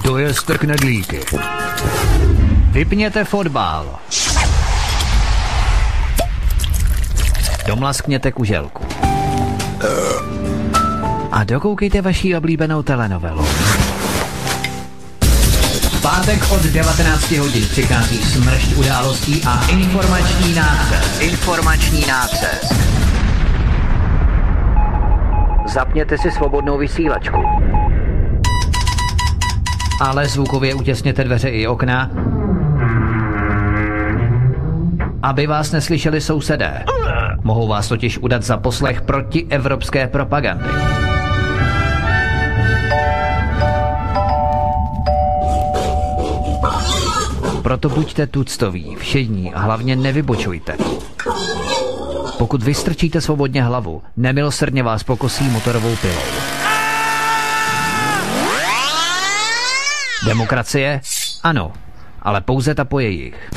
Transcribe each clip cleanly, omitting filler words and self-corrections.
Dojezte knedlíky. Vypněte fotbal. Domlaskněte kuželku. A dokoukejte vaši oblíbenou telenovelu. V pátek od 19 hodin přichází smršť událostí a informační nácest. Zapněte si svobodnou vysílačku. Ale zvukově utěsněte dveře i okna, aby vás neslyšeli sousedé. Mohou vás totiž udat za poslech protievropské propagandy. Proto buďte tuctoví, všední a hlavně nevybočujte. Pokud vystrčíte svobodně hlavu, nemilosrdně vás pokosí motorovou pilou. Demokracie? Ano, ale pouze ta po jejich.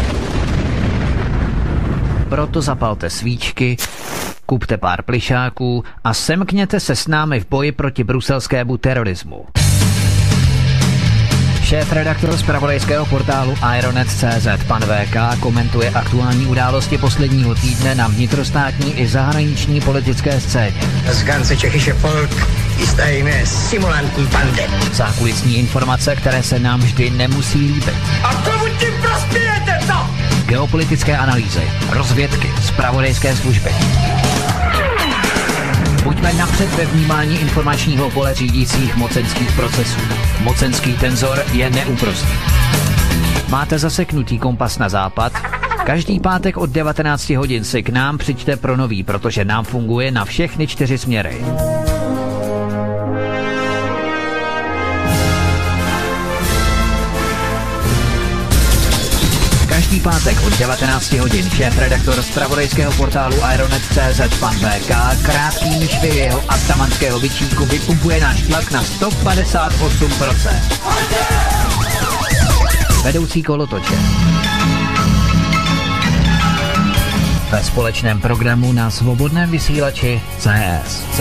Proto zapalte svíčky, kupte pár plišáků a semkněte se s námi v boji proti bruselskému terorismu. Šéf-redaktor zpravodajského portálu Ironet.cz pan VK komentuje aktuální události posledního týdne na vnitrostátní i zahraniční politické scéně. Das ganze tschechische Volk ist eine simulantní bande. Zákulisní informace, které se nám vždy nemusí líbit. A komu tím prospějete, co? Geopolitické analýzy, rozvědky, zpravodajské služby. Buďme napřed ve vnímání informačního pole řídících mocenských procesů. Mocenský tenzor je neúprostný. Máte zaseknutý kompas na západ? Každý pátek od 19 hodin si k nám přijďte pro nový, protože nám funguje na všechny 4 směry. Každý pátek od 19 hodin šéf-redaktor zpravodajského portálu Ironet.cz pan VK krátkým švy jeho atamanského vyčínku vypumpuje náš tlak na 158%. Vedoucí kolotoče. Ve společném programu na svobodném vysílači CS.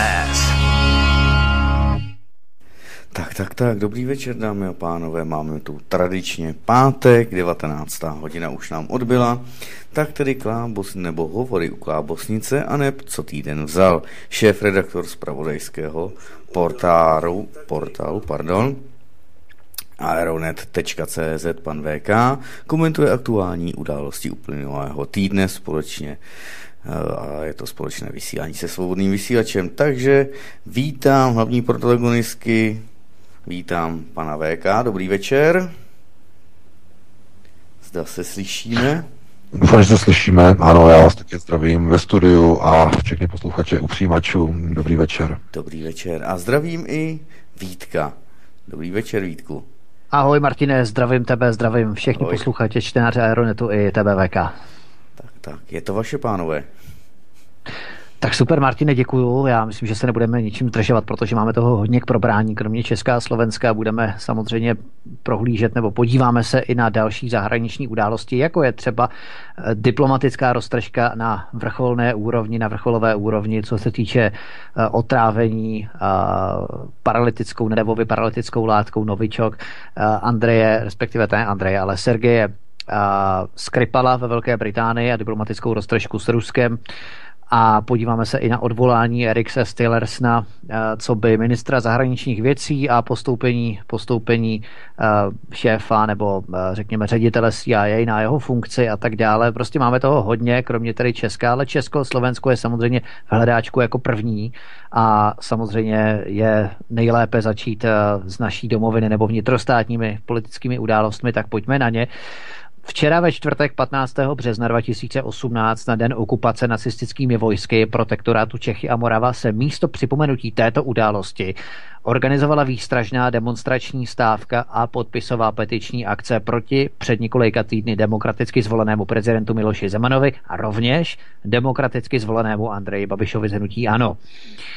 Tak, dobrý večer, dámy a pánové, máme tu tradičně pátek, 19. hodina už nám odbyla, tak tedy klábos nebo hovory u klábosnice a neb co týden vzal. Šéf-redaktor zpravodajského portálu, Aeronet.cz pan VK komentuje aktuální události uplynulého týdne společně a je to společné vysílání se svobodným vysílačem, takže vítám hlavní protagonistky. Vítám pana VK, dobrý večer. Zda se slyšíme. Doufám, že se slyšíme. Ano, já vás taky zdravím ve studiu a všechny posluchače u přijímačů. Dobrý večer. Dobrý večer a zdravím i Vítka. Dobrý večer, Vítku. Ahoj Martine, zdravím tebe, zdravím všechny posluchače, čtenáře Aeronetu i tebe VK. Tak, je to vaše, pánové. Tak super, Martine, děkuju. Já myslím, že se nebudeme ničím zdržovat, protože máme toho hodně k probrání. Kromě Česka a Slovenska budeme samozřejmě prohlížet nebo podíváme se i na další zahraniční události, jako je třeba diplomatická roztržka na vrcholné úrovni, na vrcholové úrovni, co se týče otrávení paralytickou látkou Novičok Andreje, respektive ne Andreje, ale Sergeje Skripala ve Velké Británii a diplomatickou roztržku s Ruskem. A podíváme se i na odvolání Erixe Stillersna, co by ministra zahraničních věcí a postoupení šéfa nebo řekněme ředitele CIA na jeho funkci a tak dále. Prostě máme toho hodně, kromě tedy Česka, ale Česko, Slovensko je samozřejmě v hledáčku jako první a samozřejmě je nejlépe začít z naší domoviny nebo vnitrostátními politickými událostmi, tak pojďme na ně. Včera ve čtvrtek 15. března 2018 na den okupace nacistickými vojsky protektorátu Čechy a Morava se místo připomenutí této události organizovala výstražná demonstrační stávka a podpisová petiční akce proti před několika týdny demokraticky zvolenému prezidentu Miloši Zemanovi a rovněž demokraticky zvolenému Andreji Babišovi z hnutí ANO.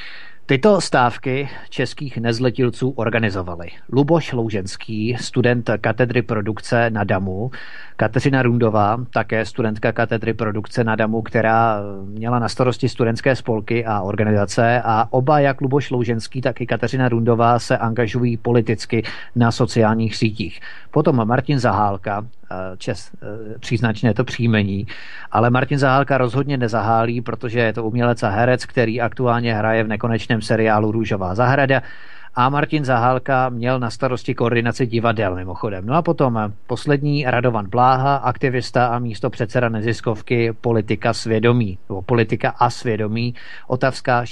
Tyto stávky českých nezletilců organizovali Luboš Louženský, student katedry produkce na DAMu, Kateřina Rundová, také studentka katedry produkce na DAMu, která měla na starosti studentské spolky a organizace, a oba, jak Luboš Louženský, tak i Kateřina Rundová, se angažují politicky na sociálních sítích. Potom Martin Zahálka, příznačné to příjmení, ale Martin Zahálka rozhodně nezahálí, protože je to umělec a herec, který aktuálně hraje v nekonečném seriálu Růžová zahrada, a Martin Zahálka měl na starosti koordinaci divadel mimochodem. No a potom poslední Radovan Bláha, aktivista a místopředseda neziskovky Politika svědomí, nebo Politika a svědomí, Otavská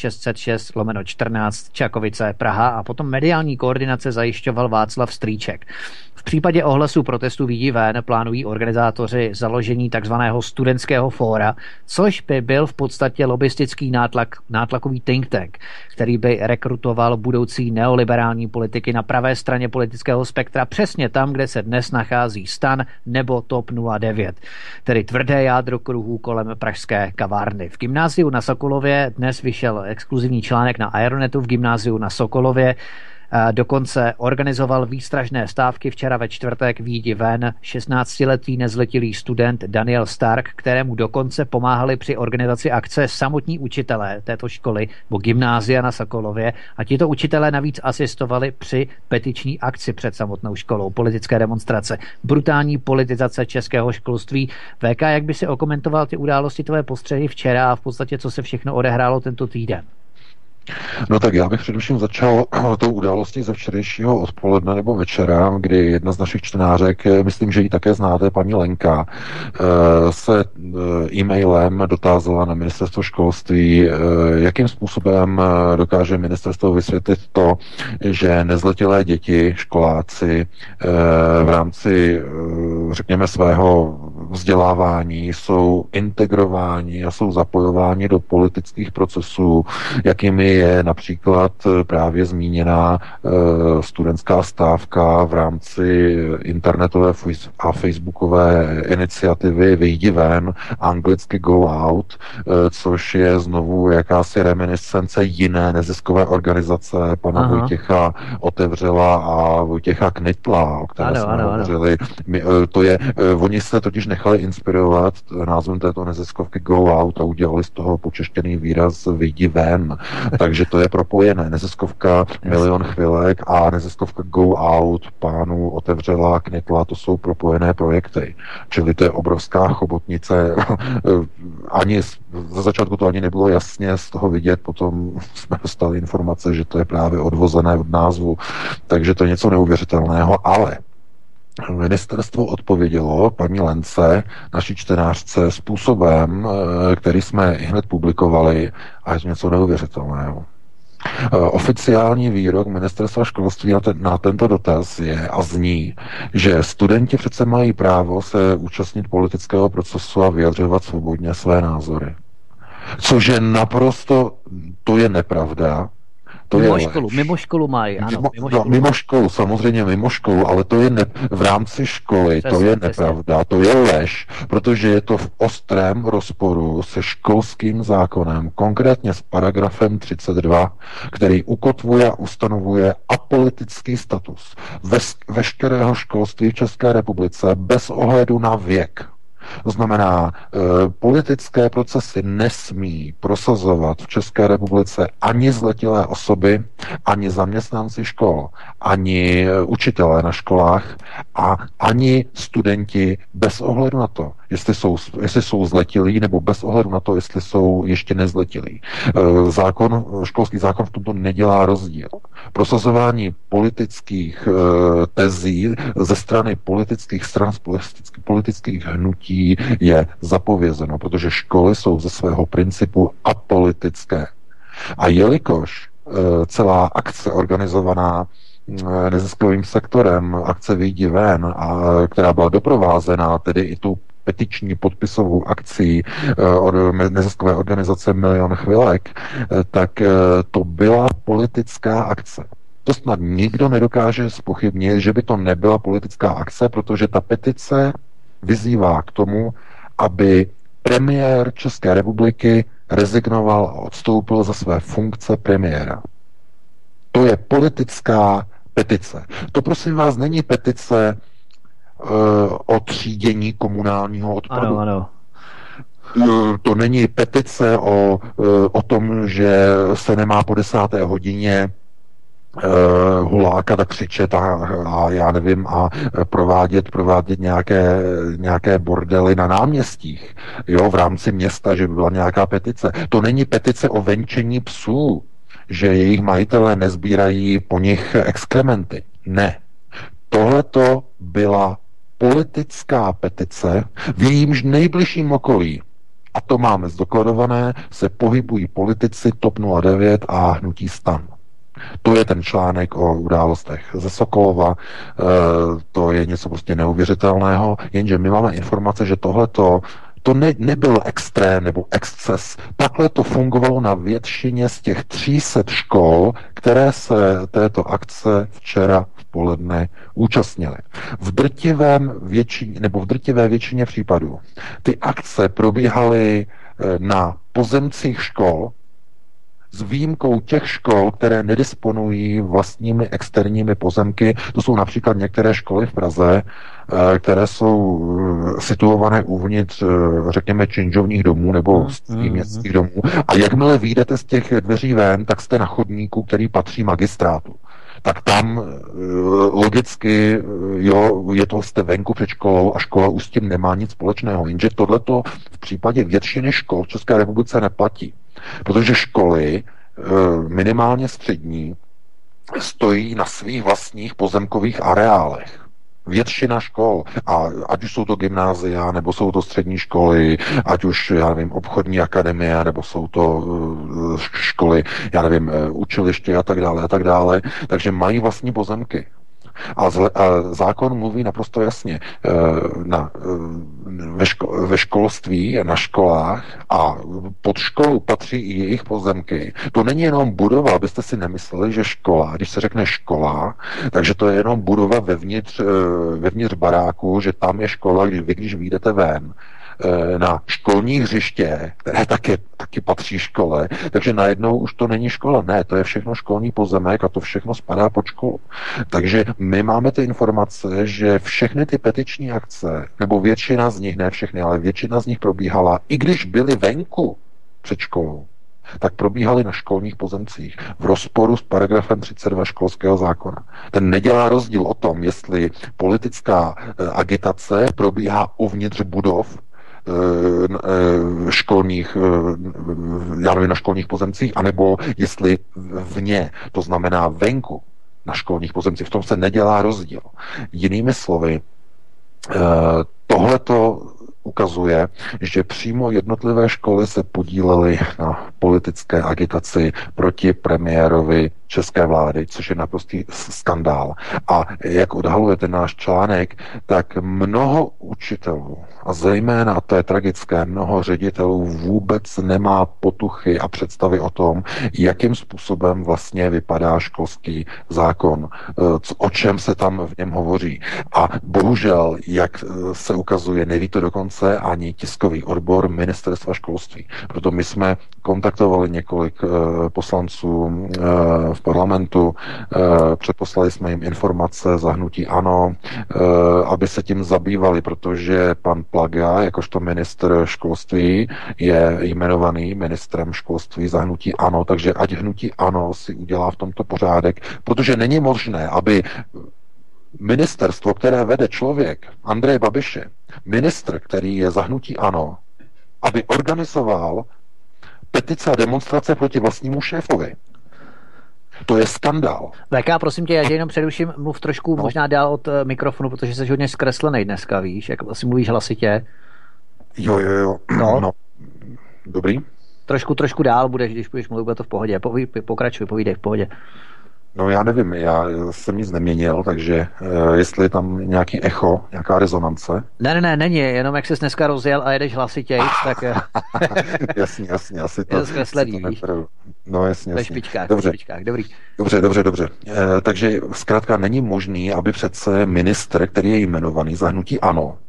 606/14 Čakovice, Praha, a potom mediální koordinace zajišťoval Václav Strýček. V případě ohlasu protestu Vyjdi ven plánují organizátoři založení takzvaného studentského fóra, což by byl v podstatě lobistický nátlakový think tank, který by rekrutoval budoucí neoliberální politiky na pravé straně politického spektra, přesně tam, kde se dnes nachází STAN nebo TOP 09, tedy tvrdé jádro kruhů kolem pražské kavárny. V gymnáziu na Sokolově dnes vyšel exkluzivní článek na Aeronetu. V gymnáziu na Sokolově dokonce organizoval výstražné stávky včera ve čtvrtek Vyjdi ven 16-letý nezletilý student Daniel Stark, kterému dokonce pomáhali při organizaci akce samotní učitelé této školy nebo gymnázia na Sokolově, a tito učitelé navíc asistovali při petiční akci před samotnou školou, politické demonstrace, brutální politizace českého školství. VK, jak by si okomentoval ty události, tvoje postřehy včera a v podstatě co se všechno odehrálo tento týden? No tak já bych především začal tou událostí ze včerejšího odpoledne nebo večera, kdy jedna z našich čtenářek, myslím, že ji také znáte, paní Lenka, se e-mailem dotázala na ministerstvo školství, jakým způsobem dokáže ministerstvo vysvětlit to, že nezletilé děti, školáci v rámci, řekněme, svého vzdělávání jsou integrováni a jsou zapojováni do politických procesů, jakými je například právě zmíněná studentská stávka v rámci internetové a facebookové iniciativy Vyjdi ven, anglicky Go Out, což je znovu jakási reminiscence jiné neziskové organizace pana Vojtěcha Otevřela a Vojtěcha Knitla, o které jsme hovořili. Oni se totiž nechali inspirovat názvem této neziskovky Go Out a udělali z toho počeštěný výraz Vyjdi ven. Takže to je propojené. Neziskovka Milion chvilek a neziskovka Go Out pánů Otevřela, Knitla, to jsou propojené projekty. Čili to je obrovská chobotnice. Ani za začátku to ani nebylo jasně z toho vidět, potom jsme dostali informace, že to je právě odvozené od názvu. Takže to je něco neuvěřitelného, ale ministerstvo odpovědělo paní Lence, naší čtenářce, způsobem, který jsme hned publikovali, a je to něco neuvěřitelného. Oficiální výrok ministerstva školství na tento dotaz je a zní, že studenti přece mají právo se účastnit politického procesu a vyjadřovat svobodně své názory. Což je naprosto, to je nepravda. Mimo školu mají, ano. Mimo školu, samozřejmě mimo školu, ale to je v rámci školy, přesně, to je nepravda, to je lež, protože je to v ostrém rozporu se školským zákonem, konkrétně s paragrafem 32, který ukotvuje a ustanovuje apolitický status veškerého školství v České republice bez ohledu na věk. To znamená, politické procesy nesmí prosazovat v České republice ani zletilé osoby, ani zaměstnanci škol, ani učitelé na školách a ani studenti bez ohledu na to, jestli jsou zletilí, nebo bez ohledu na to, jestli jsou ještě nezletilí. Školský zákon v tomto nedělá rozdíl. Prosazování politických tezí ze strany politických stran, politických hnutí je zapovězeno, protože školy jsou ze svého principu apolitické. A jelikož celá akce organizovaná neziskovým sektorem, akce Vyjdi ven, která byla doprovázená tedy i tu petiční podpisovou akcí od neziskové organizace Milion chvilek, tak to byla politická akce. To snad nikdo nedokáže zpochybnit, že by to nebyla politická akce, protože ta petice vyzývá k tomu, aby premiér České republiky rezignoval a odstoupil ze své funkce premiéra. To je politická petice. To prosím vás není petice o třídění komunálního odpadu. Ano, ano. To není petice o tom, že se nemá po 10. hodině hulákat a křičet a já nevím a provádět nějaké bordely na náměstích, jo, v rámci města, že by byla nějaká petice. To není petice o venčení psů, že jejich majitelé nezbírají po nich exkrementy. Ne. Tohleto byla politická petice, v jejímž nejbližším okolí, a to máme zdokladované, se pohybují politici TOP 09 a hnutí STAN. To je ten článek o událostech ze Sokolova, to je něco prostě neuvěřitelného, jenže my máme informace, že tohleto to nebyl extrém nebo exces. Takhle to fungovalo na většině z těch 300 škol, které se této akce včera v poledne účastnily. V drtivé většině případů ty akce probíhaly na pozemcích škol, s výjimkou těch škol, které nedisponují vlastními externími pozemky. To jsou například některé školy v Praze, které jsou situované uvnitř, řekněme, činžovních domů nebo městských domů. A jakmile vyjdete z těch dveří ven, tak jste na chodníku, který patří magistrátu. Tak tam logicky, jo, je to jste venku před školou a škola už s tím nemá nic společného. Jenže tohleto v případě většiny škol v České republice neplatí. Protože školy, minimálně střední, stojí na svých vlastních pozemkových areálech. Většina škol, a ať už jsou to gymnázia, nebo jsou to střední školy, ať už, já nevím, obchodní akademie, nebo jsou to školy, já nevím, učiliště a tak dále, takže mají vlastní pozemky. A zákon mluví naprosto jasně. Ve školství, na školách a pod školu patří i jejich pozemky. To není jenom budova, abyste si nemysleli, že škola, když se řekne škola, takže to je jenom budova vevnitř baráku, že tam je škola, když vyjdete ven na školní hřiště, které taky patří škole, takže najednou už to není škola. Ne, to je všechno školní pozemek a to všechno spadá pod školu. Takže my máme ty informace, že všechny ty petiční akce, nebo většina z nich, ne všechny, ale většina z nich probíhala, i když byly venku před školou, tak probíhaly na školních pozemcích v rozporu s paragrafem 32 školského zákona. Ten nedělá rozdíl o tom, jestli politická agitace probíhá uvnitř budov školních, já nevím, na školních pozemcích, anebo jestli vně, to znamená venku, na školních pozemcích. V tom se nedělá rozdíl. Jinými slovy, tohleto ukazuje, že přímo jednotlivé školy se podílely na politické agitaci proti premiérovi české vlády, což je naprostý skandál. A jak odhaluje ten náš článek, tak mnoho učitelů, a zejména, a to je tragické, mnoho ředitelů vůbec nemá potuchy a představy o tom, jakým způsobem vlastně vypadá školský zákon, o čem se tam v něm hovoří. A bohužel, jak se ukazuje, neví to dokonce ani tiskový odbor Ministerstva školství. Proto my jsme kontaktovali několik poslanců v parlamentu, předposlali jsme jim informace za hnutí ANO, aby se tím zabývali, protože pan Plaga, jakožto ministr školství, je jmenovaný ministrem školství za hnutí ANO, takže ať hnutí ANO si udělá v tomto pořádek, protože není možné, aby ministerstvo, které vede člověk, Andreje Babiše, ministr, který je za hnutí ANO, aby organizoval petice a demonstrace proti vlastnímu šéfovi. To je skandál. VK, prosím tě, já tě jenom přeruším, mluv trošku možná dál od mikrofonu, protože jsi hodně zkreslený dneska, víš, jak asi mluvíš hlasitě. Jo. No. Dobrý. Trošku dál budeš, když budeš mluvit, bude to v pohodě. Pokračuj, povídej v pohodě. No já nevím, já jsem nic neměnil, takže jestli je tam nějaký echo, nějaká rezonance. Ne, není, jenom jak jsi dneska rozjel a jedeš hlasitějc, tak... jasně, asi to... Je to zkreslený, víš. No jasně. Ve špičkách, dobrý. Dobře. Takže zkrátka není možný, aby přece ministr, který je jmenovaný za hnutí ANO,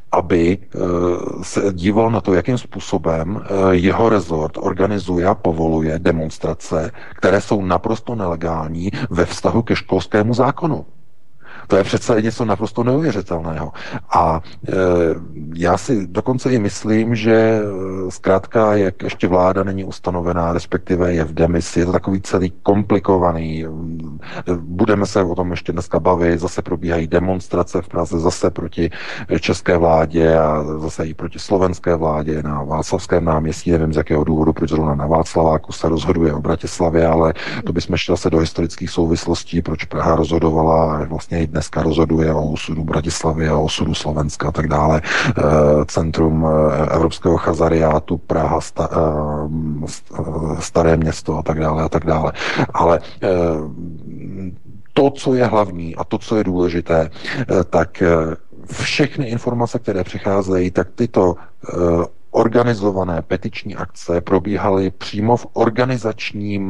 aby se díval na to, jakým způsobem jeho rezort organizuje a povoluje demonstrace, které jsou naprosto nelegální ve vztahu ke školskému zákonu. To je přece něco naprosto neuvěřitelného. A já si dokonce i myslím, že zkrátka, jak ještě vláda není ustanovená, respektive je v demisi, je to takový celý komplikovaný. Budeme se o tom ještě dneska bavit, zase probíhají demonstrace v Praze, zase proti české vládě a zase i proti slovenské vládě na Václavském náměstí, nevím z jakého důvodu, proč zrovna na Václaváku se rozhoduje o Bratislavě, ale to bychom šli zase do historických souvislostí, proč Praha rozhodovala a vlastně i dneska rozhoduje o osudu Bratislavy a o osudu Slovenska a tak dále. Centrum evropského chazariátu, Praha, Staré město a tak dále a tak dále. Ale to, co je hlavní a to, co je důležité, tak všechny informace, které přicházejí, tak tyto organizované petiční akce probíhaly přímo v organizačním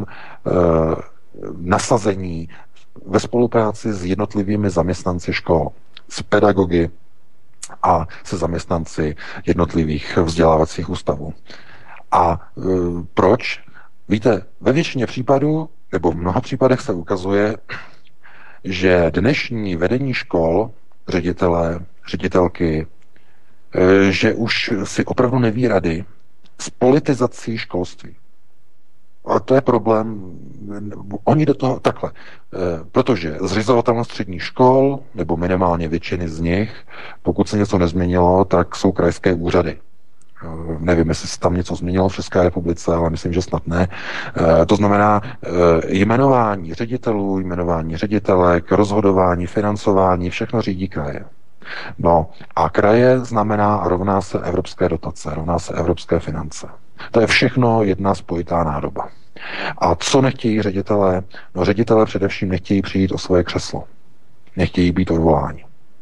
nasazení ve spolupráci s jednotlivými zaměstnanci škol, s pedagogy a se zaměstnanci jednotlivých vzdělávacích ústavů. A proč? Víte, ve většině případů, nebo v mnoha případech se ukazuje, že dnešní vedení škol, ředitelé, ředitelky, že už si opravdu neví rady s politizací školství. A to je problém. Oni do toho takhle. Protože zřizovatelé středních škol, nebo minimálně většiny z nich, pokud se něco nezměnilo, tak jsou krajské úřady. Nevím, jestli se tam něco změnilo v České republice, ale myslím, že snad ne. To znamená jmenování ředitelů, jmenování ředitelek, rozhodování, financování, všechno řídí kraje. No a kraje znamená rovná se evropské dotace, rovná se evropské finance. To je všechno jedna spojitá nádoba. A co nechtějí ředitelé? No ředitelé především nechtějí přijít o svoje křeslo. Nechtějí být odvoláni.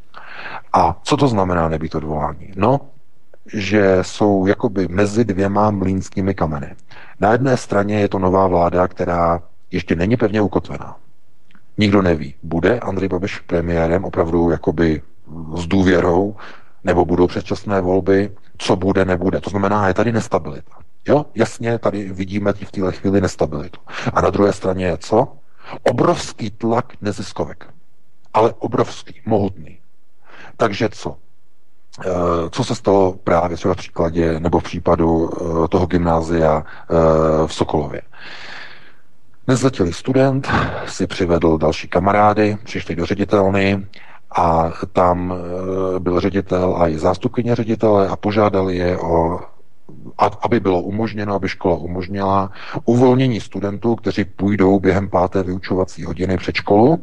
A co to znamená nebýt odvoláni? No, že jsou jakoby mezi dvěma mlýnskými kameny. Na jedné straně je to nová vláda, která ještě není pevně ukotvená. Nikdo neví, bude Andrej Babiš premiérem opravdu jakoby s důvěrou, nebo budou předčasné volby, co bude, nebude. To znamená, je tady nestabilita. Jo, jasně, tady vidíme v téhle chvíli nestabilitu. A na druhé straně je co? Obrovský tlak neziskovek. Ale obrovský, mohutný. Takže co? Co se stalo právě třeba v příkladě, nebo v případu toho gymnázia v Sokolově? Nezletilý student si přivedl další kamarády, přišli do ředitelny a tam byl ředitel a i zástupkyně ředitele a požádali je o, aby bylo umožněno, aby škola umožnila uvolnění studentů, kteří půjdou během 5. vyučovací hodiny před školu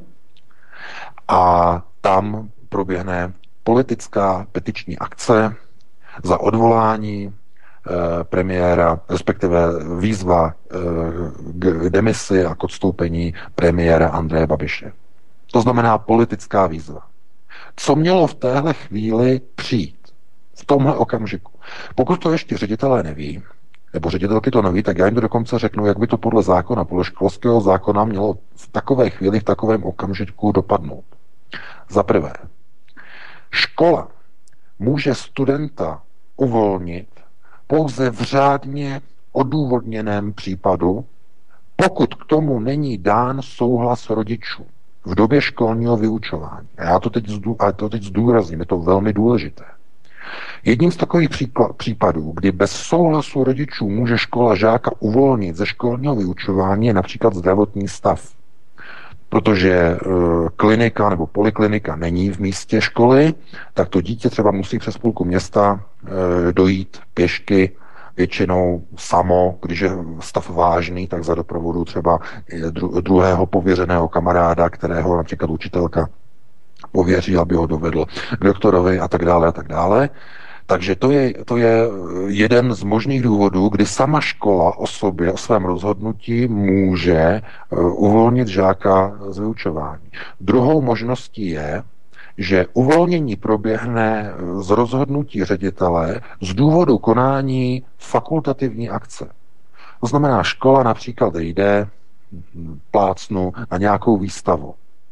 a tam proběhne politická petiční akce za odvolání premiéra, respektive výzva k demisi a k odstoupení premiéra Andreje Babiše. To znamená politická výzva. Co mělo v téhle chvíli přijít? V tomhle okamžiku. Pokud to ještě ředitelé neví, nebo ředitelky to neví, tak já jim to dokonce řeknu, jak by to podle zákona, podle školského zákona mělo v takové chvíli, v takovém okamžiku dopadnout. Za prvé, škola může studenta uvolnit pouze v řádně odůvodněném případu, pokud k tomu není dán souhlas rodičů v době školního vyučování. A já to teď zdůrazním, je to velmi důležité. Jedním z takových případů, kdy bez souhlasu rodičů může škola žáka uvolnit ze školního vyučování, je například zdravotní stav. Protože klinika nebo poliklinika není v místě školy, tak to dítě třeba musí přes půlku města dojít pěšky, většinou samo, když je stav vážný, tak za doprovodu třeba druhého pověřeného kamaráda, kterého například učitelka pověří, aby ho dovedl k doktorovi a tak dále a tak dále. Takže to je jeden z možných důvodů, kdy sama škola o sobě, o svém rozhodnutí může uvolnit žáka z vyučování. Druhou možností je, že uvolnění proběhne z rozhodnutí ředitele z důvodu konání fakultativní akce. To znamená, škola například jde, plácnu, na nějakou výstavu.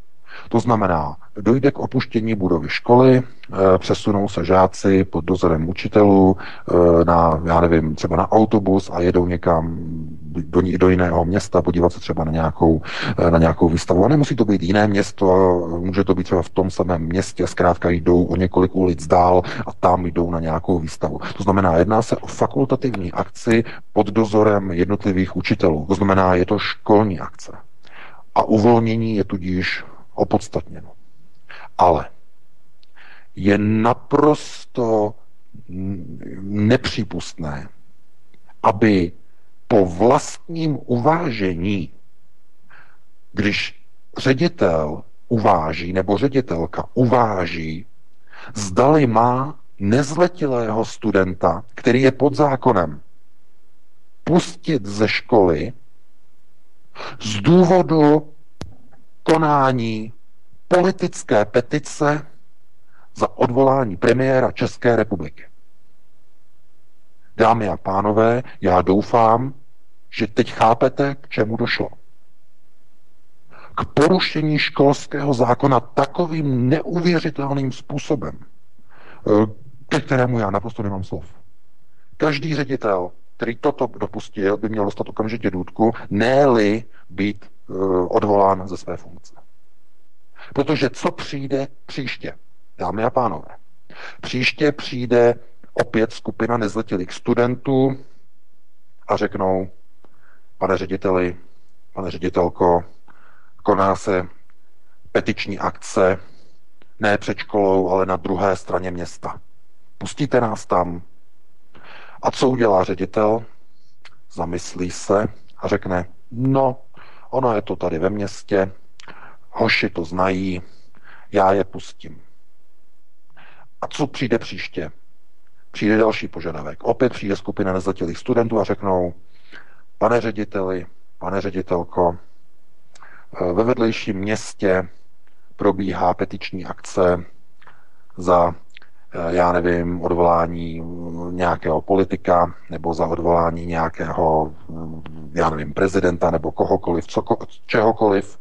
To znamená, dojde k opuštění budovy školy, přesunou se žáci pod dozorem učitelů na, já nevím, třeba na autobus a jedou někam do jiného města, podívat se třeba na nějakou výstavu. A nemusí to být jiné město, může to být třeba v tom samém městě, zkrátka jdou o několik ulic dál a tam jdou na nějakou výstavu. To znamená, jedná se o fakultativní akci pod dozorem jednotlivých učitelů. To znamená, je to školní akce. A uvolnění je tudíž opodstatněno. Ale je naprosto nepřípustné, aby po vlastním uvážení, když ředitel uváží nebo ředitelka uváží, zdali má nezletilého studenta, který je pod zákonem, pustit ze školy z důvodu konání politické petice za odvolání premiéra České republiky. Dámy a pánové, já doufám, že teď chápete, k čemu došlo. K porušení školského zákona takovým neuvěřitelným způsobem, ke kterému já naprosto nemám slov. Každý ředitel, který toto dopustil, by měl dostat okamžitě důtku, ne-li být odvolán ze své funkce. Protože co přijde příště, dámy a pánové? Příště přijde opět skupina nezletilých studentů a řeknou, pane řediteli, pane ředitelko, koná se petiční akce, ne před školou, ale na druhé straně města. Pustíte nás tam? A co udělá ředitel? Zamyslí se a řekne, no, ono je to tady ve městě, hoši to znají, já je pustím. A co přijde příště? Přijde další požadavek. Opět přijde skupina nezletilých studentů a řeknou, pane řediteli, pane ředitelko, ve vedlejším městě probíhá petiční akce za, já nevím, odvolání nějakého politika nebo za odvolání nějakého, já nevím, prezidenta nebo kohokoliv, čehokoliv.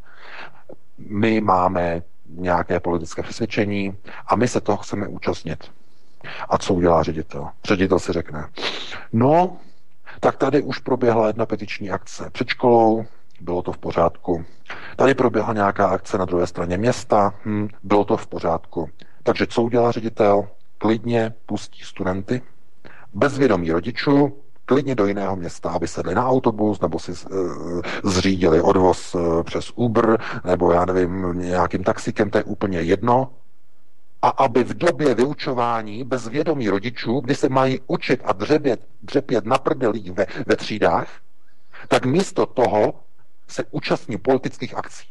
My máme nějaké politické přesvědčení a my se toho chceme účastnit. A co udělá ředitel? Ředitel si řekne, no, tak tady už proběhla jedna petiční akce před školou, bylo to v pořádku. Tady proběhla nějaká akce na druhé straně města, bylo to v pořádku. Takže co udělá ředitel? Klidně pustí studenty, bez vědomí rodičů, klidně do jiného města, aby sedli na autobus, nebo si zřídili odvoz přes Uber, nebo já nevím, nějakým taxikem, to je úplně jedno. A aby v době vyučování bez vědomí rodičů, kdy se mají učit a dřepět na prdelích ve třídách, tak místo toho se účastní politických akcí.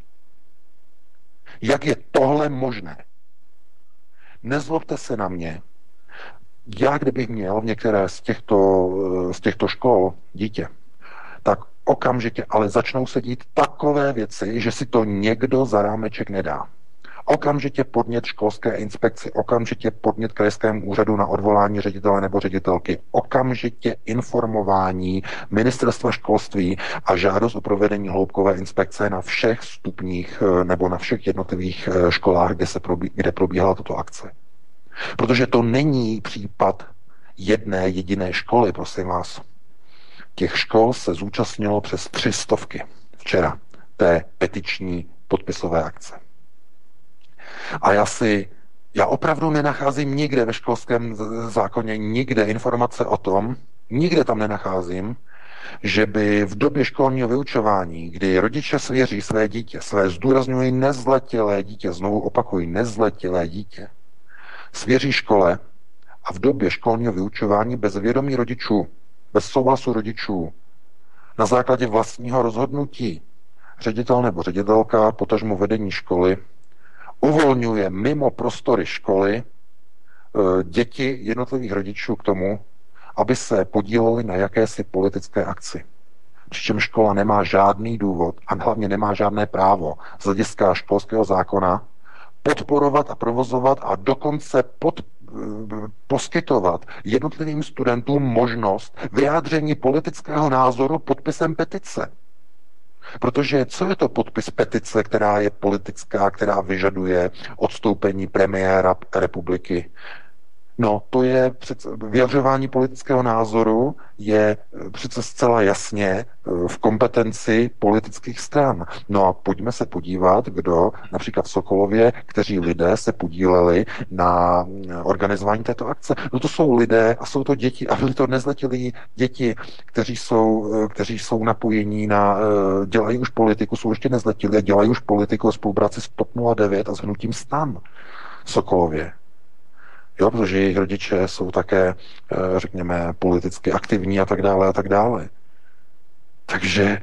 Jak je tohle možné? Nezlobte se na mě. Já, kdybych měl v některé z těchto škol dítě, tak okamžitě ale začnou se dít takové věci, že si to někdo za rámeček nedá. Okamžitě podnět školské inspekci, okamžitě podnět krajskému úřadu na odvolání ředitele nebo ředitelky, okamžitě informování ministerstva školství a žádost o provedení hloubkové inspekce na všech stupních nebo na všech jednotlivých školách, kde probíhala tato akce. Protože to není případ jedné jediné školy, prosím vás. Těch škol se zúčastnilo přes 300 včera té petiční podpisové akce. A já opravdu nenacházím nikde ve školském zákoně, nikde informace o tom, nikde tam nenacházím, že by v době školního vyučování, kdy rodiče svěří své dítě, zdůrazňují nezletilé dítě, znovu opakují, nezletilé dítě, svěří škole a v době školního vyučování bez vědomí rodičů, bez souhlasu rodičů, na základě vlastního rozhodnutí ředitel nebo ředitelka, potažmo vedení školy, uvolňuje mimo prostory školy děti jednotlivých rodičů k tomu, aby se podíleli na jakési politické akci. Přičemž škola nemá žádný důvod a hlavně nemá žádné právo z hlediska školského zákona podporovat a provozovat a dokonce poskytovat jednotlivým studentům možnost vyjádření politického názoru podpisem petice. Protože co je to podpis petice, která je politická, která vyžaduje odstoupení premiéra republiky? No, to je přece, vyjadřování politického názoru je přece zcela jasně v kompetenci politických stran. No a pojďme se podívat, kdo například v Sokolově, kteří lidé se podíleli na organizování této akce. No to jsou lidé a jsou to děti a byli to nezletilí děti, kteří jsou napojení na, dělají už politiku, jsou ještě nezletilí a dělají už politiku o spolupráci s TOP 09 a s hnutím STAN v Sokolově. Jo, protože jejich rodiče jsou také, řekněme, politicky aktivní a tak dále a tak dále. Takže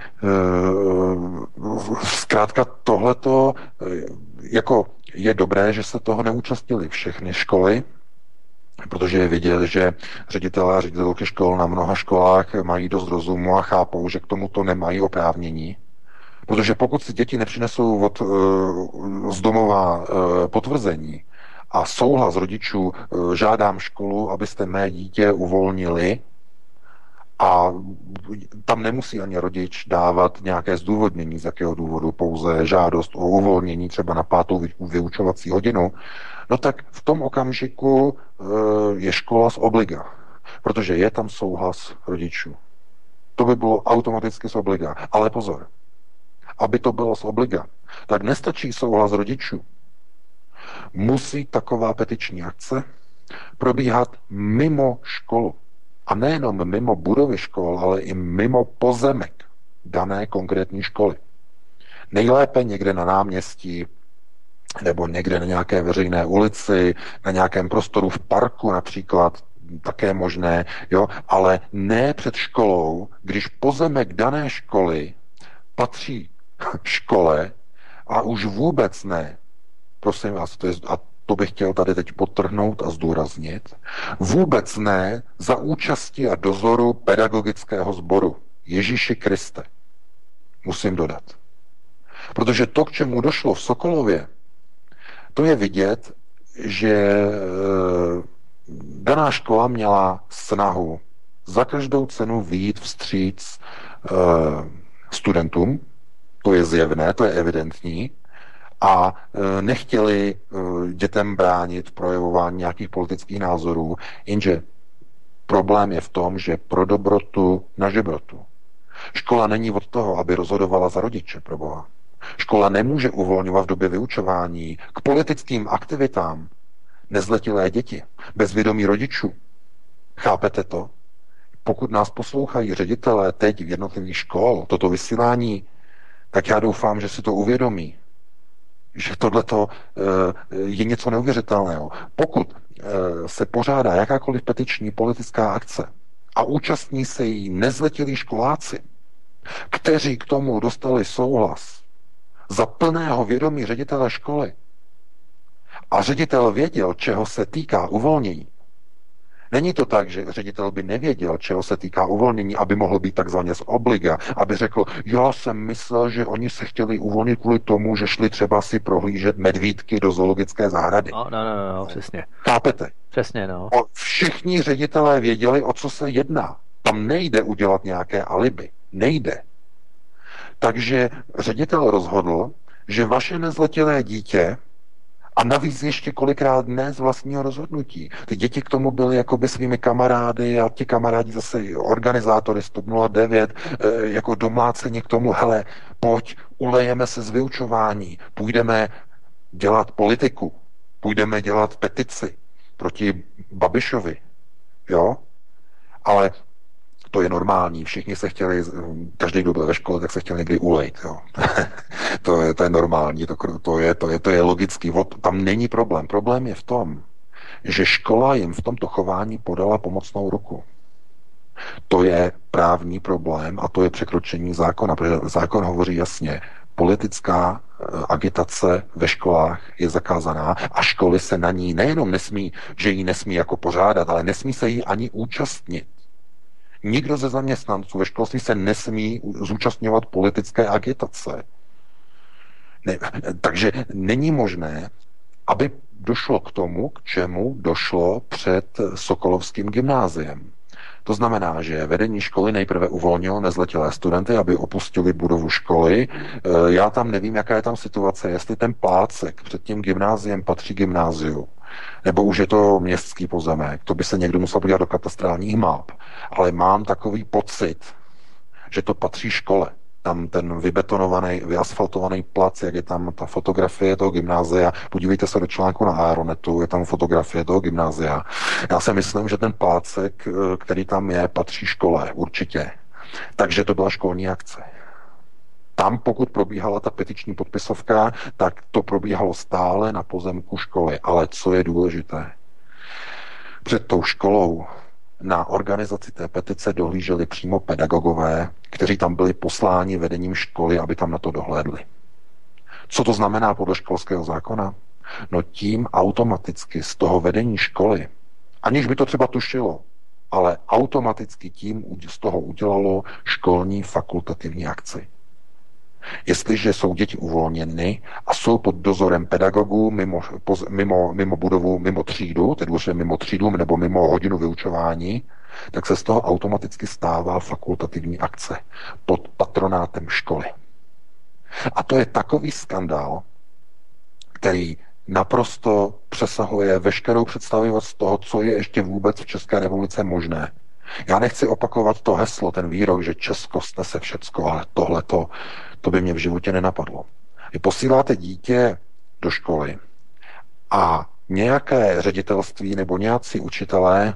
zkrátka tohleto, jako je dobré, že se toho neúčastnili všechny školy, protože je vidět, že ředitelé a ředitelky škol na mnoha školách mají dost rozumu a chápou, že k tomuto nemají oprávnění. Protože pokud si děti nepřinesou z domova potvrzení, a souhlas rodičů, žádám školu, abyste mé dítě uvolnili, a tam nemusí ani rodič dávat nějaké zdůvodnění, z jakého důvodu, pouze žádost o uvolnění třeba na 5. vyučovací hodinu, no tak v tom okamžiku je škola z obliga, protože je tam souhlas rodičů. To by bylo automaticky z obliga. Ale pozor, aby to bylo z obliga, tak nestačí souhlas rodičů. Musí taková petiční akce probíhat mimo školu. A nejenom mimo budovy škol, ale i mimo pozemek dané konkrétní školy. Nejlépe někde na náměstí nebo někde na nějaké veřejné ulici, na nějakém prostoru v parku například, také možné, jo, ale ne před školou, když pozemek dané školy patří škole a už vůbec ne. Prosím vás, to bych chtěl tady teď podtrhnout a zdůraznit, vůbec ne za účasti a dozoru pedagogického sboru Ježíši Kriste. Musím dodat. Protože to, k čemu došlo v Sokolově, to je vidět, že daná škola měla snahu za každou cenu vyjít vstříc studentům, to je zjevné, to je evidentní, a nechtěli dětem bránit projevování nějakých politických názorů, jenže problém je v tom, že pro dobrotu na žebrotu. Škola není od toho, aby rozhodovala za rodiče, pro Boha. Škola nemůže uvolňovat v době vyučování k politickým aktivitám nezletilé děti, bez vědomí rodičů. Chápete to? Pokud nás poslouchají ředitelé teď v jednotlivých škol, toto vysílání, tak já doufám, že si to uvědomí, že tohleto je něco neuvěřitelného. Pokud se pořádá jakákoliv petiční politická akce a účastní se jí nezletilí školáci, kteří k tomu dostali souhlas za plného vědomí ředitele školy a ředitel věděl, čeho se týká uvolnění. Není to tak, že ředitel by nevěděl, čeho se týká uvolnění, aby mohl být takzvaně z obliga, aby řekl, já jsem myslel, že oni se chtěli uvolnit kvůli tomu, že šli třeba si prohlížet medvídky do zoologické zahrady. No, přesně. Chápete? Přesně, no. Všichni ředitelé věděli, o co se jedná. Tam nejde udělat nějaké alibi. Nejde. Takže ředitel rozhodl, že vaše nezletilé dítě, a navíc ještě kolikrát ne z vlastního rozhodnutí. Ty děti k tomu byly jakoby svými kamarády a ti kamarádi zase organizátory z TOP 09 jako domlácení k tomu, hele, pojď, ulejeme se z vyučování, půjdeme dělat politiku, půjdeme dělat petici proti Babišovi, jo? Ale to je normální, všichni se chtěli, každý, kdo byl ve škole, tak se chtěl někdy ulejt, jo. To je normální, to je logický, tam není problém. Problém je v tom, že škola jim v tomto chování podala pomocnou ruku. To je právní problém a to je překročení zákona, protože zákon hovoří jasně, politická agitace ve školách je zakázaná a školy se na ní nejenom nesmí, že ji nesmí jako pořádat, ale nesmí se jí ani účastnit. Nikdo ze zaměstnanců ve školství se nesmí zúčastňovat politické agitace. Ne, takže není možné, aby došlo k tomu, k čemu došlo před Sokolovským gymnáziem. To znamená, že vedení školy nejprve uvolnilo nezletilé studenty, aby opustili budovu školy. Já tam nevím, jaká je tam situace, jestli ten plácek před tím gymnáziem patří gymnáziu, nebo už je to městský pozemek. To by se někdo musel podívat do katastrálních map. Ale mám takový pocit, že to patří škole. Tam ten vybetonovaný, vyasfaltovaný plac, jak je tam ta fotografie toho gymnázia. Podívejte se do článku na Aeronetu, je tam fotografie toho gymnázia. Já si myslím, že ten plácek, který tam je, patří škole, určitě. Takže to byla školní akce. Tam, pokud probíhala ta petiční podpisovka, tak to probíhalo stále na pozemku školy. Ale co je důležité? Před tou školou na organizaci té petice dohlíželi přímo pedagogové, kteří tam byli posláni vedením školy, aby tam na to dohlédli. Co to znamená podle školského zákona? No tím automaticky z toho vedení školy, aniž by to třeba tušilo, ale automaticky tím z toho udělalo školní fakultativní akci. Jestliže jsou děti uvolněny a jsou pod dozorem pedagogů mimo budovu, mimo třídu, tedy už mimo třídu nebo mimo hodinu vyučování, tak se z toho automaticky stává fakultativní akce pod patronátem školy. A to je takový skandál, který naprosto přesahuje veškerou představivost toho, co je ještě vůbec v České republice možné. Já nechci opakovat to heslo, ten výrok, že Česko snese všecko, ale tohleto, to by mě v životě nenapadlo. Vy posíláte dítě do školy a nějaké ředitelství nebo nějací učitelé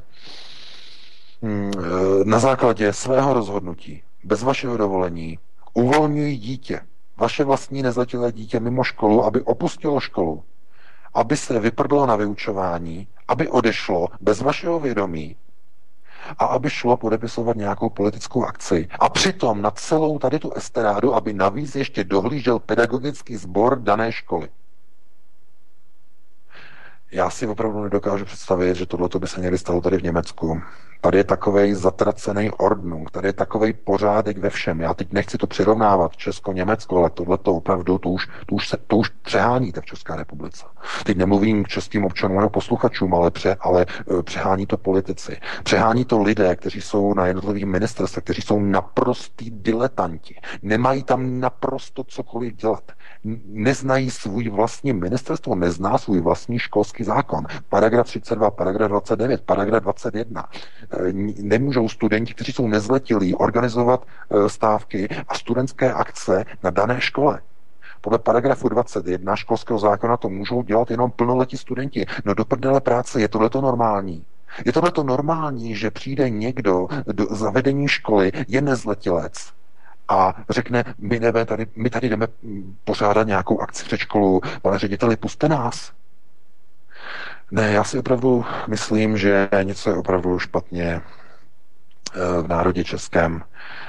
na základě svého rozhodnutí, bez vašeho dovolení, uvolňují dítě, vaše vlastní nezletilé dítě mimo školu, aby opustilo školu, aby se vyprdlo na vyučování, aby odešlo bez vašeho vědomí a aby šlo podepisovat nějakou politickou akci. A přitom na celou tady tu esterádu, aby navíc ještě dohlížel pedagogický sbor dané školy. Já si opravdu nedokážu představit, že tohleto by se někdy stalo tady v Německu. Tady je takovej zatracený ordnung, tady je takovej pořádek ve všem. Já teď nechci to přirovnávat Česko-Německo, ale tohleto opravdu, to už přeháníte v České republice. Teď nemluvím k českým občanům nebo posluchačům, ale přehání to politici. Přehání to lidé, kteří jsou na jednotlivých ministerstvech, kteří jsou naprostý diletanti. Nemají tam naprosto cokoliv dělat. Neznají svůj vlastní ministerstvo, nezná svůj vlastní školský zákon. Paragraf 32, paragraf 29, paragraf 21. Nemůžou studenti, kteří jsou nezletilí, organizovat stávky a studentské akce na dané škole. Podle paragrafu 21 školského zákona to můžou dělat jenom plnoletí studenti. No do prdele práce, je tohleto normální? Je tohleto normální, že přijde někdo do zavedení školy, je nezletilec a řekne, my tady jdeme pořádat nějakou akci před školu, pane řediteli, puste nás. Ne, já si opravdu myslím, že něco je opravdu špatně v národě českém.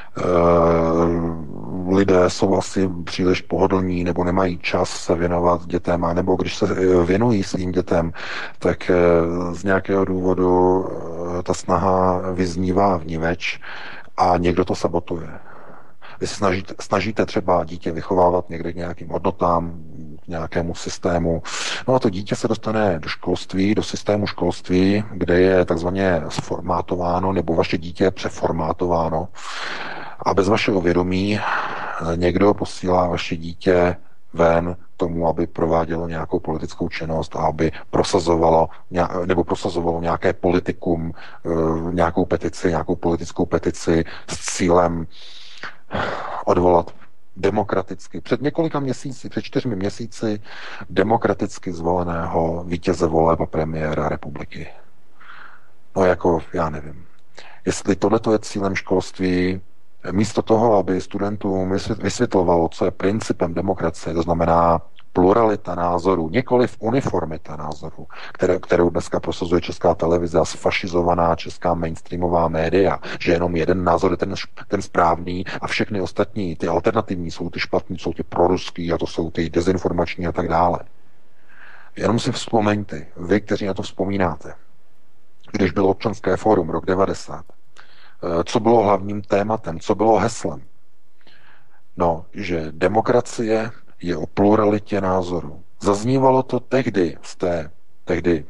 Lidé jsou asi příliš pohodlní nebo nemají čas se věnovat dětem, a nebo když se věnují svým dětem, tak z nějakého důvodu ta snaha vyznívá vniveč a někdo to sabotuje. Vy se snažíte třeba dítě vychovávat někde k nějakým hodnotám, k nějakému systému. No a to dítě se dostane do školství, do systému školství, kde je takzvaně sformátováno, nebo vaše dítě je přeformátováno. A bez vašeho vědomí někdo posílá vaše dítě ven tomu, aby provádělo nějakou politickou činnost a aby prosazovalo nějaké politikum, nějakou petici, nějakou politickou petici s cílem odvolat demokraticky, před několika měsíci, před 4 měsíci, demokraticky zvoleného vítěze voleb a premiéra republiky. No jako, já nevím. Jestli tohleto je cílem školství, místo toho, aby studentům vysvětlovalo, co je principem demokracie, to znamená pluralita názorů, nikoliv uniformita názorů, kterou dneska prosazuje Česká televize a sfašizovaná česká mainstreamová média, že jenom jeden názor je ten správný a všechny ostatní, ty alternativní, jsou ty špatný, jsou ty proruský a to jsou ty dezinformační a tak dále. Jenom si vzpomeňte, vy, kteří na to vzpomínáte, když bylo Občanské fórum rok 90, co bylo hlavním tématem, co bylo heslem? No, že demokracie je o pluralitě názorů. Zaznívalo to tehdy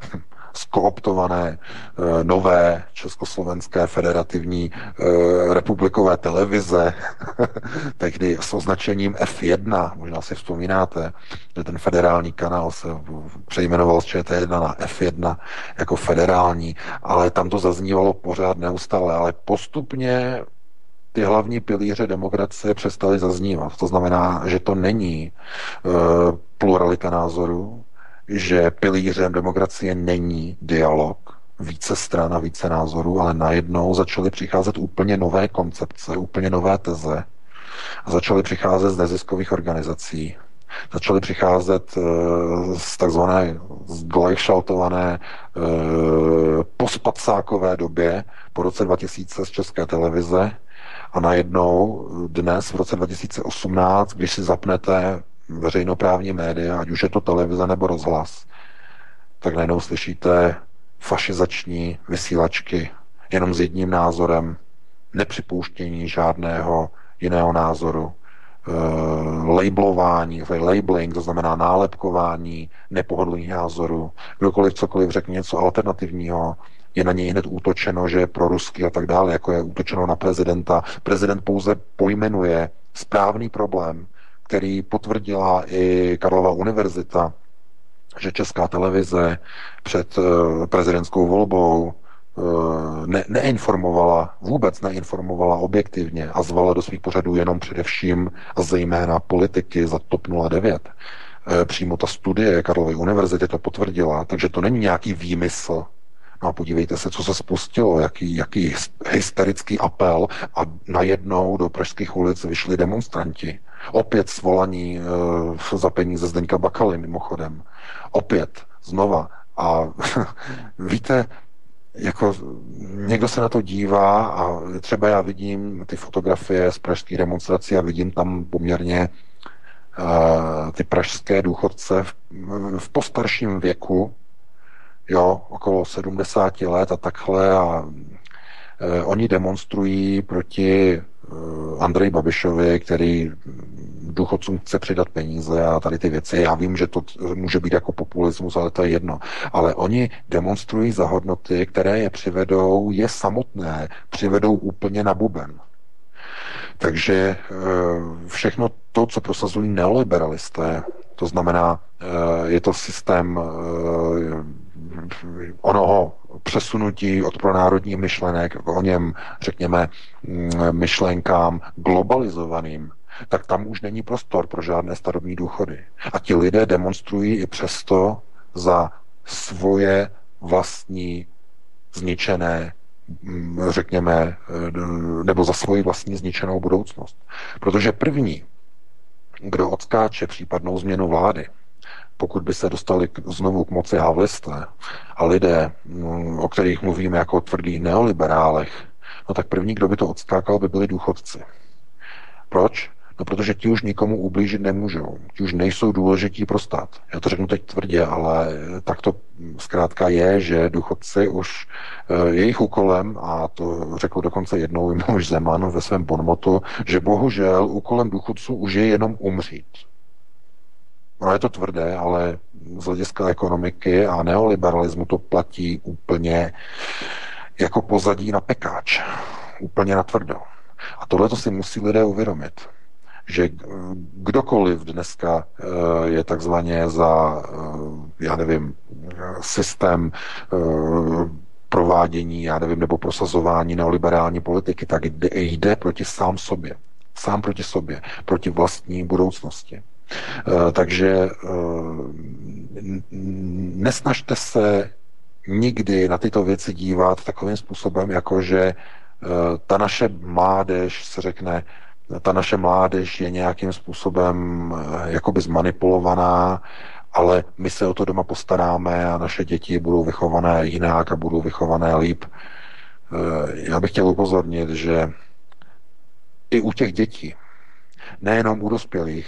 skooptované nové československé federativní republikové televize, tehdy s označením F1, možná si vzpomínáte, že ten federální kanál se přejmenoval z ČT1 na F1 jako federální, ale tam to zaznívalo pořád neustále, ale postupně ty hlavní pilíře demokracie přestaly zaznívat. To znamená, že to není pluralita názorů, že pilířem demokracie není dialog, více stran a více názorů, ale najednou začaly přicházet úplně nové koncepce, úplně nové teze. Začaly přicházet z neziskových organizací, začaly přicházet z takzvané zglajšaltované pospacákové době po roce 2000 z České televize a najednou dnes v roce 2018, když si zapnete veřejnoprávní média, ať už je to televize nebo rozhlas, tak najednou slyšíte fašizační vysílačky jenom s jedním názorem, nepřipouštění žádného jiného názoru, labeling, to znamená nálepkování nepohodlných názorů. Kdokoliv cokoliv řekne něco alternativního, je na něj hned útočeno, že je proruský a tak dále, jako je útočeno na prezidenta. Prezident pouze pojmenuje správný problém, který potvrdila i Karlova univerzita, že Česká televize před prezidentskou volbou vůbec neinformovala objektivně a zvala do svých pořadů jenom především a zejména politiky za TOP 09. Přímo ta studie Karlovy univerzity to potvrdila, takže to není nějaký výmysl. No a podívejte se, co se spustilo, jaký hysterický apel a najednou do pražských ulic vyšli demonstranti. Opět svolaní za peníze Zdeňka Bakaly mimochodem. Opět, znova. A víte, jako někdo se na to dívá a třeba já vidím ty fotografie z pražských demonstrací a vidím tam poměrně ty pražské důchodce v postarším věku, jo, okolo 70 let a takhle a oni demonstrují proti Andreji Babišovi, který důchodcům chce přidat peníze a tady ty věci. Já vím, že to může být jako populismus, ale to je jedno. Ale oni demonstrují za hodnoty, které je samotné, přivedou úplně na buben. Takže všechno to, co prosazují neoliberalisté, to znamená, je to systém onoho přesunutí od pronárodních myšlenek o něm, řekněme, myšlenkám globalizovaným, tak tam už není prostor pro žádné starobní důchody. A ti lidé demonstrují i přesto za svoje vlastní zničené, řekněme, nebo za svoji vlastní zničenou budoucnost. Protože první, kdo odskáče případnou změnu vlády, pokud by se dostali znovu k moci havlisté a lidé, o kterých mluvíme jako o tvrdých neoliberálech, no tak první, kdo by to odskákal, by byli důchodci. Proč? No protože ti už nikomu ublížit nemůžou. Ti už nejsou důležití pro stát. Já to řeknu teď tvrdě, ale tak to zkrátka je, že důchodci už jejich úkolem, a to řekl dokonce jednou Miloš Zeman ve svém bonmotu, že bohužel úkolem důchodců už je jenom umřít. No je to tvrdé, ale z hlediska ekonomiky a neoliberalismu to platí úplně jako pozadí na pekáč. Úplně natvrdo. A tohle to si musí lidé uvědomit, že kdokoliv dneska je takzvaně za, já nevím, systém provádění, já nevím, nebo prosazování neoliberální politiky, tak jde proti sám sobě. Sám proti sobě, proti vlastní budoucnosti. Takže nesnažte se nikdy na tyto věci dívat takovým způsobem, jako že ta naše mládež se řekne, ta naše mládež je nějakým způsobem jakoby zmanipulovaná, ale my se o to doma postaráme a naše děti budou vychované jinak a budou vychované líp. Já bych chtěl upozornit, že i u těch dětí, nejenom u dospělých,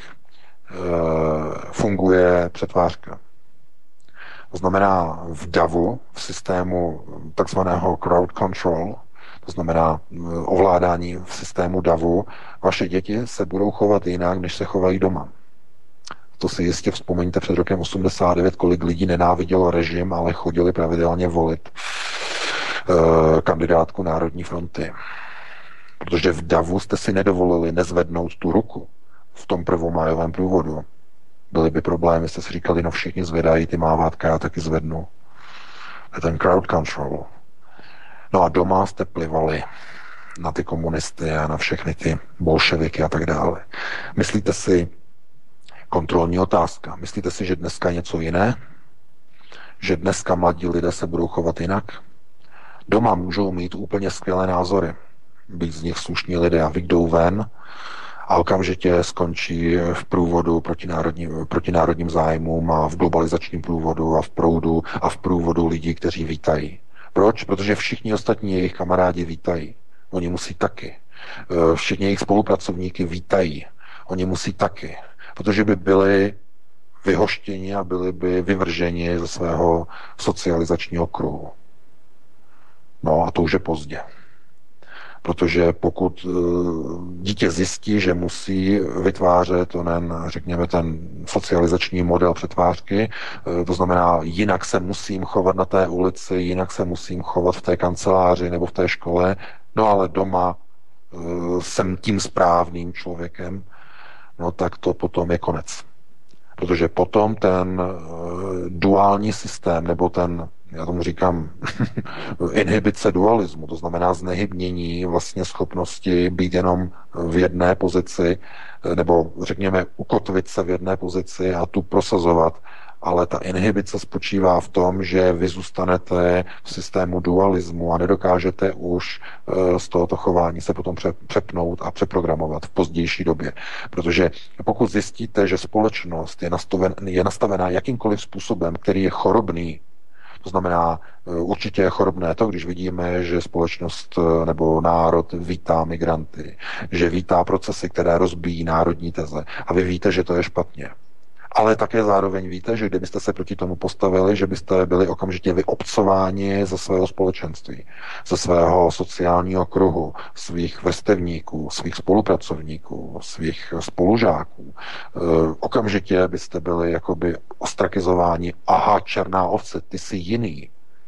funguje přetvářka. To znamená v DAVu, v systému takzvaného crowd control, to znamená ovládání v systému DAVu, vaše děti se budou chovat jinak, než se chovají doma. To si jistě vzpomeňte před rokem 89, kolik lidí nenávidělo režim, ale chodili pravidelně volit kandidátku Národní fronty. Protože v davu jste si nedovolili nezvednout tu ruku v tom prvomájovém průvodu. Byly by problémy, jste si říkali, no všichni zvedají ty mávátka, já taky zvednu. To je ten crowd control. No a doma jste plivali na ty komunisty a na všechny ty bolševiky a tak dále. Myslíte si, kontrolní otázka, myslíte si, že dneska je něco jiné? Že dneska mladí lidé se budou chovat jinak? Doma můžou mít úplně skvělé názory, být z nich slušní lidé a vyjdou ven a okamžitě skončí v průvodu proti národním zájmům a v globalizačním průvodu a v proudu a v průvodu lidí, kteří vítají. Proč? Protože všichni ostatní jejich kamarádi vítají. Oni musí taky. Všichni jejich spolupracovníky vítají. Oni musí taky. Protože by byli vyhoštěni a byli by vyvrženi ze svého socializačního kruhu. No a to už je pozdě. Protože pokud dítě zjistí, že musí vytvářet řekněme, ten socializační model přetvářky, to znamená, jinak se musím chovat na té ulici, jinak se musím chovat v té kanceláři nebo v té škole, no ale doma jsem tím správným člověkem, no tak to potom je konec. Protože potom ten duální systém, nebo ten, já tomu říkám, inhibice dualismu, to znamená znehybnění vlastně schopnosti být jenom v jedné pozici, nebo řekněme ukotvit se v jedné pozici a tu prosazovat, ale ta inhibice spočívá v tom, že vy zůstanete v systému dualismu a nedokážete už z tohoto chování se potom přepnout a přeprogramovat v pozdější době. Protože pokud zjistíte, že společnost je nastavená jakýmkoliv způsobem, který je chorobný, to znamená, určitě je chorobné to, když vidíme, že společnost nebo národ vítá migranty, že vítá procesy, které rozbíjí národní teze a vy víte, že to je špatně. Ale také zároveň víte, že kdybyste se proti tomu postavili, že byste byli okamžitě vyobcováni ze svého společenství, ze svého sociálního kruhu, svých vrstevníků, svých spolupracovníků, svých spolužáků. Okamžitě byste byli jakoby ostrakizováni. Aha, černá ovce, ty jsi jiný.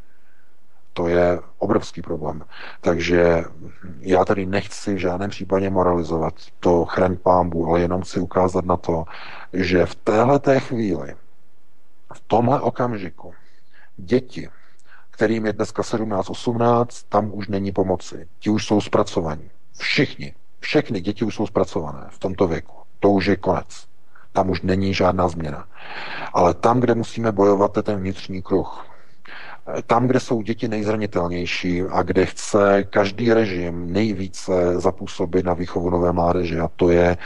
To je obrovský problém. Takže já tady nechci v žádném případě moralizovat, to chraň pánbůh, ale jenom chci ukázat na to, že v téhleté chvíli, v tomhle okamžiku, děti, kterým je dneska 17-18, tam už není pomoci. Ti už jsou zpracovaní. Všechny děti už jsou zpracované v tomto věku. To už je konec. Tam už není žádná změna. Ale tam, kde musíme bojovat, je ten vnitřní kruh. Tam, kde jsou děti nejzranitelnější a kde chce každý režim nejvíce zapůsobit na výchovu nové mládeže, a to je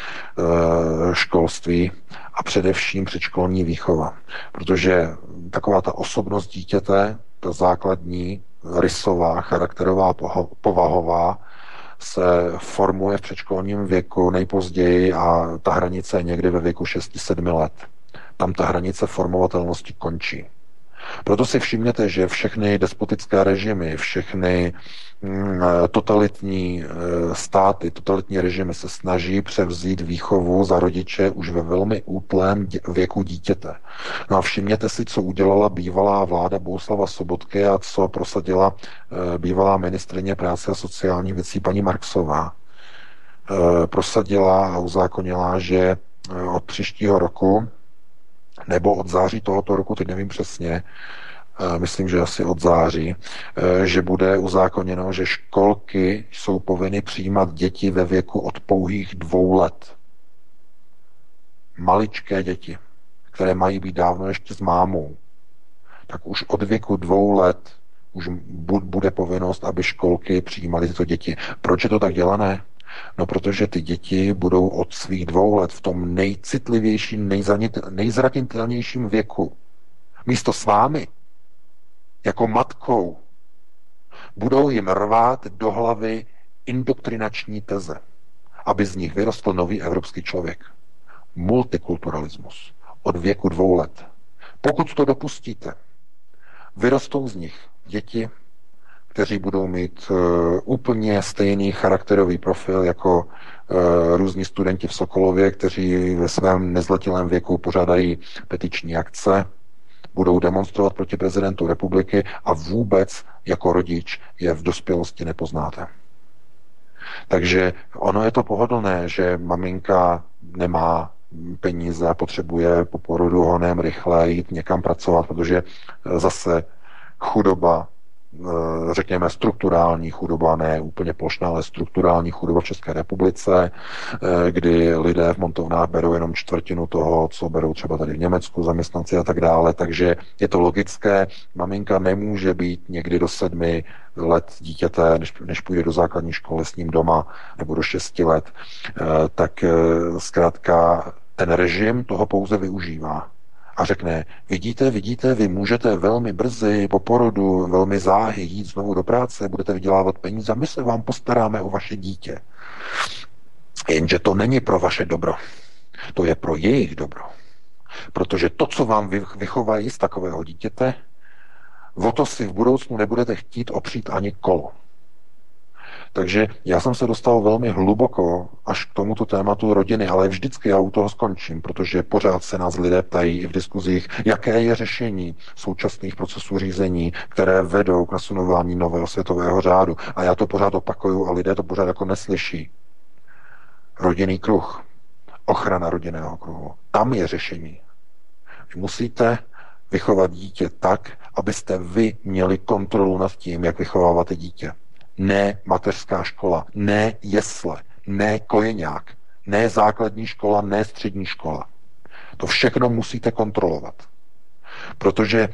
školství a především předškolní výchova. Protože taková ta osobnost dítěte, ta základní rysová, charakterová, povahová, se formuje v předškolním věku nejpozději a ta hranice je někdy ve věku 6-7 let. Tam ta hranice formovatelnosti končí. Proto si všimněte, že všechny despotické režimy, všechny totalitní státy, totalitní režimy se snaží převzít výchovu za rodiče už ve velmi útlém věku dítěte. No a všimněte si, co udělala bývalá vláda Bohuslava Sobotky a co prosadila bývalá ministryně práce a sociálních věcí paní Marksová. Prosadila a uzákonila, že od příštího roku nebo od září tohoto roku, teď nevím přesně, myslím, že asi od září, že bude uzákoněno, že školky jsou povinny přijímat děti ve věku od pouhých 2 let. Maličké děti, které mají být dávno ještě s mámou, tak už od věku 2 let už bude povinnost, aby školky přijímaly tyto děti. Proč je to tak dělané? No, protože ty děti budou od svých 2 let v tom nejcitlivějším, nejzranitelnějším věku. Místo s vámi, jako matkou, budou jim rvát do hlavy indoktrinační teze, aby z nich vyrostl nový evropský člověk. Multikulturalismus od věku 2 let. Pokud to dopustíte, vyrostou z nich děti, kteří budou mít úplně stejný charakterový profil jako různí studenti v Sokolově, kteří ve svém nezletilém věku pořádají petiční akce, budou demonstrovat proti prezidentu republiky a vůbec jako rodič je v dospělosti nepoznáte. Takže ono je to pohodlné, že maminka nemá peníze a potřebuje po porodu honem rychle jít někam pracovat, protože zase chudoba, řekněme strukturální chudoba, ne úplně plošná, ale strukturální chudoba v České republice, kdy lidé v montovnách berou jenom čtvrtinu toho, co berou třeba tady v Německu, zaměstnanci a tak dále, takže je to logické, maminka nemůže být někdy do 7 let dítěte, než půjde do základní školy s ním doma, nebo do 6 let, tak zkrátka ten režim toho pouze využívá. A řekne, vidíte, vy můžete velmi brzy po porodu, velmi záhy jít znovu do práce, budete vydělávat peníze a my se vám postaráme o vaše dítě. Jenže to není pro vaše dobro. To je pro jejich dobro. Protože to, co vám vychovají z takového dítěte, o to si v budoucnu nebudete chtít opřít ani kolo. Takže já jsem se dostal velmi hluboko až k tomuto tématu rodiny, ale vždycky já u toho skončím, protože pořád se nás lidé ptají i v diskuzích, jaké je řešení současných procesů řízení, které vedou k nasunování nového světového řádu. A já to pořád opakuju a lidé to pořád jako neslyší. Rodinný kruh, ochrana rodinného kruhu, tam je řešení. Vy musíte vychovat dítě tak, abyste vy měli kontrolu nad tím, jak vychováváte dítě. Ne mateřská škola, ne jesle, ne kojeňák, ne základní škola, ne střední škola. To všechno musíte kontrolovat. Protože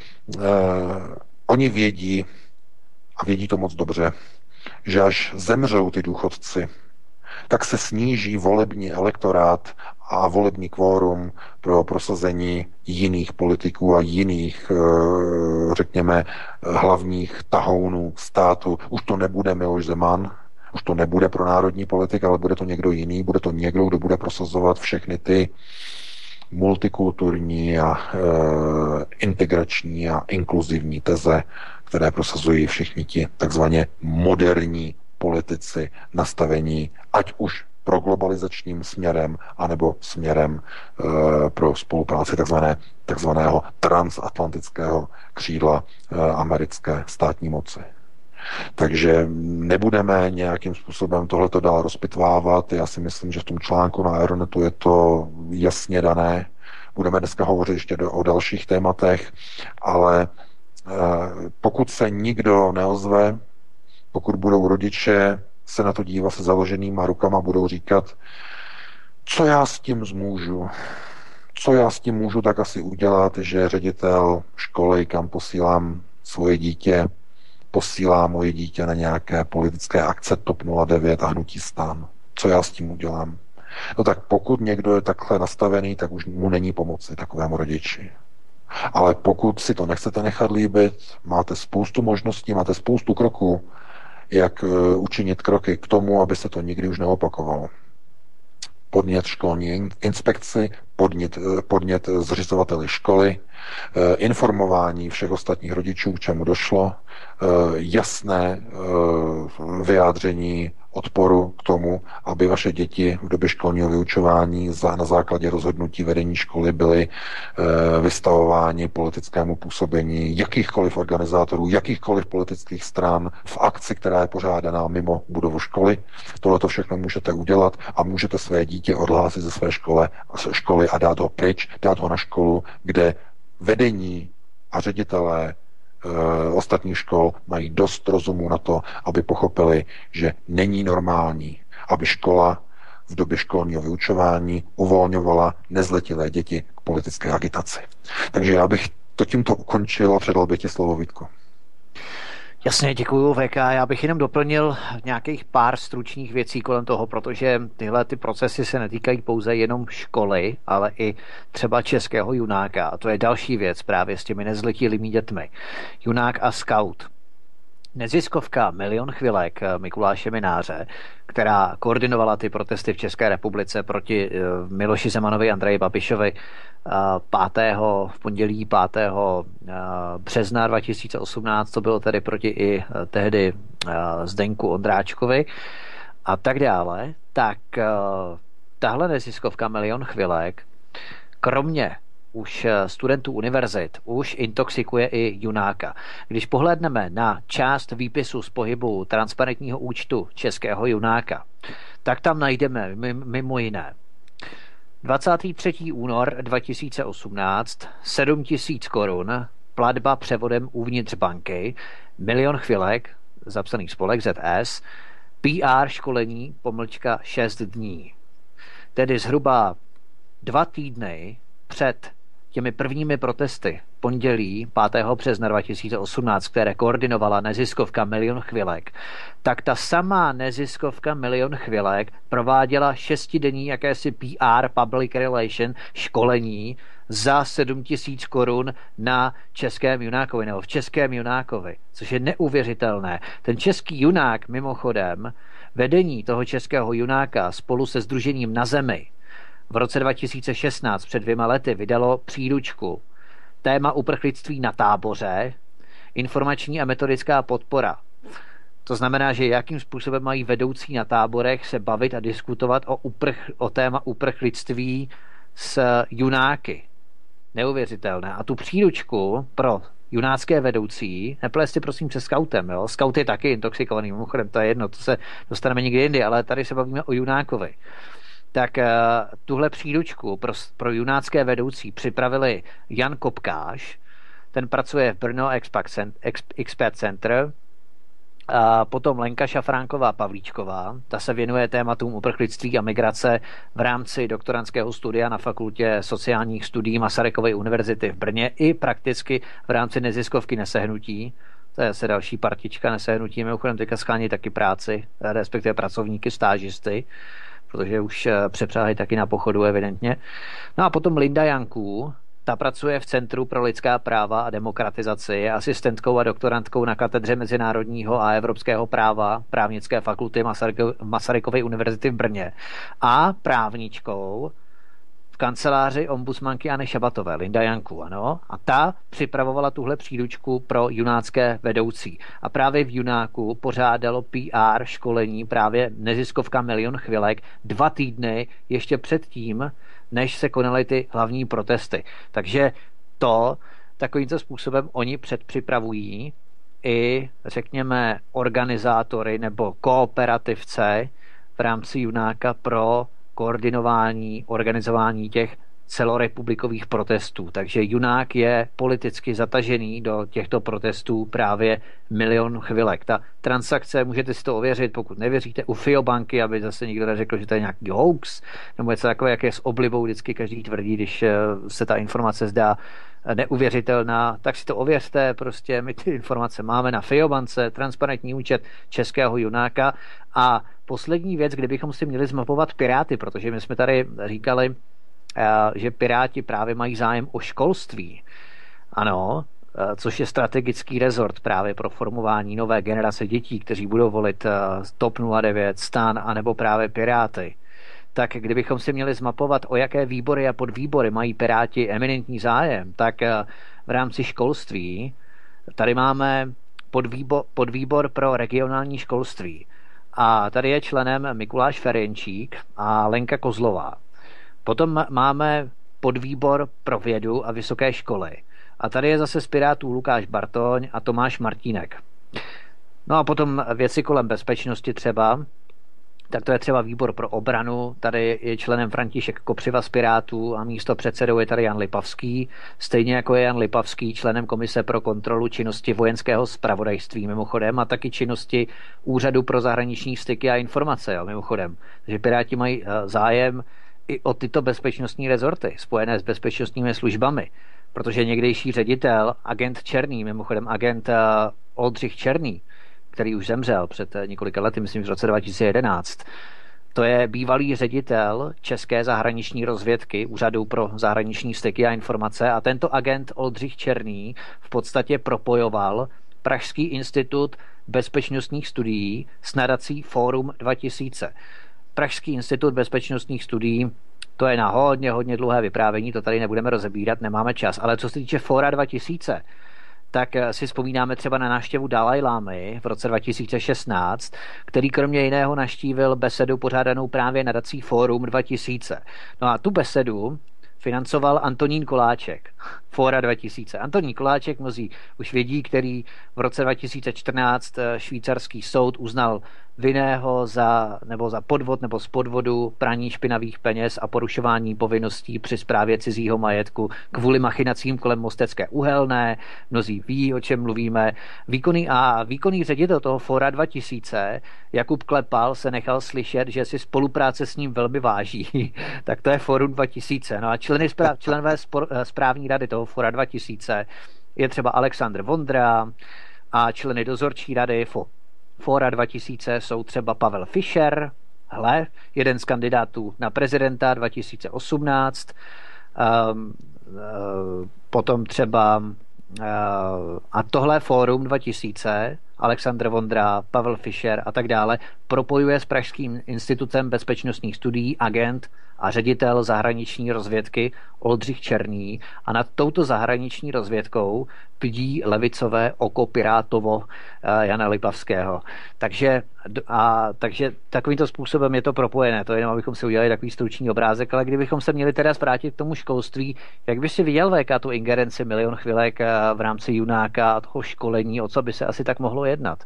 oni vědí, a vědí to moc dobře, že až zemřou ty důchodci, tak se sníží volební elektorát a volební kvórum pro prosazení jiných politiků a jiných, řekněme, hlavních tahounů státu. Už to nebude Miloš Zeman, už to nebude pronárodní politik, ale bude to někdo jiný, bude to někdo, kdo bude prosazovat všechny ty multikulturní a integrační a inkluzivní teze, které prosazují všichni ti takzvaně moderní politici nastavení, ať už pro globalizačním směrem, anebo směrem pro spolupráci takzvaného transatlantického křídla americké státní moci. Takže nebudeme nějakým způsobem tohleto dál rozpitvávat. Já si myslím, že v tom článku na Aeronetu je to jasně dané. Budeme dneska hovořit ještě o dalších tématech, ale pokud se nikdo neozve, pokud budou rodiče se na to dívat se založenýma rukama, budou říkat, co já s tím zmůžu, co já s tím můžu tak asi udělat, že ředitel školy, kam posílám svoje dítě, posílá moje dítě na nějaké politické akce TOP 09 a hnutí STAN. Co já s tím udělám? No tak pokud někdo je takhle nastavený, tak už mu není pomoci takovému rodiči. Ale pokud si to nechcete nechat líbit, máte spoustu možností, máte spoustu kroků, jak učinit kroky k tomu, aby se to nikdy už neopakovalo. Podnět školní inspekci, podnět zřizovateli školy, informování všech ostatních rodičů, k čemu došlo, jasné vyjádření odporu k tomu, aby vaše děti v době školního vyučování na základě rozhodnutí vedení školy byly vystavováni politickému působení jakýchkoliv organizátorů, jakýchkoliv politických stran v akci, která je pořádaná mimo budovu školy. Tohle to všechno můžete udělat a můžete své dítě odhlásit ze své školy a dát ho pryč, dát ho na školu, kde vedení a ředitelé ostatních škol mají dost rozumu na to, aby pochopili, že není normální, aby škola v době školního vyučování uvolňovala nezletilé děti k politické agitaci. Takže já bych to tímto ukončil a předal bych ti slovo, Vítku. Jasně, děkuju VK. Já bych jenom doplnil nějakých pár stručných věcí kolem toho, protože tyhle ty procesy se netýkají pouze jenom školy, ale i třeba českého junáka. A to je další věc právě s těmi nezletilými dětmi. Junák a scout. neziskovka Milion chvilek Mikuláše Mynáře, která koordinovala ty protesty v České republice proti Miloši Zemanovi, Andreji Babišovi v pondělí 5. března 2018, to bylo tedy proti i tehdy Zdeňku Ondráčkovi a tak dále, tak tahle neziskovka Milion chvilek, kromě už studentů univerzit, už intoxikuje i junáka. Když pohlédneme na část výpisu z pohybu transparentního účtu českého junáka, tak tam najdeme mimo jiné 23. únor 2018 7 000 korun, platba převodem uvnitř banky, Milion chvilek, zapsaný spolek ZS, PR školení, _ 6 dní. Tedy zhruba 2 týdny před těmi prvními protesty pondělí 5. března 2018, které koordinovala neziskovka Milion chvilek, tak ta samá neziskovka Milion chvilek prováděla 6denní jakési PR, public relation, školení za 7 000 korun na českém junákovi, nebo v českém junákovi, což je neuvěřitelné. Ten český junák, mimochodem, vedení toho českého junáka spolu se Sdružením Na zemi v roce 2016, před 2 lety, vydalo příručku Téma uprchlictví na táboře, informační a metodická podpora. To znamená, že jakým způsobem mají vedoucí na táborech se bavit a diskutovat o téma uprchlictví s junáky. Neuvěřitelné. A tu příručku pro junácké vedoucí, neplést si prosím se skautem, jo? Skaut je taky intoxikovaný, mimochodem, to je jedno, to se dostaneme někdy jindy, ale tady se bavíme o junákovi. Tak tuhle příručku pro junácké vedoucí připravili Jan Kopkáš, ten pracuje v Brno Expert Center, a potom Lenka Šafránková Pavlíčková, ta se věnuje tématům uprchlictví a migrace v rámci doktorandského studia na fakultě sociálních studií Masarykovy univerzity v Brně i prakticky v rámci neziskovky Nesehnutí. To je se další partička Nesehnutí, mimochodem teďka schání taky práci, respektive pracovníky, stážisty, protože už přepřáhají taky na pochodu evidentně. No a potom Linda Janků, ta pracuje v Centru pro lidská práva a demokratizaci, je asistentkou a doktorantkou na katedře mezinárodního a evropského práva právnické fakulty Masarykovy univerzity v Brně a právničkou v kanceláři ombudsmanky Anny Šabatové, Linda Janků, ano, a ta připravovala tuhle příručku pro junácké vedoucí. A právě v Junáku pořádalo PR školení právě neziskovka Milion chvilek 2 týdny ještě předtím, než se konaly ty hlavní protesty. Takže takovýmto způsobem oni předpřipravují i, řekněme, organizátory nebo kooperativce v rámci Junáka pro koordinování, organizování těch celorepublikových protestů. Takže Junák je politicky zatažený do těchto protestů právě Milion chvilek. Ta transakce, můžete si to ověřit, pokud nevěříte, u FIO-banky, aby zase nikdo neřekl, že to je nějaký hoax, nebo něco takové, jak je s oblibou vždycky každý tvrdí, když se ta informace zdá neuvěřitelná, tak si to ověřte, prostě my ty informace máme na FIO-bance, transparentní účet českého Junáka. A poslední věc, kdybychom si měli zmapovat Piráty, protože my jsme tady říkali, že Piráti právě mají zájem o školství. Ano, což je strategický rezort právě pro formování nové generace dětí, kteří budou volit TOP 09, STAN anebo právě Piráty. Tak kdybychom si měli zmapovat, o jaké výbory a podvýbory mají Piráti eminentní zájem, tak v rámci školství tady máme podvýbor pro regionální školství. A tady je členem Mikuláš Ferjenčík a Lenka Kozlová. Potom máme podvýbor pro vědu a vysoké školy. A tady je zase z Pirátů Lukáš Bartoň a Tomáš Martínek. No a potom věci kolem bezpečnosti třeba, tak to je třeba výbor pro obranu, tady je členem František Kopřiva z Pirátů a místo předsedou je tady Jan Lipavský, stejně jako je Jan Lipavský členem Komise pro kontrolu činnosti vojenského zpravodajství mimochodem a taky činnosti Úřadu pro zahraniční styky a informace, jo, mimochodem. Takže Piráti mají zájem i o tyto bezpečnostní rezorty spojené s bezpečnostními službami, protože někdejší ředitel, agent Černý, mimochodem agent Oldřich Černý, který už zemřel před několika lety, myslím v roce 2011, to je bývalý ředitel České zahraniční rozvědky, Úřadu pro zahraniční styky a informace, a tento agent Oldřich Černý v podstatě propojoval Pražský institut bezpečnostních studií s nadací Fórum 2000. Pražský institut bezpečnostních studií, to je na hodně dlouhé vyprávění, to tady nebudeme rozebírat, nemáme čas, ale co se týče Fóra 2000, tak si vzpomínáme třeba na návštěvu Dalajlámy v roce 2016, který kromě jiného navštívil besedu pořádanou právě nadací Fórum 2000. No a tu besedu financoval Antonín Koláček, Fóra 2000. Antonín Koláček, mnozí už vědí, který v roce 2014 švýcarský soud uznal vinného za podvod nebo z podvodu, praní špinavých peněz a porušování povinností při správě cizího majetku kvůli machinacím kolem Mostecké uhelné. Mnozí ví, o čem mluvíme. Výkonný ředitel toho Fóra 2000, Jakub Klepal, se nechal slyšet, že si spolupráce s ním velmi váží. Tak to je Fórum 2000. No a členové správní rady toho Fóra 2000 je třeba Alexandr Vondra a členy dozorčí rady Fóra 2000 jsou třeba Pavel Fischer, jeden z kandidátů na prezidenta 2018, potom třeba a tohle Fórum 2000, Alexandr Vondra, Pavel Fischer a tak dále, propojuje s Pražským institutem bezpečnostních studií agent a ředitel zahraniční rozvědky Oldřich Černý a nad touto zahraniční rozvědkou bdí levicové oko Pirátovo Jana Lipavského. Takže takovýmto způsobem je to propojené. To je jenom, abychom si udělali takový stručný obrázek, ale kdybychom se měli teda vrátit k tomu školství, jak by si viděl VK tu ingerenci Milion chvilek v rámci Junáka a toho školení, o co by se asi tak mohlo jednat?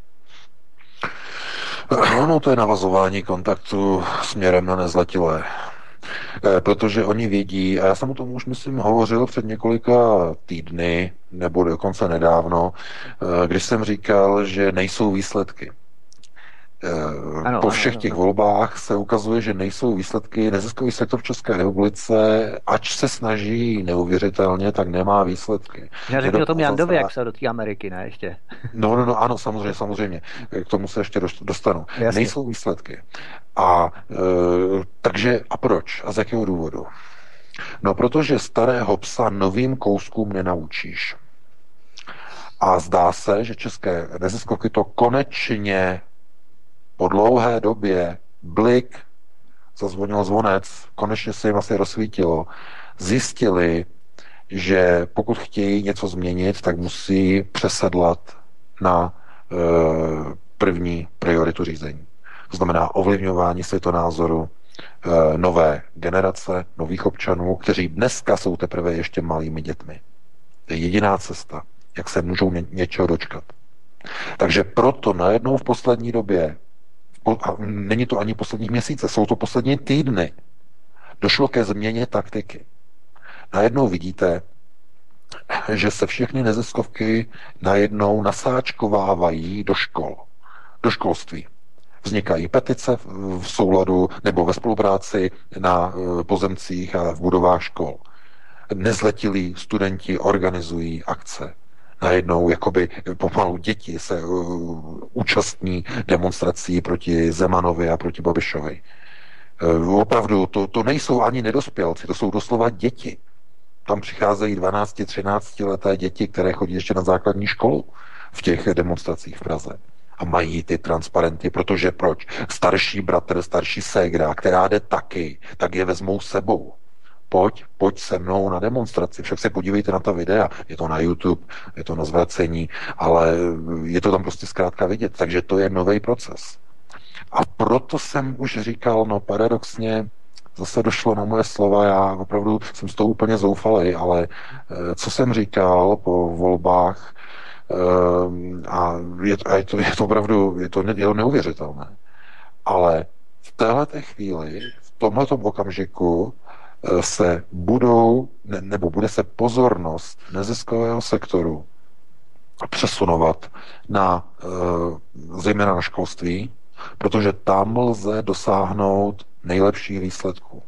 No, to je navazování kontaktu směrem na nezletilé. Protože oni vědí, a já jsem o tom už myslím hovořil před několika týdny, nebo dokonce nedávno, když jsem říkal, že nejsou výsledky. Po všech těch volbách se ukazuje, že nejsou výsledky. Neziskový sektor v České republice, ač se snaží neuvěřitelně, tak nemá výsledky. Já řeknu o tom Jandovi, jak se do té Ameriky, ne ještě? No, ano, samozřejmě. K tomu se ještě dostanu. Jasně. Nejsou výsledky. Takže proč? A z jakého důvodu? No, protože starého psa novým kouskům nenaučíš. A zdá se, že české neziskovky to konečně po dlouhé době blik, zazvonil zvonec, konečně se jim asi rozsvítilo, zjistili, že pokud chtějí něco změnit, tak musí přesedlat na první prioritu řízení. To znamená ovlivňování světonázoru nové generace, nových občanů, kteří dneska jsou teprve ještě malými dětmi. To je jediná cesta, jak se můžou něčeho dočkat. Takže proto najednou v poslední době, a není to ani posledních měsíce, jsou to poslední týdny, došlo ke změně taktiky. Najednou vidíte, že se všechny neziskovky najednou nasáčkovávají do škol, do školství. Vznikají petice v souladu nebo ve spolupráci na pozemcích a v budovách škol. Nezletilí studenti organizují akce. Najednou jakoby pomalu děti se účastní demonstrací proti Zemanovi a proti Babišovi. Opravdu, to nejsou ani nedospělci, to jsou doslova děti. Tam přicházejí 12, 13 leté děti, které chodí ještě na základní školu v těch demonstracích v Praze. A mají ty transparenty, protože proč? Starší bratr, starší ségra, která jde taky, tak je vezmou sebou. Pojď se mnou na demonstraci. Však se podívejte na ta videa. Je to na YouTube, je to na zvracení, ale je to tam prostě zkrátka vidět. Takže to je nový proces. A proto jsem už říkal, no paradoxně, zase došlo na moje slova, já opravdu jsem z toho úplně zoufalej, ale co jsem říkal po volbách, a je to opravdu, je to neuvěřitelné. Ale v téhleté chvíli, v tomhletom okamžiku se bude se pozornost neziskového sektoru přesunovat na zejména na školství, protože tam lze dosáhnout nejlepších výsledků.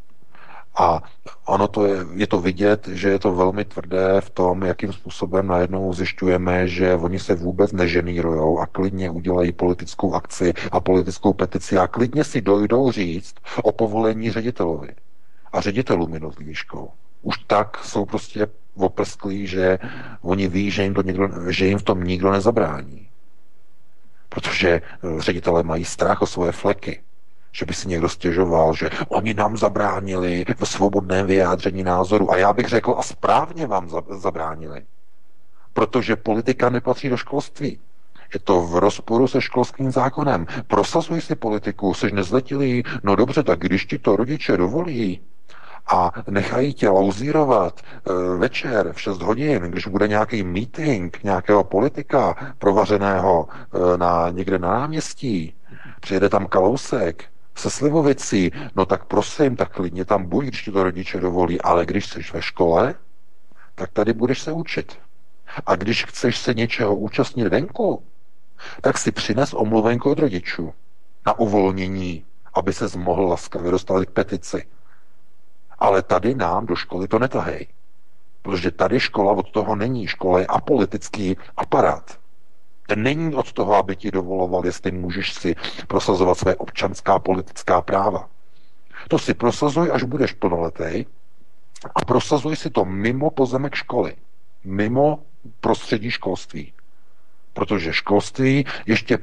A ono je to vidět, že je to velmi tvrdé v tom, jakým způsobem najednou zjišťujeme, že oni se vůbec neženírujou a klidně udělají politickou akci a politickou petici a klidně si dojdou říct o povolení ředitelovi a ředitelům jednotlivých škol. už tak jsou prostě oprsklí, že oni ví, že jim v tom nikdo nezabrání. Protože ředitelé mají strach o svoje fleky. Že by si někdo stěžoval, že oni nám zabránili v svobodném vyjádření názoru. A já bych řekl, a správně vám zabránili. Protože politika nepatří do školství. Je to v rozporu se školským zákonem. Prosazuj si politiku, jsi nezletilý, no dobře, tak když ti to rodiče dovolí a nechají tě lauzírovat večer v 6 hodin, když bude nějaký meeting nějakého politika provařeného někde na náměstí, přijede tam Kalousek se Slivovicí, no tak prosím, tak klidně tam buď, když ti to rodiče dovolí, ale když jsi ve škole, tak tady budeš se učit. A když chceš se něčeho účastnit venku, tak si přines omluvenku od rodičů na uvolnění, aby ses mohl laskavě dostat k petici. Ale tady nám do školy to netahej. Protože tady škola od toho není. Škola je apolitický aparát. Ten není od toho, aby ti dovoloval, jestli můžeš si prosazovat své občanská politická práva. To si prosazuj, až budeš plnoletý a prosazuj si to mimo pozemek školy. Mimo prostředí školství. Protože školství ještě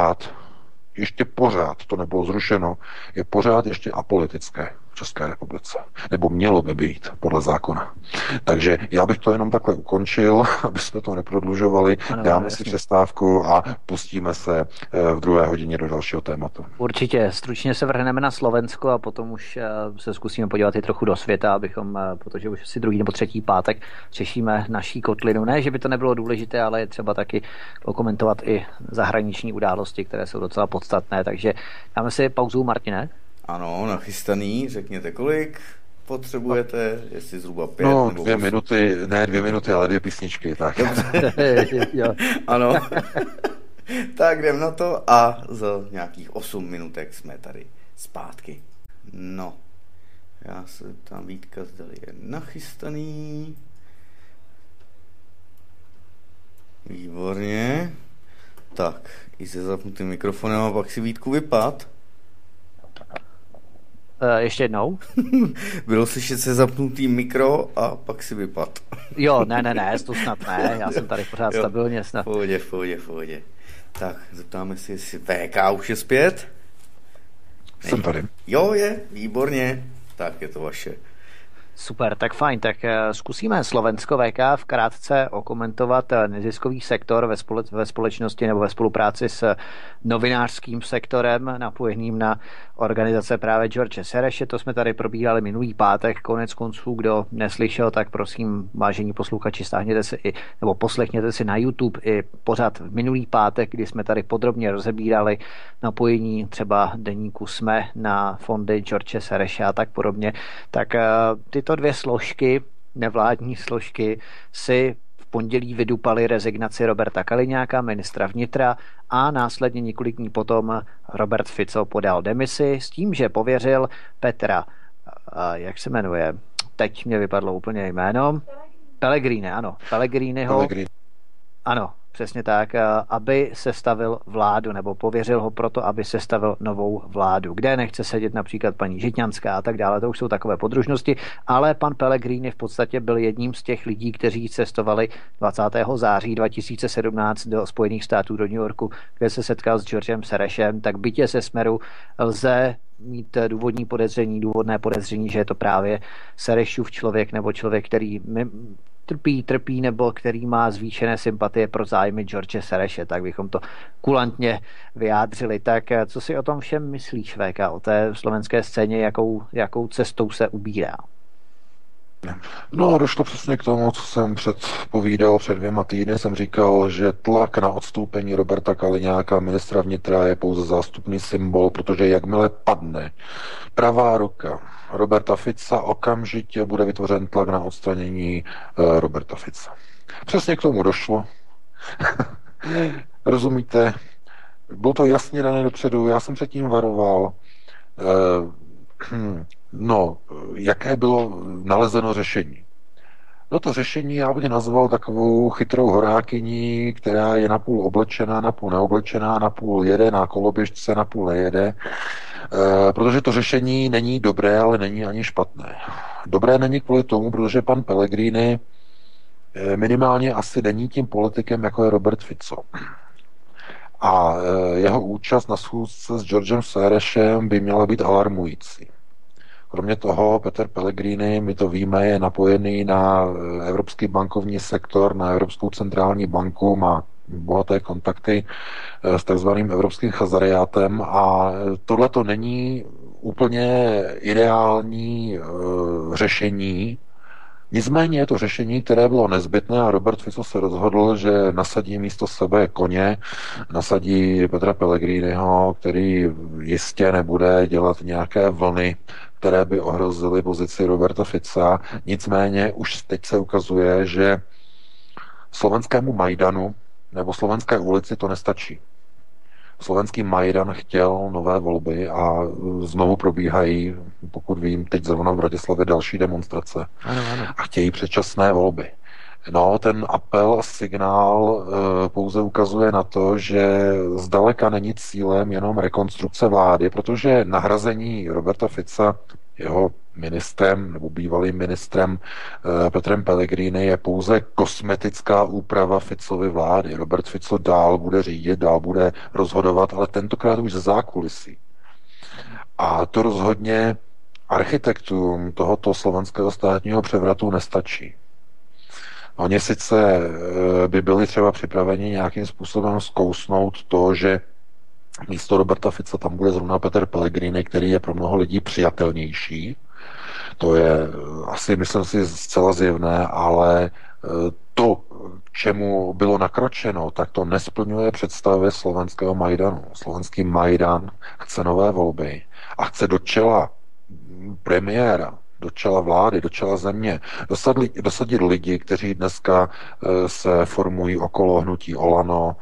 pořád, to nebylo zrušeno, je pořád ještě apolitické v České republice. Nebo mělo by být, podle zákona. Takže já bych to jenom takhle ukončil, aby jsme to neprodlužovali, dáme si přestávku a pustíme se v 2. hodině do dalšího tématu. Určitě, stručně se vrhneme na Slovensko a potom už se zkusíme podívat i trochu do světa, protože už asi 2. nebo 3. pátek řešíme naší kotlinu. Ne, že by to nebylo důležité, ale je třeba taky okomentovat i zahraniční události, které jsou docela podstatné. Takže dáme si pauzu, Martine. Ano, nachystaný, řekněte kolik potřebujete, jestli zhruba 5 nebo 2 minuty, ne 2 minuty, ale 2 písničky, tak. Ano. Tak jdem na to a za nějakých 8 minutek jsme tady zpátky. No, já se tam Vítka zdali je nachystaný. Výborně. Tak, i se zapnutým mikrofonem a pak si Vítku vypad. Ještě jednou. Bylo slyšet se zapnutý mikro a pak si vypad. Jo, ne, to snad ne, já jsem tady pořád stabilně snad. V pohodě. Tak, zeptáme si, jestli VK už je zpět. Jsem tady. Jo, je, výborně. Tak je to vaše. Super, tak fajn, tak zkusíme Slovensko VK vkrátce okomentovat neziskový sektor ve společnosti nebo ve spolupráci s novinářským sektorem napojeným na organizace právě George Sereše. To jsme tady probírali minulý pátek, konec konců, kdo neslyšel, tak prosím, vážení posluchači, stáhněte si nebo poslechněte si na YouTube i pořad v minulý pátek, kdy jsme tady podrobně rozebírali napojení třeba deníku SME na fondy George Sereše a tak podobně. Tak tyto 2 složky, nevládní složky, si v pondělí vydupaly rezignaci Roberta Kaliňáka, ministra vnitra, a následně několik dní potom Robert Fico podal demisi s tím, že pověřil Petra, jak se jmenuje, teď mě vypadlo úplně jméno, Pellegriniho, ano, přesně tak, aby sestavil vládu, nebo pověřil ho proto, aby sestavil novou vládu, kde nechce sedět například paní Žitňanská a tak dále, to už jsou takové podružnosti, ale pan Pellegrini v podstatě byl jedním z těch lidí, kteří cestovali 20. září 2017 do Spojených států, do New Yorku, kde se setkal s Georgem Serešem, tak bytě ze Smeru lze mít důvodné podezření, že je to právě Serešův člověk, nebo člověk, který trpí, nebo který má zvýšené sympatie pro zájmy George Sereše, tak bychom to kulantně vyjádřili. Tak co si o tom všem myslíš, VK, o té slovenské scéně, jakou cestou se ubírá? No, došlo přesně k tomu, co jsem předpovídal před 2 týdny. Jsem říkal, že tlak na odstoupení Roberta Kaliňáka, ministra vnitra, je pouze zástupný symbol, protože jakmile padne pravá ruka Roberta Fica, okamžitě bude vytvořen tlak na odstranění Roberta Fica. Přesně k tomu došlo. Rozumíte? Bylo to jasně dané dopředu, já jsem předtím varoval. No, jaké bylo nalezeno řešení? No to řešení já bych nazval takovou chytrou horákyní, která je napůl oblečená, napůl neoblečená, napůl jede na koloběžce, napůl nejede. Protože to řešení není dobré, ale není ani špatné. Dobré není kvůli tomu, protože pan Pellegrini minimálně asi není tím politikem, jako je Robert Fico. A jeho účast na schůzce s Georgem Sorosem by měla být alarmující. Kromě toho Peter Pellegrini, my to víme, je napojený na evropský bankovní sektor, na Evropskou centrální banku, má bohaté kontakty s takzvaným evropským chazariátem a tohle to není úplně ideální řešení. Nicméně je to řešení, které bylo nezbytné a Robert Fico se rozhodl, že nasadí místo sebe koně, nasadí Petra Pellegriniho, který jistě nebude dělat nějaké vlny, které by ohrozily pozici Roberta Fica. Nicméně už teď se ukazuje, že slovenskému Majdanu nebo slovenské ulici to nestačí. Slovenský Majdan chtěl nové volby a znovu probíhají, pokud vím, teď zrovna v Bratislavě další demonstrace. Ano. A chtějí předčasné volby. No, ten apel a signál pouze ukazuje na to, že zdaleka není cílem jenom rekonstrukce vlády, protože nahrazení Roberta Fica jeho ministrem nebo bývalým ministrem Petrem Pellegrini je pouze kosmetická úprava Ficovy vlády. Robert Fico dál bude řídit, dál bude rozhodovat, ale tentokrát už ze zákulisí. A to rozhodně architektům tohoto slovenského státního převratu nestačí. Oni sice by byli třeba připraveni nějakým způsobem zkousnout to, že místo Roberta Fica tam bude zrovna Peter Pellegrini, který je pro mnoho lidí přijatelnější. To je asi, myslím si, zcela zjevné, ale to, k čemu bylo nakročeno, tak to nesplňuje představy slovenského Majdanu. Slovenský Majdan chce nové volby a chce do čela premiéra, do čela vlády, do čela země, dosadit lidi, kteří dneska se formují okolo hnutí Olano,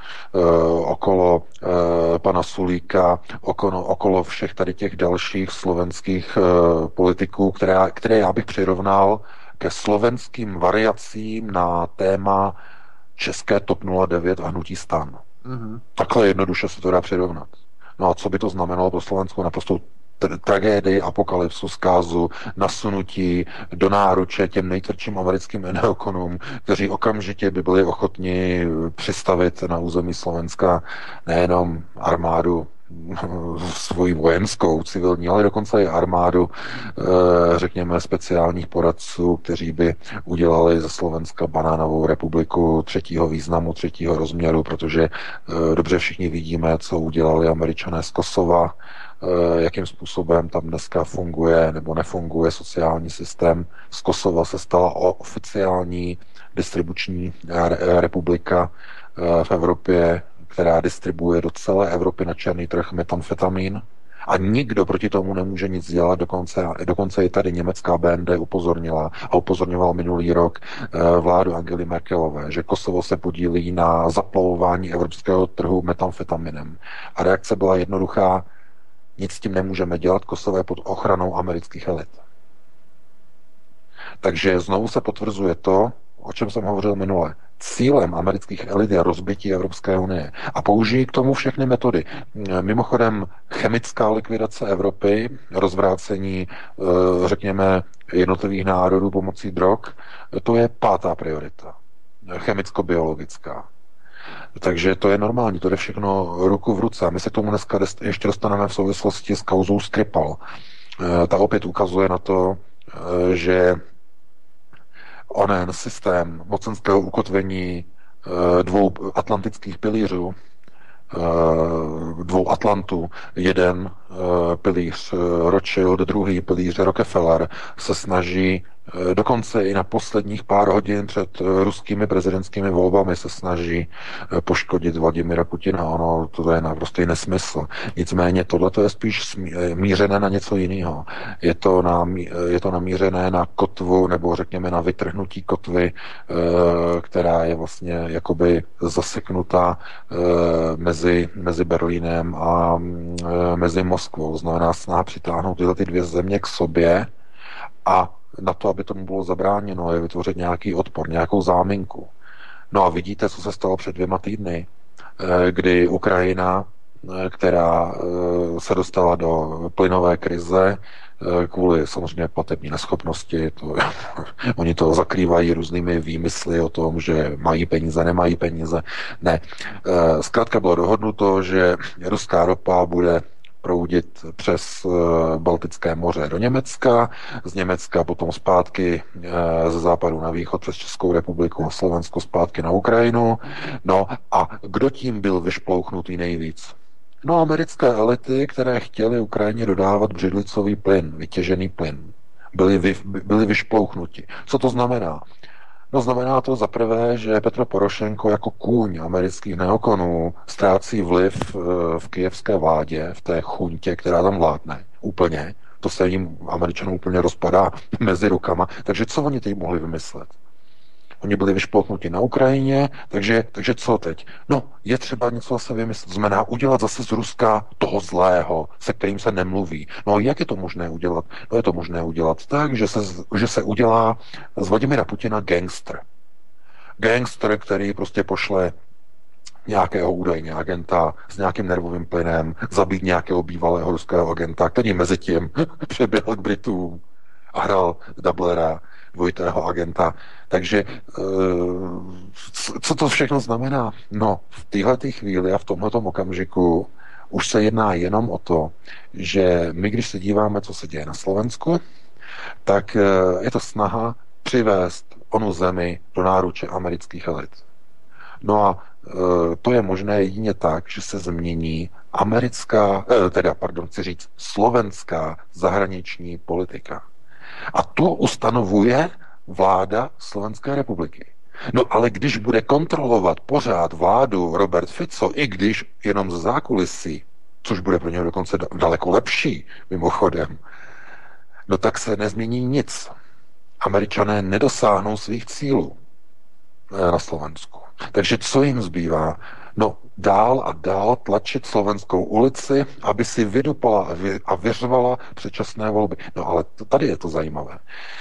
okolo pana Sulíka, okolo všech tady těch dalších slovenských politiků, které já bych přirovnal ke slovenským variacím na téma české TOP 09 a hnutí STAN. Mm-hmm. Takhle jednoduše se to dá přirovnat. No a co by to znamenalo pro Slovensku? Naprosto tragédii, apokalypsu, zkázu, nasunutí do náruče těm nejtvrdším americkým neokonům, kteří okamžitě by byli ochotni přistavit na území Slovenska nejenom armádu svoji vojenskou, civilní, ale dokonce i armádu, řekněme, speciálních poradců, kteří by udělali ze Slovenska banánovou republiku třetího významu, třetího rozměru, protože dobře všichni vidíme, co udělali Američané z Kosova, jakým způsobem tam dneska funguje nebo nefunguje sociální systém. Z Kosova se stala oficiální distribuční republika v Evropě, která distribuje do celé Evropy na černý trh metamfetamin a nikdo proti tomu nemůže nic dělat, dokonce i tady německá BND upozornila a upozorňoval minulý rok vládu Angely Merkelové, že Kosovo se podílí na zaplavování evropského trhu metamfetaminem. A reakce byla jednoduchá, nic s tím nemůžeme dělat, Kosovo je pod ochranou amerických elit. Takže znovu se potvrzuje to, o čem jsem hovořil minule. Cílem amerických elit je rozbití Evropské unie a použijí k tomu všechny metody. Mimochodem chemická likvidace Evropy, rozvrácení, řekněme, jednotlivých národů pomocí drog, to je pátá priorita. Chemicko-biologická. Takže to je normální, to jde všechno ruku v ruce. A my se k tomu dneska ještě dostaneme v souvislosti s kauzou Skripal. Ta opět ukazuje na to, že onen systém mocenského ukotvení dvou atlantických pilířů, dvou Atlantů, jeden pilíř Rothschild, druhý pilíř Rockefeller, se snaží dokonce i na posledních pár hodin před ruskými prezidentskými volbami se snaží poškodit Vladimira Putina. Ono to je naprostý nesmysl. Nicméně tohle je spíš mířené na něco jiného. Je to namířené na kotvu, nebo řekněme na vytrhnutí kotvy, která je vlastně jakoby zaseknutá mezi Berlínem a mezi Moskvou. Znamená snaha přitáhnout tyhle ty dvě země k sobě a na to, aby tomu bylo zabráněno, je vytvořit nějaký odpor, nějakou záminku. No a vidíte, co se stalo před 2 týdny, kdy Ukrajina která se dostala do plynové krize kvůli samozřejmě platební neschopnosti. Oni to zakrývají různými výmysly o tom, že mají peníze, nemají peníze. Ne. Zkrátka bylo dohodnuto, že ruská ropa bude proudit přes Baltické moře do Německa, z Německa potom zpátky ze západu na východ přes Českou republiku a Slovensko zpátky na Ukrajinu. No a kdo tím byl vyšplouchnutý nejvíc? No, americké elity, které chtěly Ukrajině dodávat břidlicový plyn, vytěžený plyn, byli vyšplouchnuti. Co to znamená? No, znamená to zaprvé, že Petro Porošenko jako kůň amerických neokonů ztrácí vliv v kyjevské vládě, v té chuntě, která tam vládne úplně. To se jim Američanům úplně rozpadá mezi rukama. Takže co oni teď mohli vymyslet? Oni byli vyšploknuti na Ukrajině, takže co teď? No, je třeba něco zase vymyslet. Znamená udělat zase z Ruska toho zlého, se kterým se nemluví. No, jak je to možné udělat? No, je to možné udělat tak, že se udělá z Vladimira Putina gangster. Gangster, který prostě pošle nějakého údajně agenta s nějakým nervovým plynem, zabít nějakého bývalého ruského agenta, který mezi tím přeběhl k Britům a hrál dublera, dvojitého agenta. Takže co to všechno znamená? No, v této chvíli a v tomhletom okamžiku už se jedná jenom o to, že my, když se díváme, co se děje na Slovensku, tak je to snaha přivést onu zemi do náruče amerických elit. No a to je možné jedině tak, že se změní slovenská zahraniční politika. A to ustanovuje vláda Slovenské republiky. No ale když bude kontrolovat pořád vládu Robert Fico, i když jenom z zákulisí, což bude pro něho dokonce daleko lepší, mimochodem, no tak se nezmění nic. Američané nedosáhnou svých cílů na Slovensku. Takže co jim zbývá? No, dál a dál tlačit slovenskou ulici, aby si vydupala a vyřvala předčasné volby. No ale tady je to zajímavé.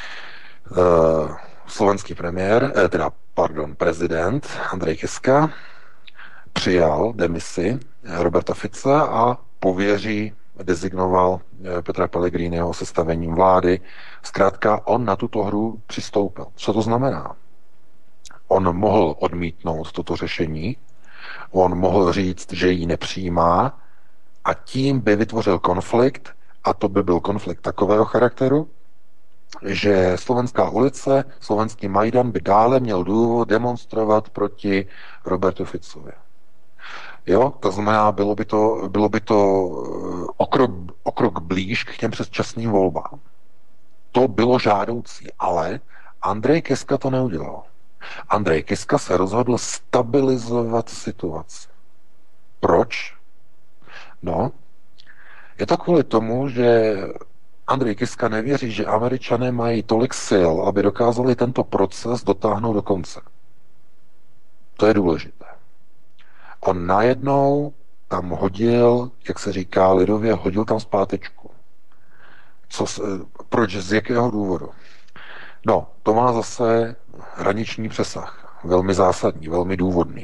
Slovenský prezident Andrej Kiska přijal demisi Roberta Fica a designoval Petra Pellegriniho sestavením vlády. Zkrátka, on na tuto hru přistoupil. Co to znamená? On mohl odmítnout toto řešení, on mohl říct, že ji nepřijímá a tím by vytvořil konflikt a to by byl konflikt takového charakteru, že slovenská ulice, slovenský Majdan by dále měl důvod demonstrovat proti Robertu Ficovi. Jo, to znamená, bylo by to o krok blíž k těm předčasným volbám. To bylo žádoucí, ale Andrej Kiska to neudělal. Andrej Kiska se rozhodl stabilizovat situaci. Proč? No, je to kvůli tomu, že Andrej Kiska nevěří, že Američané mají tolik sil, aby dokázali tento proces dotáhnout do konce. To je důležité. On najednou tam hodil, jak se říká lidově, hodil tam zpátečku. Proč? Z jakého důvodu? No, to má zase hraniční přesah. Velmi zásadní, velmi důvodný.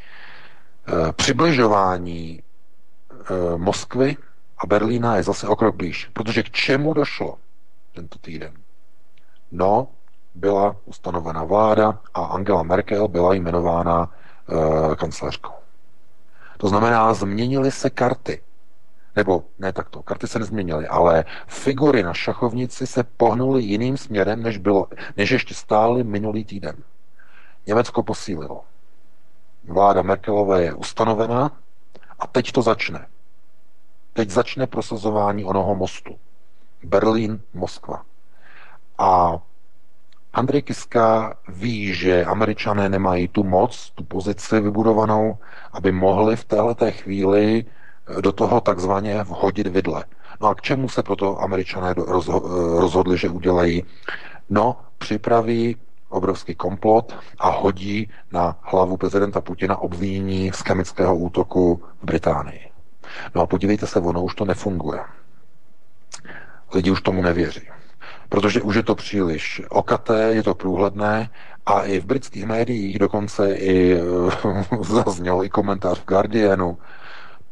Přibližování Moskvy a Berlína je zase o krok blíž. Protože k čemu došlo tento týden? No, byla ustanovena vláda a Angela Merkel byla jmenována kancléřkou. To znamená, změnily se karty. Nebo ne takto, karty se nezměnily, ale figury na šachovnici se pohnuly jiným směrem, než ještě stály minulý týden. Německo posílilo. Vláda Merkelové je ustanovena a teď to začne. Teď začne prosazování onoho mostu. Berlín, Moskva. A Andrej Kiska ví, že Američané nemají tu moc, tu pozici vybudovanou, aby mohli v téhleté chvíli do toho takzvaně vhodit vidle. No a k čemu se proto Američané rozhodli, že udělají? No, připraví obrovský komplot a hodí na hlavu prezidenta Putina obvinění z chemického útoku v Británii. No a podívejte se, ono už to nefunguje. Lidi už tomu nevěří. Protože už je to příliš okaté, je to průhledné a i v britských médiích dokonce i zazněl i komentář v Guardianu.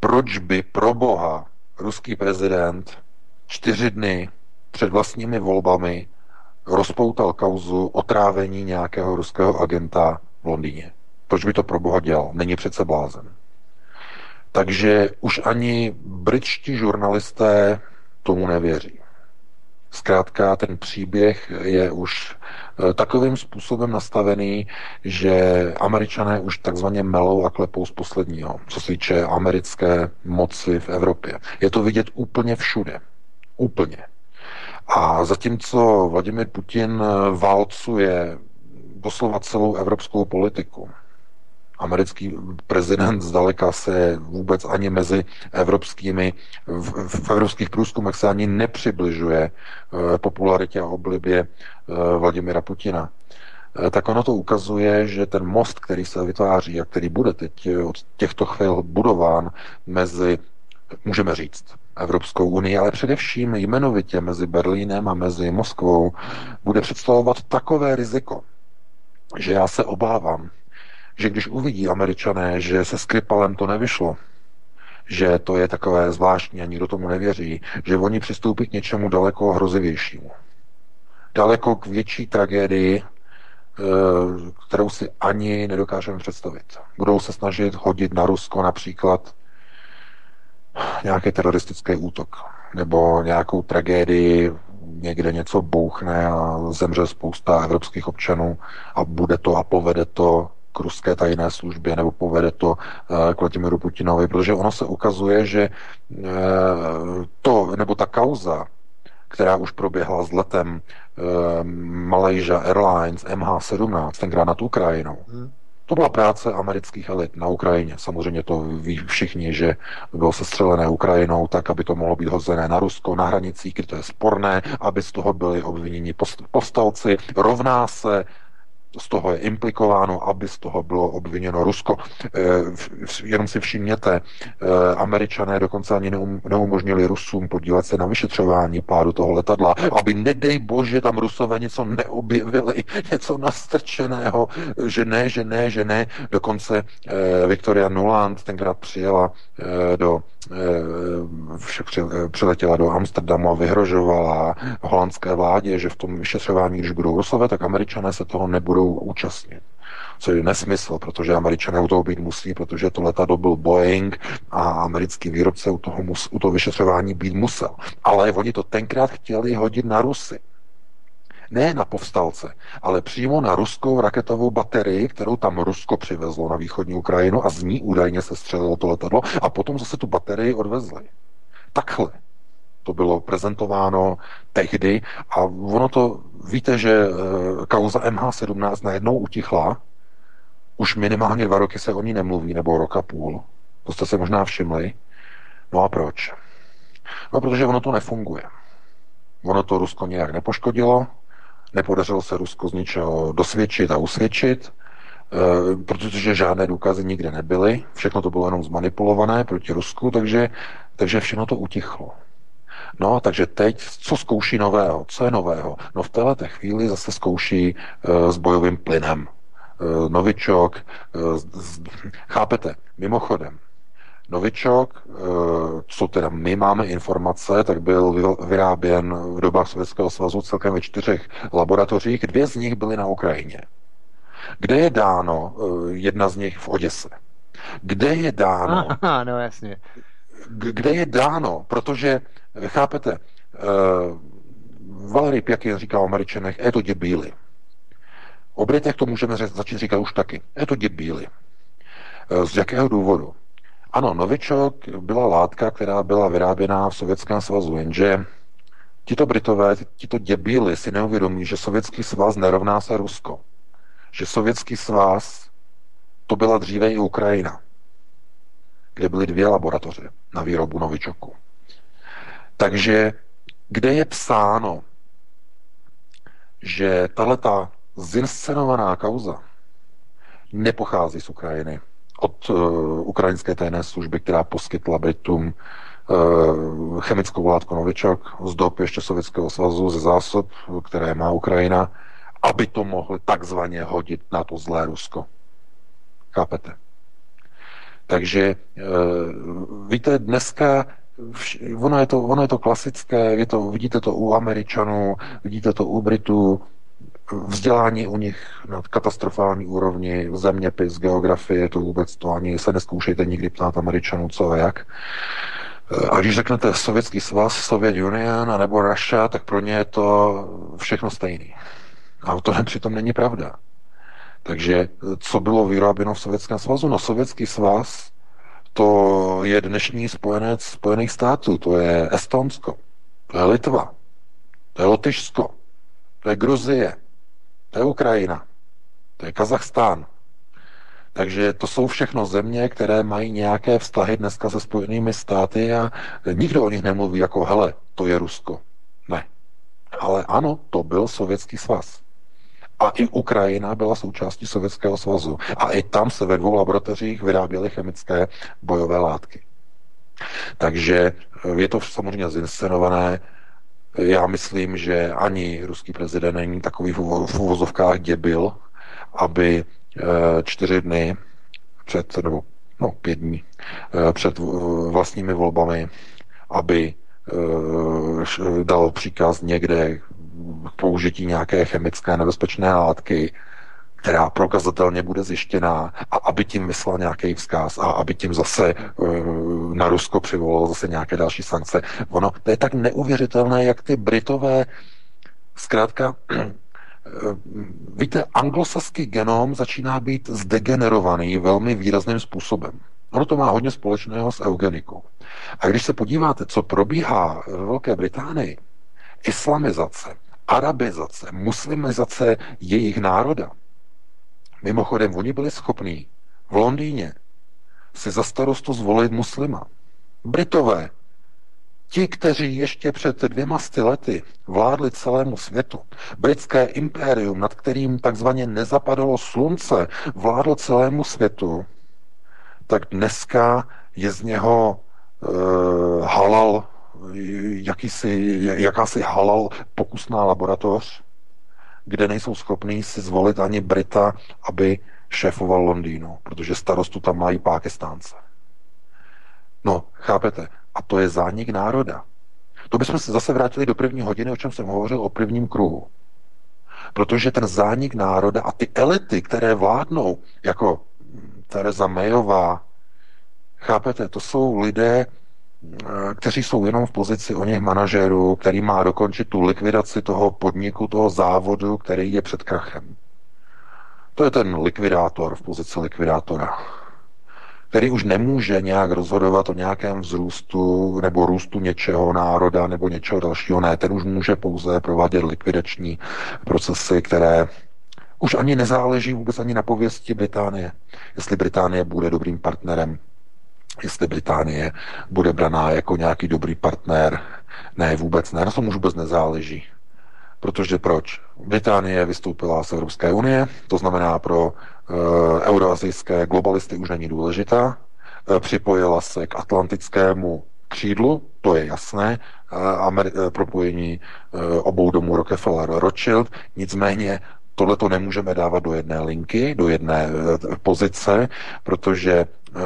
Proč by pro boha ruský prezident 4 dny před vlastními volbami rozpoutal kauzu otrávení nějakého ruského agenta v Londýně? Proč by to pro boha dělal? Není přece blázen. Takže už ani britští žurnalisté tomu nevěří. Zkrátka ten příběh je už takovým způsobem nastavený, že Američané už takzvaně melou a klepou z posledního, co se týče americké moci v Evropě. Je to vidět úplně všude. Úplně. A zatímco Vladimir Putin válcuje doslova celou evropskou politiku, americký prezident zdaleka se vůbec ani mezi evropskými, v evropských průzkumech se ani nepřibližuje popularitě a oblibě Vladimira Putina. Tak ono to ukazuje, že ten most, který se vytváří a který bude teď od těchto chvil budován mezi, můžeme říct, Evropskou unii, ale především jmenovitě mezi Berlínem a mezi Moskvou, bude představovat takové riziko, že já se obávám, že když uvidí Američané, že se Skripalem to nevyšlo, že to je takové zvláštní a nikdo tomu nevěří, že oni přistoupí k něčemu daleko hrozivějšímu. Daleko k větší tragédii, kterou si ani nedokážeme představit. Budou se snažit hodit na Rusko například nějaký teroristický útok nebo nějakou tragédii, někde něco bouchne a zemře spousta evropských občanů a bude to a povede to k ruské tajné službě nebo povede to k Vladimiru Putinovi, protože ono se ukazuje, že to, nebo ta kauza, která už proběhla s letem Malaysia Airlines MH17, tenkrát nad Ukrajinou, to byla práce amerických elit na Ukrajině. Samozřejmě to ví všichni, že bylo sestřelené Ukrajinou tak, aby to mohlo být hozené na Rusko, na hranicích, kde to je sporné, aby z toho byli obviněni povstalci. Rovná se, z toho je implikováno, aby z toho bylo obviněno Rusko. Jenom si všimněte, Američané dokonce ani neumožnili Rusům podílet se na vyšetřování pádu toho letadla, aby nedej bože tam Rusové něco neobjevili, něco nastrčeného, že ne. Dokonce Victoria Nuland tenkrát přiletěla do Amsterdamu a vyhrožovala holandské vládě, že v tom vyšetřování, když budou Rusové, tak Američané se toho nebudou účastnit. Co je nesmysl, protože Američané u toho být musí, protože to letadlo byl Boeing a americký výrobce u toho vyšetřování být musel. Ale oni to tenkrát chtěli hodit na Rusy. Ne na povstalce, ale přímo na ruskou raketovou baterii, kterou tam Rusko přivezlo na východní Ukrajinu a z ní údajně se střelilo to letadlo a potom zase tu baterii odvezli. Takhle to bylo prezentováno tehdy a ono to, víte, že kauza MH17 najednou utichla, už minimálně 2 roky se o ní nemluví, nebo rok a půl, to jste se možná všimli. No a proč? No, protože ono to nefunguje. Ono to Rusko nějak nepoškodilo, nepodařilo se Rusko z ničeho dosvědčit a usvědčit, protože žádné důkazy nikde nebyly, všechno to bylo jenom zmanipulované proti Rusku, takže všechno to utichlo. No, takže teď, co zkouší nového? Co je nového? No v této chvíli zase zkouší s bojovým plynem. Novičok, chápete? Mimochodem, Novičok, co teda my máme informace, tak byl vyráběn v dobách Sovětského svazu celkem ve 4 laboratořích, 2 z nich byly na Ukrajině. Kde je dáno, jedna z nich v Oděse. Kde je dáno? Aha, no jasně. Kde je dáno, protože, chápete, Valery Pjakin říká o Američanech, to děbíli. O Britech to můžeme začít říkat už taky. To děbíli. Z jakého důvodu? Ano, Novičok byla látka, která byla vyráběná v Sovětském svazu, jenže tito Britové, tito děbíli si neuvědomí, že Sovětský svaz nerovná se Rusko. Že Sovětský svaz to byla dříve i Ukrajina, kde byly 2 laboratoře na výrobu Novičoku. Takže kde je psáno, že tahleta zinscenovaná kauza nepochází z Ukrajiny, od ukrajinské tajné služby, která poskytla Britům chemickou látku Novičok z dob ještě Sovětského svazu, ze zásob, které má Ukrajina, aby to mohli takzvaně hodit na to zlé Rusko. Chápete? Takže Víte, dneska ono je to klasické, vidíte to u Američanů, vidíte to u Britů, vzdělání u nich na katastrofální úrovni, zeměpis, geografie, to vůbec to ani se neskoušejte nikdy ptát Američanů, co a jak. A když řeknete Sovětský svaz, Sovět Union nebo Russia, tak pro ně je to všechno stejný. A to přitom není pravda. Takže co bylo vyráběno v Sovětském svazu? No Sovětský svaz, to je dnešní spojenec Spojených států, to je Estonsko, to je Litva, to je Lotyšsko, to je Gruzie, to je Ukrajina, to je Kazachstán. Takže to jsou všechno země, které mají nějaké vztahy dneska se Spojenými státy a nikdo o nich nemluví jako hele, to je Rusko. Ne. Ale ano, to byl Sovětský svaz. A i Ukrajina byla součástí Sovětského svazu. A i tam se ve 2 laboratořích vyráběly chemické bojové látky. Takže je to samozřejmě zinscenované. Já myslím, že ani ruský prezident není takový v uvozovkách děbil, aby 4 dny před, nebo 5 dní před vlastními volbami, aby dal příkaz někde k použití nějaké chemické nebezpečné látky, která prokazatelně bude zjištěná, a aby tím vyslal nějaký vzkaz a aby tím zase na Rusko přivolal zase nějaké další sankce. Ono, to je tak neuvěřitelné, jak ty Britové zkrátka víte, anglosaský genom začíná být zdegenerovaný velmi výrazným způsobem. Ono to má hodně společného s eugenikou. A když se podíváte, co probíhá ve Velké Británii, islamizace, arabizace, muslimizace jejich národa. Mimochodem, oni byli schopní v Londýně si za starostu zvolit muslima. Britové, ti, kteří ještě před 200 lety vládli celému světu, britské impérium, nad kterým takzvaně nezapadalo slunce, vládlo celému světu, tak dneska je z něho halal, jakási halal pokusná laboratoř, kde nejsou schopní si zvolit ani Brita, aby šéfoval Londýnu, protože starostu tam mají Pákistánce. No, chápete? A to je zánik národa. To bychom se zase vrátili do první hodiny, o čem jsem hovořil, o prvním kruhu. Protože ten zánik národa a ty elity, které vládnou, jako Theresa Mayová, chápete, to jsou lidé, kteří jsou jenom v pozici o něch manažerů, který má dokončit tu likvidaci toho podniku, toho závodu, který je před krachem. To je ten likvidátor v pozici likvidátora, který už nemůže nějak rozhodovat o nějakém vzrůstu nebo růstu něčeho národa nebo něčeho dalšího. Ne, ten už může pouze provádět likvidační procesy, které už ani nezáleží vůbec ani na pověsti Británie. Jestli Británie bude dobrým partnerem, jestli Británie bude braná jako nějaký dobrý partner. Ne, vůbec ne, na tom už vůbec nezáleží. Protože proč? Británie vystoupila z Evropské unie, to znamená pro euroazijské globalisty už není důležitá, připojila se k atlantickému křídlu, to je jasné, propojení obou domů Rockefeller-Rothschild, nicméně tohle to nemůžeme dávat do jedné linky, do jedné pozice, protože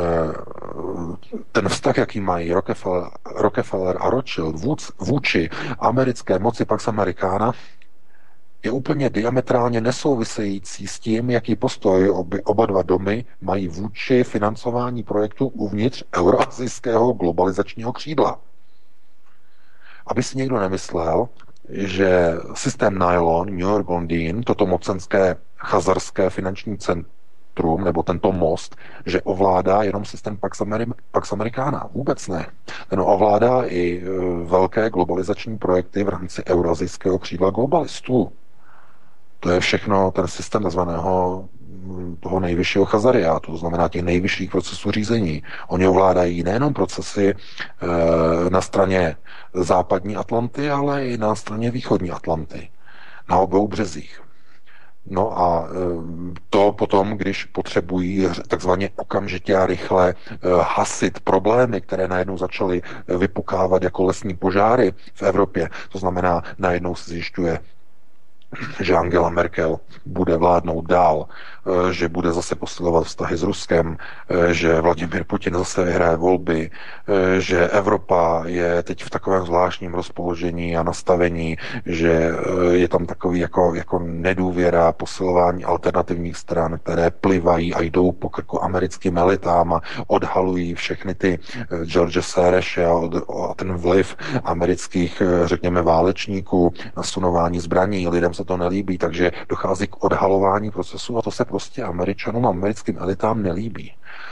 ten vztah, jaký mají Rockefeller a Rothschild vůči americké moci Pax Americana, je úplně diametrálně nesouvisející s tím, jaký postoj oba dva domy mají vůči financování projektu uvnitř euroazijského globalizačního křídla. Aby si někdo nemyslel, že systém Nylon, New York Londýn, toto mocenské chazarské finanční centrum, nebo tento most, že ovládá jenom systém Pax Americana. Vůbec ne. Ten ovládá i velké globalizační projekty v rámci euroazijského křídla globalistů. To je všechno ten systém nazvaného toho nejvyššího chazariátu, to znamená těch nejvyšších procesů řízení. Oni ovládají nejenom procesy na straně západní Atlanty, ale i na straně východní Atlanty. Na obou březích. No a to potom, když potřebují takzvaně okamžitě a rychle hasit problémy, které najednou začaly vypukávat jako lesní požáry v Evropě, to znamená najednou se zjišťuje, že Angela Merkel bude vládnout dál, že bude zase posilovat vztahy s Ruskem, že Vladimir Putin zase vyhraje volby, že Evropa je teď v takovém zvláštním rozpoložení a nastavení, že je tam takový jako nedůvěra, posilování alternativních stran, které plivají a jdou po krku americkým elitám a odhalují všechny ty George Soreše a ten vliv amerických, řekněme, válečníků na sunování zbraní. Lidem se to nelíbí, takže dochází k odhalování procesu a to se prostě Američanům a americkým elitám nelíbí.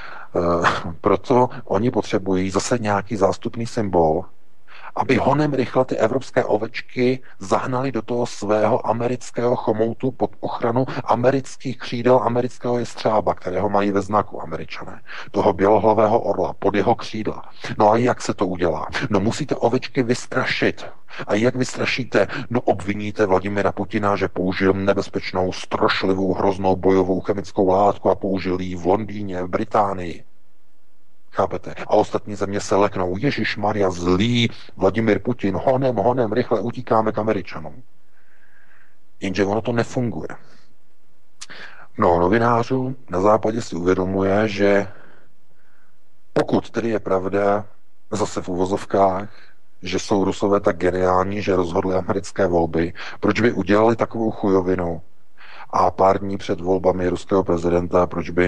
Proto oni potřebují zase nějaký zástupný symbol, aby honem rychle ty evropské ovečky zahnali do toho svého amerického chomoutu pod ochranu amerických křídel amerického jestřába, kterého mají ve znaku Američané. Toho bělohlavého orla pod jeho křídla. No a jak se to udělá? No musíte ovečky vystrašit. A jak vystrašíte? No obviníte Vladimira Putina, že použil nebezpečnou, strašlivou, hroznou bojovou chemickou látku a použil ji v Londýně, v Británii. Chápete? A ostatní země se leknou. Ježíš Maria, zlý Vladimir Putin, honem, rychle utíkáme k Američanům. Jenže ono to nefunguje. Mnoho novinářů na západě si uvědomuje, že pokud tedy je pravda, zase v uvozovkách, že jsou Rusové tak geniální, že rozhodli americké volby, proč by udělali takovou chujovinu a pár dní před volbami ruského prezidenta, proč by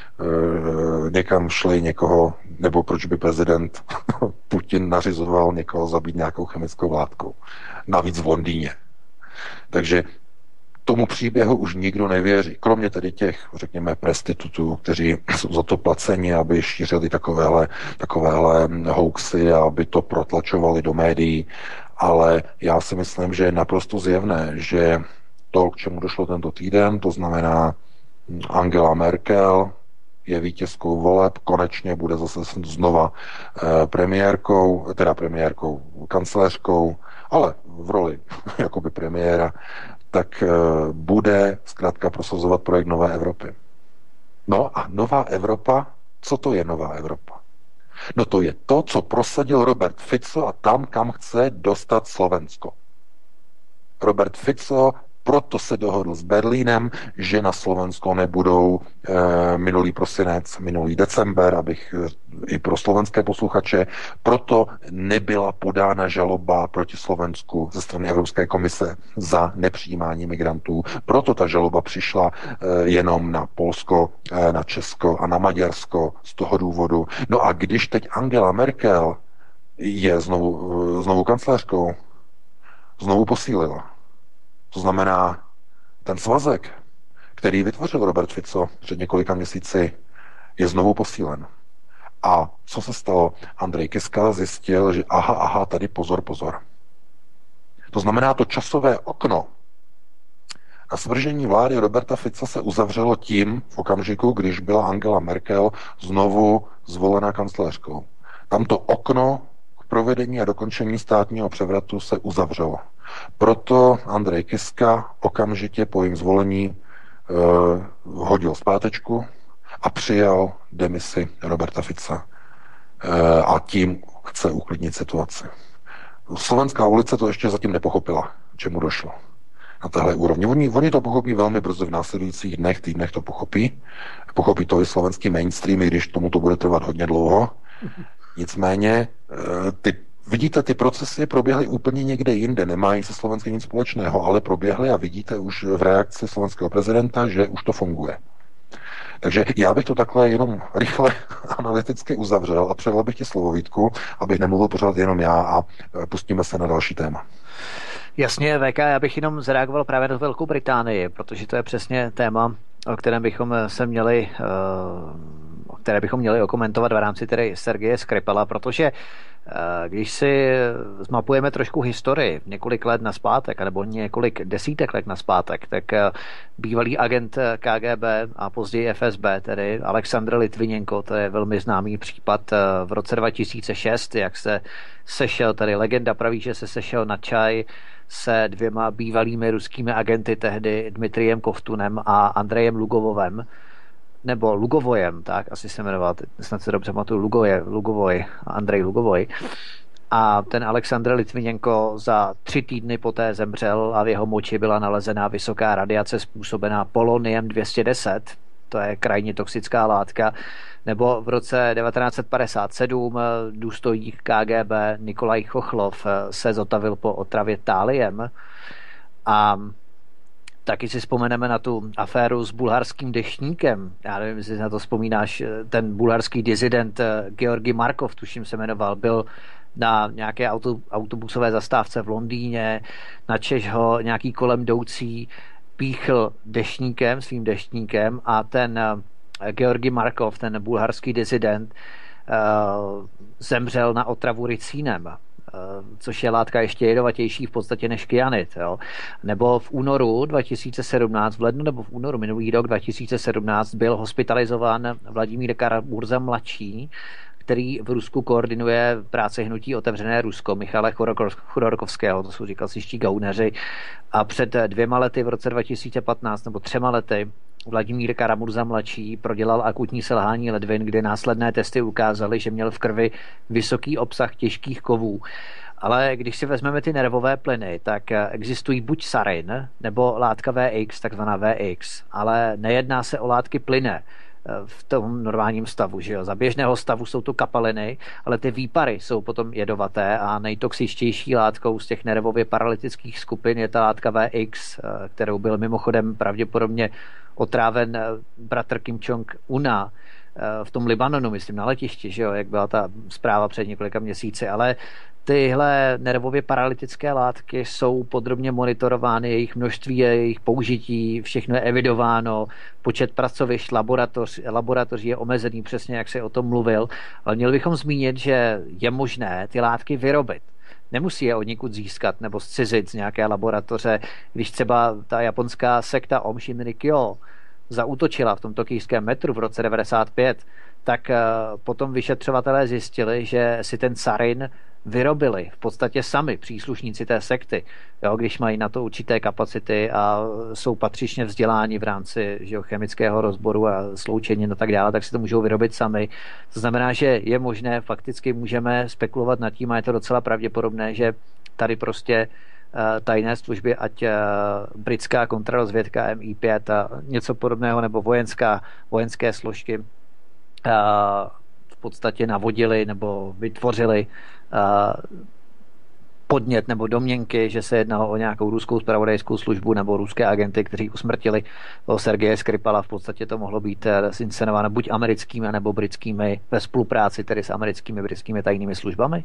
někam šli někoho, nebo proč by prezident Putin nařizoval někoho zabít nějakou chemickou látkou. Navíc v Londýně. Takže tomu příběhu už nikdo nevěří. Kromě tedy těch, řekněme, prostitutů, kteří jsou za to placeni, aby šířili takovéhle hoaxy a aby to protlačovali do médií. Ale já si myslím, že je naprosto zjevné, že to, k čemu došlo tento týden, to znamená Angela Merkel je vítězkou voleb, konečně bude zase znova premiérkou, kancléřkou, ale v roli jakoby premiéra, tak bude zkrátka prosazovat projekt Nové Evropy. No a Nová Evropa, co to je Nová Evropa? No to je to, co prosadil Robert Fico a tam, kam chce dostat Slovensko. Robert Fico proto se dohodl s Berlínem, že na Slovensko nebudou minulý prosinec, minulý december, abych i pro slovenské posluchače, proto nebyla podána žaloba proti Slovensku ze strany Evropské komise za nepřijímání migrantů. Proto ta žaloba přišla jenom na Polsko, na Česko a na Maďarsko z toho důvodu. No a když teď Angela Merkel je znovu kancléřkou, znovu posílila. To znamená, ten svazek, který vytvořil Robert Fico před několika měsíci, je znovu posílen. A co se stalo? Andrej Kiska zjistil, že aha, tady pozor. To znamená, to časové okno na svržení vlády Roberta Fica se uzavřelo tím v okamžiku, když byla Angela Merkel znovu zvolena kancléřkou. Tamto okno k provedení a dokončení státního převratu se uzavřelo. Proto Andrej Kiska okamžitě po jejím zvolení hodil zpátečku a přijal demisi Roberta Fica. A tím chce uklidnit situaci. Slovenská ulice to ještě zatím nepochopila, čemu došlo na téhle úrovni. Oni to pochopí velmi brzy v následujících týdnech to pochopí. Pochopí to i slovenský mainstream, i když tomu to bude trvat hodně dlouho. Nicméně vidíte, ty procesy proběhly úplně někde jinde, nemají se Slovenskem nic společného, ale proběhly a vidíte už v reakci slovenského prezidenta, že už to funguje. Takže já bych to takhle jenom rychle analyticky uzavřel a předal bych ti slovo, Vítku, abych nemluvil pořád jenom já a pustíme se na další téma. Jasně, VK, já bych jenom zareagoval právě na Velkou Británii, protože to je přesně téma, o kterém bychom se měli které bychom měli okomentovat v rámci tedy Sergeje Skripala, protože když si zmapujeme trošku historii několik let nazpátek, nebo několik desítek let nazpátek, tak bývalý agent KGB a později FSB, tedy Aleksandr Litvinenko, to je velmi známý případ v roce 2006, jak se sešel, tedy legenda praví, že se sešel na čaj se dvěma bývalými ruskými agenty tehdy, Dmitrijem Kovtunem a Andrejem Lugovovem, nebo Lugovojem, tak asi se jmenoval, snad se dobře pamatuju, Lugovoj, Andrej Lugovoj. A ten Alexandr Litvinenko za 3 týdny poté zemřel a v jeho moči byla nalezená vysoká radiace způsobená poloniem 210, to je krajně toxická látka, nebo v roce 1957 důstojník KGB Nikolaj Chochlov se zotavil po otravě táliem. A taky si vzpomeneme na tu aféru s bulharským deštníkem. Já nevím, jestli na to vzpomínáš, ten bulharský dizident Georgi Markov, tuším se jmenoval, byl na nějaké autobusové zastávce v Londýně, načež ho nějaký kolem jdoucí píchl deštníkem, svým deštníkem a ten Georgi Markov, ten bulharský dizident, zemřel na otravu ricínem, což je látka ještě jedovatější v podstatě než kyanid. Jo. Nebo v únoru 2017, v lednu nebo v únoru minulý rok 2017 byl hospitalizován Vladimír Kara-Murza mladší, který v Rusku koordinuje práci hnutí Otevřené Rusko, Michale Chodorkovského, to jsou říkalsiští gauneři. A před 2 lety, v roce 2015 nebo 3 lety, Vladimír Kara-Murza mladší prodělal akutní selhání ledvin, kde následné testy ukázaly, že měl v krvi vysoký obsah těžkých kovů. Ale když si vezmeme ty nervové plyny, tak existují buď sarin nebo látka VX, takzvaná VX, ale nejedná se o látky plynné v tom normálním stavu. Že jo? Za běžného stavu jsou to kapaliny, ale ty výpary jsou potom jedovaté a nejtoxičtější látkou z těch nervově paralytických skupin je ta látka VX, kterou byl mimochodem pravděpodobně otráven bratr Kim Jong-una v tom Libanonu, myslím, na letišti, že jo? Jak byla ta zpráva před několika měsíci, ale tyhle nervově paralytické látky jsou podrobně monitorovány, jejich množství, jejich použití, všechno je evidováno, počet pracovišť, laboratoří je omezený, přesně jak se o tom mluvil, ale měli bychom zmínit, že je možné ty látky vyrobit. Nemusí je od někud získat nebo zcizit z nějaké laboratoře. Když třeba ta japonská sekta Aum Shinrikyo zaútočila v tom tokijském metru v roce 1995, tak potom vyšetřovatelé zjistili, že si ten sarin vyrobili v podstatě sami příslušníci té sekty, jo, když mají na to určité kapacity a jsou patřičně vzděláni v rámci chemického rozboru a sloučení a tak dále, tak si to můžou vyrobit sami. To znamená, že je možné, fakticky můžeme spekulovat nad tím a je to docela pravděpodobné, že tady prostě tajné služby, ať britská kontrarozvědka MI5 a něco podobného, nebo vojenské složky v podstatě navodili nebo vytvořili podnět nebo domněnky, že se jednalo o nějakou ruskou zpravodajskou službu nebo ruské agenty, kteří usmrtili Sergeje Skripala. V podstatě to mohlo být zinscenováno buď americkými nebo britskými ve spolupráci tedy s americkými britskými tajnými službami.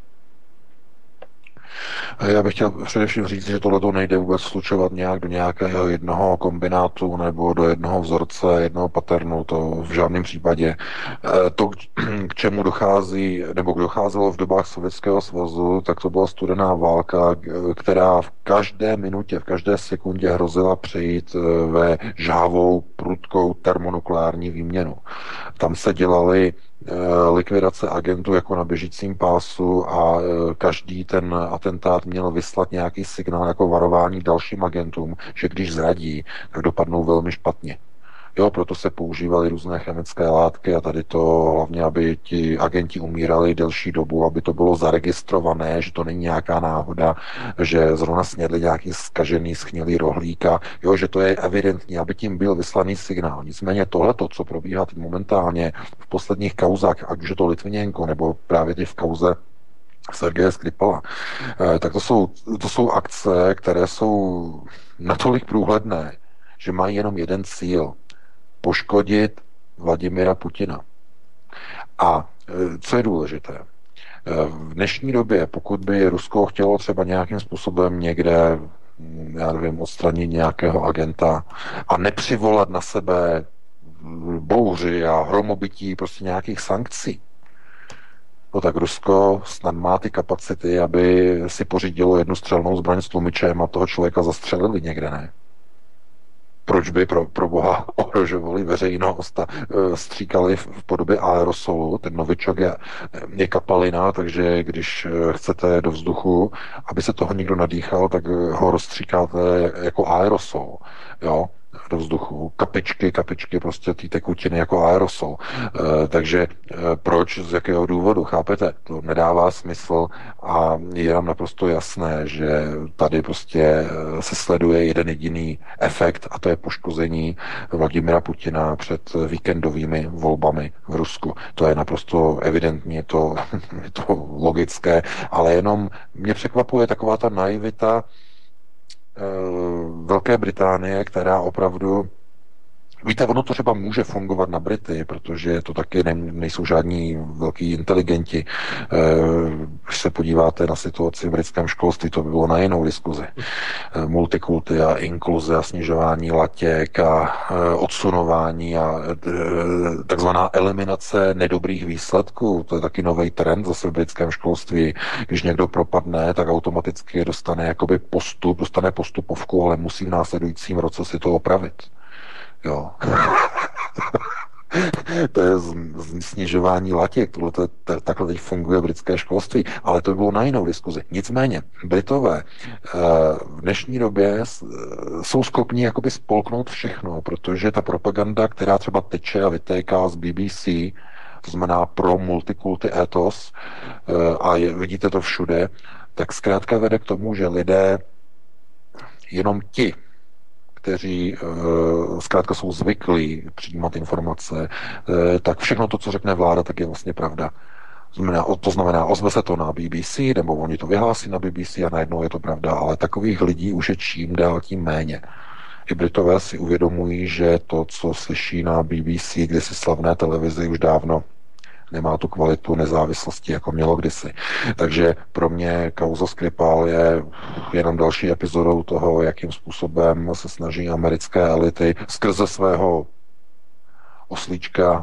Já bych chtěl především říct, že tohle nejde vůbec slučovat nějak do nějakého jednoho kombinátu nebo do jednoho vzorce, jednoho paternu, to v žádném případě. To, k čemu dochází, nebo docházelo v dobách Sovětského svazu, tak to byla studená válka, která v každé minutě, v každé sekundě hrozila přejít ve žhavou, prudkou termonukleární výměnu. Tam se dělaly likvidace agentů jako na běžícím pásu a každý ten atentát měl vyslat nějaký signál jako varování dalším agentům, že když zradí, tak dopadnou velmi špatně. Jo, proto se používaly různé chemické látky a tady to hlavně, aby ti agenti umírali delší dobu, aby to bylo zaregistrované, že to není nějaká náhoda, že zrovna snědli nějaký zkažený, schnilý rohlík a jo, že to je evidentní, aby tím byl vyslaný signál. Nicméně tohleto, co probíhá teď momentálně v posledních kauzách, ať už je to Litvinenko, nebo právě teď v kauze Sergeje Skripala, tak to jsou akce, které jsou natolik průhledné, že mají jenom jeden cíl: poškodit Vladimira Putina. A co je důležité? V dnešní době, pokud by Rusko chtělo třeba nějakým způsobem někde, já nevím, odstranit nějakého agenta a nepřivolat na sebe bouři a hromobytí prostě nějakých sankcí, no tak Rusko snad má ty kapacity, aby si pořídilo jednu střelnou zbraň s tlumičem a toho člověka zastřelili někde, ne? Proč by pro boha ohrožovali veřejnost a stříkali v podobě aerosolu? Ten novičok je kapalina, takže když chcete do vzduchu, aby se toho někdo nadýchal, tak ho rozstříkáte jako aerosol. Jo? do vzduchu. Kapičky prostě té tekutiny jako aerosol. Takže proč, z jakého důvodu, chápete? To nedává smysl a je nám naprosto jasné, že tady prostě se sleduje jeden jediný efekt a to je poškození Vladimira Putina před víkendovými volbami v Rusku. To je naprosto evidentní, je to logické, ale jenom mě překvapuje taková ta naivita Velké Británie, která opravdu víte, ono to třeba může fungovat na Brity, protože to taky nejsou žádní velký inteligenti. Když se podíváte na situaci v britském školství, to by bylo na jinou diskuzi. Multikulty a inkluze a snižování latěk a odsunování a takzvaná eliminace nedobrých výsledků. To je taky nový trend zase v britském školství. Když někdo propadne, tak automaticky dostane jakoby dostane postupovku, ale musí v následujícím roce si to opravit. Jo. To je snižování latěk, takhle teď funguje britské školství, ale to by bylo na jinou diskuzi. Nicméně, Britové v dnešní době jsou schopni jakoby spolknout všechno, protože ta propaganda, která třeba teče a vytéká z BBC, to znamená pro multikulty ethos, a vidíte to všude, tak zkrátka vede k tomu, že lidé, jenom ti, kteří zkrátka jsou zvyklí přijímat informace, tak všechno to, co řekne vláda, tak je vlastně pravda. To znamená, ozve se to na BBC, nebo oni to vyhlásí na BBC a najednou je to pravda, ale takových lidí už je čím dál tím méně. I Britové si uvědomují, že to, co slyší na BBC, kdysi slavné televizi, už dávno nemá tu kvalitu nezávislosti, jako mělo kdysi. Takže pro mě kauza Skripal je jenom další epizodou toho, jakým způsobem se snaží americké elity skrze svého oslíčka,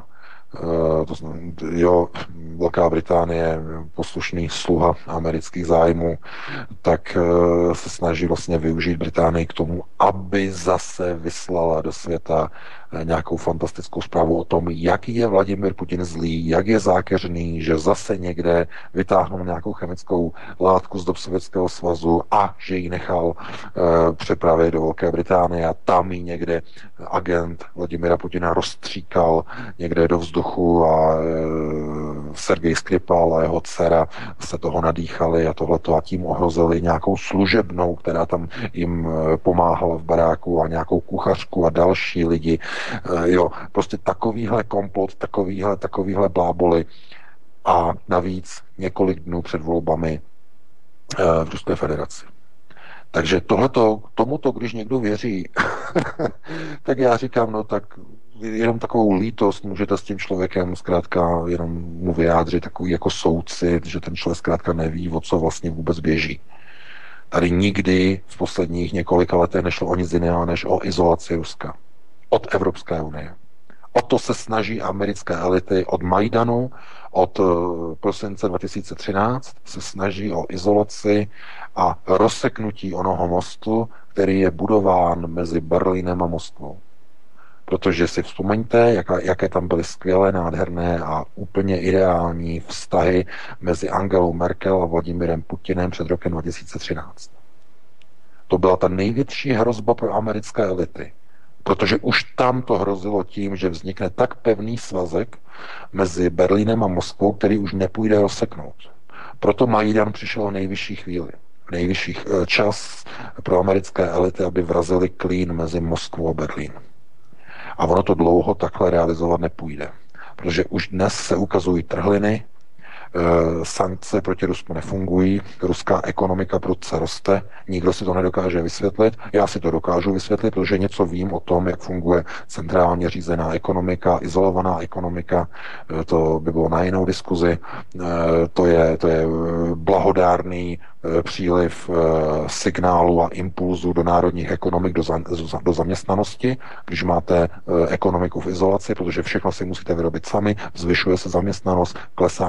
Velká Británie, poslušný sluha amerických zájmů, tak se snaží vlastně využít Británii k tomu, aby zase vyslala do světa nějakou fantastickou zprávu o tom, jaký je Vladimir Putin zlý, jak je zákeřný, že zase někde vytáhnul nějakou chemickou látku z dob Sovětského svazu a že ji nechal přepravit do Velké Británie a tam ji někde agent Vladimira Putina rozstříkal někde do vzduchu a Sergej Skripal a jeho dcera se toho nadýchali a tohleto a tím ohrozili nějakou služebnou, která tam jim pomáhala v baráku a nějakou kuchařku a další lidi. Prostě takovýhle komplot, takovýhle bláboli a navíc několik dnů před volbami v Ruské federaci. Takže tomuto, když někdo věří, tak já říkám, no tak jenom takovou lítost můžete s tím člověkem zkrátka jenom mu vyjádřit takový jako soucit, že ten člověk zkrátka neví, o co vlastně vůbec běží. Tady nikdy v posledních několika letech nešlo o nic jiného, než o izolaci Ruska od Evropské unie. O to se snaží americké elity od Majdanu, od prosince 2013 se snaží o izolaci a rozseknutí onoho mostu, který je budován mezi Berlínem a Moskvou. Protože si vzpomeňte, jaké tam byly skvělé, nádherné a úplně ideální vztahy mezi Angelou Merkel a Vladimirem Putinem před rokem 2013. To byla ta největší hrozba pro americké elity. Protože už tam to hrozilo tím, že vznikne tak pevný svazek mezi Berlínem a Moskvou, který už nepůjde rozseknout. Proto Majdan přišel v nejvyšší chvíli, v nejvyšší čas pro americké elity, aby vrazili klín mezi Moskvou a Berlín. A ono to dlouho takhle realizovat nepůjde. Protože už dnes se ukazují trhliny, sankce proti Rusku nefungují, ruská ekonomika prudce roste, nikdo si to nedokáže vysvětlit. Já si to dokážu vysvětlit, protože něco vím o tom, jak funguje centrálně řízená ekonomika, izolovaná ekonomika, to by bylo na jinou diskuzi. To je blahodárný příliv signálu a impulzu do národních ekonomik, do zaměstnanosti, když máte ekonomiku v izolaci, protože všechno si musíte vyrobit sami, zvyšuje se zaměstnanost,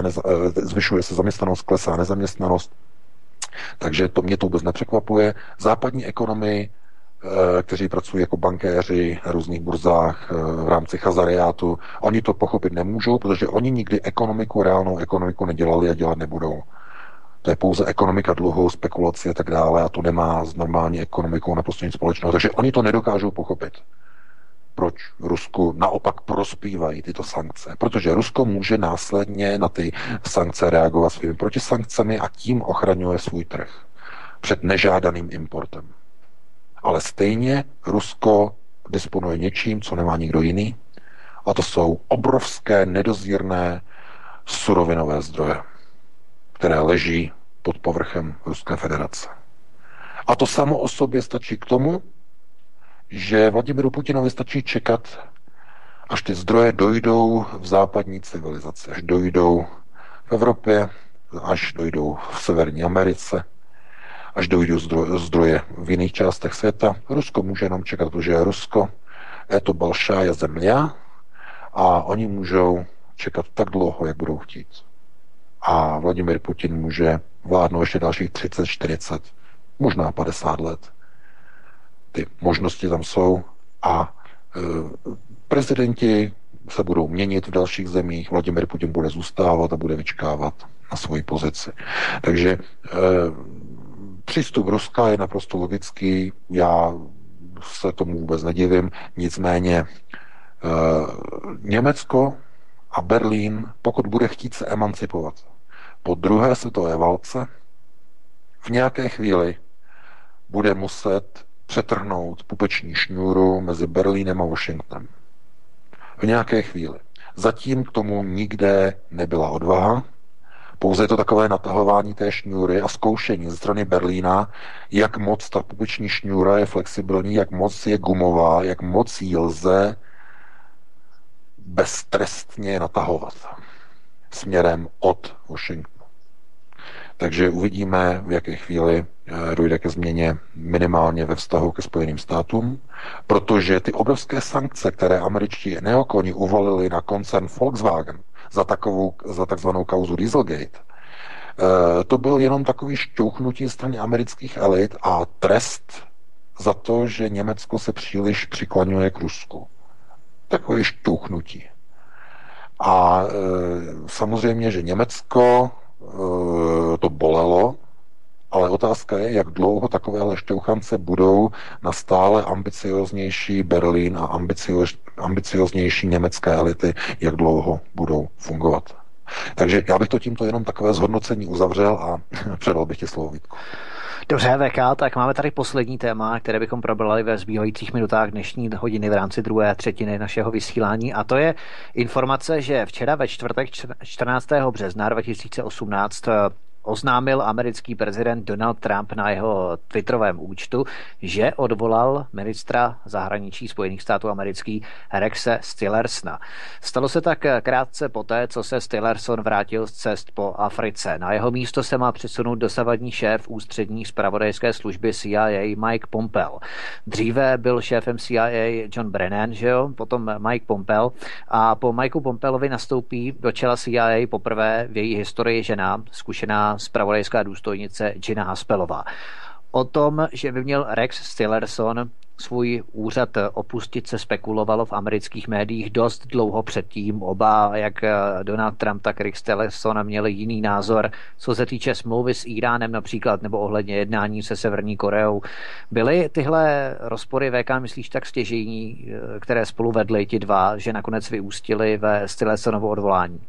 klesá nezaměstnanost. Takže mě to vůbec nepřekvapuje. Západní ekonomii, kteří pracují jako bankéři na různých burzách v rámci chazariátu, oni to pochopit nemůžou, protože oni nikdy reálnou ekonomiku nedělali a dělat nebudou. To je pouze ekonomika dluhu, spekulace a tak dále a to nemá s normální ekonomikou naprosto nic společného. Takže oni to nedokážou pochopit. Proč Rusku naopak prospívají tyto sankce? Protože Rusko může následně na ty sankce reagovat svými protisankcemi a tím ochraňuje svůj trh před nežádaným importem. Ale stejně Rusko disponuje něčím, co nemá nikdo jiný, a to jsou obrovské nedozírné surovinové zdroje, které leží pod povrchem Ruské federace. A to samo o sobě stačí k tomu, že Vladimiru Putinovi stačí čekat, až ty zdroje dojdou v západní civilizaci, až dojdou v Evropě, až dojdou v Severní Americe, až dojdou zdroje v jiných částech světa. Rusko může jenom čekat, protože Rusko je to balšája země a oni můžou čekat tak dlouho, jak budou chtít. A Vladimir Putin může vládnout ještě dalších 30, 40, možná 50 let. Ty možnosti tam jsou a prezidenti se budou měnit v dalších zemích, Vladimir Putin bude zůstávat a bude vyčkávat na svoji pozici. Takže přístup Ruska je naprosto logický, já se tomu vůbec nedivím, nicméně Německo a Berlín, pokud bude chtít se emancipovat po druhé světové válce, v nějaké chvíli bude muset přetrhnout pupeční šňůru mezi Berlínem a Washingtonem. V nějaké chvíli. Zatím k tomu nikde nebyla odvaha, pouze je to takové natahování té šňůry a zkoušení ze strany Berlína, jak moc ta pupeční šňůra je flexibilní, jak moc je gumová, jak moc ji lze beztrestně natahovat směrem od Washingtonu. Takže uvidíme, v jaké chvíli dojde ke změně minimálně ve vztahu ke Spojeným státům, protože ty obrovské sankce, které američtí neokoni uvalili na koncern Volkswagen za takzvanou kauzu Dieselgate, to byl jenom takový šťouchnutí strany amerických elit a trest za to, že Německo se příliš přiklaňuje k Rusku. Takové šťouchnutí. A samozřejmě, že Německo to bolelo, ale otázka je, jak dlouho takovéhle šťouchance budou na stále ambicioznější Berlín a ambicioznější německé elity, jak dlouho budou fungovat. Takže já bych to tímto jenom takové zhodnocení uzavřel a předal bych ti slovo, Vítku. Dobře, VK, tak máme tady poslední téma, které bychom probrali ve zbývajících minutách dnešní hodiny v rámci druhé třetiny našeho vysílání, a to je informace, že včera ve čtvrtek 14. března 2018 oznámil americký prezident Donald Trump na jeho twitterovém účtu, že odvolal ministra zahraničí Spojených států amerických Rexe Tillersona. Stalo se tak krátce poté, co se Tillerson vrátil z cest po Africe. Na jeho místo se má přesunout dosavadní šéf ústřední zpravodajské služby CIA Mike Pompeo. Dříve byl šéfem CIA John Brennan, že jo? Potom Mike Pompeo, a po Mikeu Pompeovi nastoupí do čela CIA poprvé v její historii žena, zkušená zpravodajská důstojnice Gina Haspelová. O tom, že by měl Rex Tillerson svůj úřad opustit, se spekulovalo v amerických médiích dost dlouho předtím. Oba, jak Donald Trump, tak Rex Tillerson, měli jiný názor, co se týče smlouvy s Iránem například, nebo ohledně jednání se Severní Koreou. Byly tyhle rozpory, VK, myslíš, tak stěžejní, které spolu vedly ti dva, že nakonec vyústily ve Tillersonovo odvolání?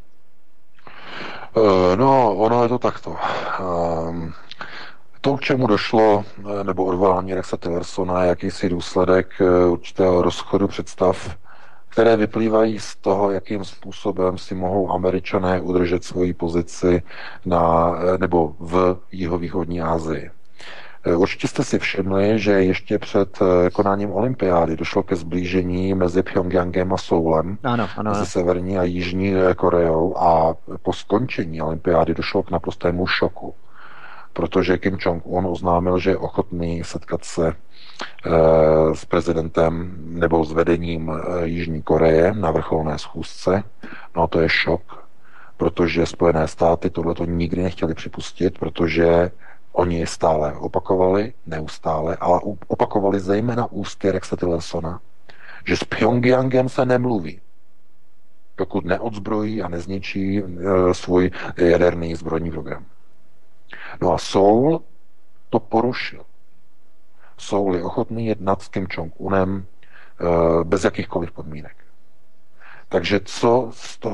No, ono je to takto. To, k čemu došlo, nebo odvolání Rexa Tillersona, je jakýsi důsledek určitého rozchodu představ, které vyplývají z toho, jakým způsobem si mohou Američané udržet svoji pozici nebo v jihovýchodní Asii. Určitě jste si všimli, že ještě před konáním olympiády došlo ke zblížení mezi Pyongyangem a Soulem, ano. mezi Severní a Jižní Koreou, a po skončení olympiády došlo k naprostému šoku, protože Kim Jong-un oznámil, že je ochotný setkat se s prezidentem nebo s vedením Jižní Koreje na vrcholné schůzce. No a to je šok, protože Spojené státy tohleto nikdy nechtěli připustit, protože oni stále opakovali, neustále, ale opakovali zejména ústy Rexa Tillersona, že s Pyongyangem se nemluví, dokud neodzbrojí a nezničí svůj jaderný zbrojní program. No a Soul to porušil. Soul je ochotný jednat s Kim Jong-unem bez jakýchkoliv podmínek. Takže co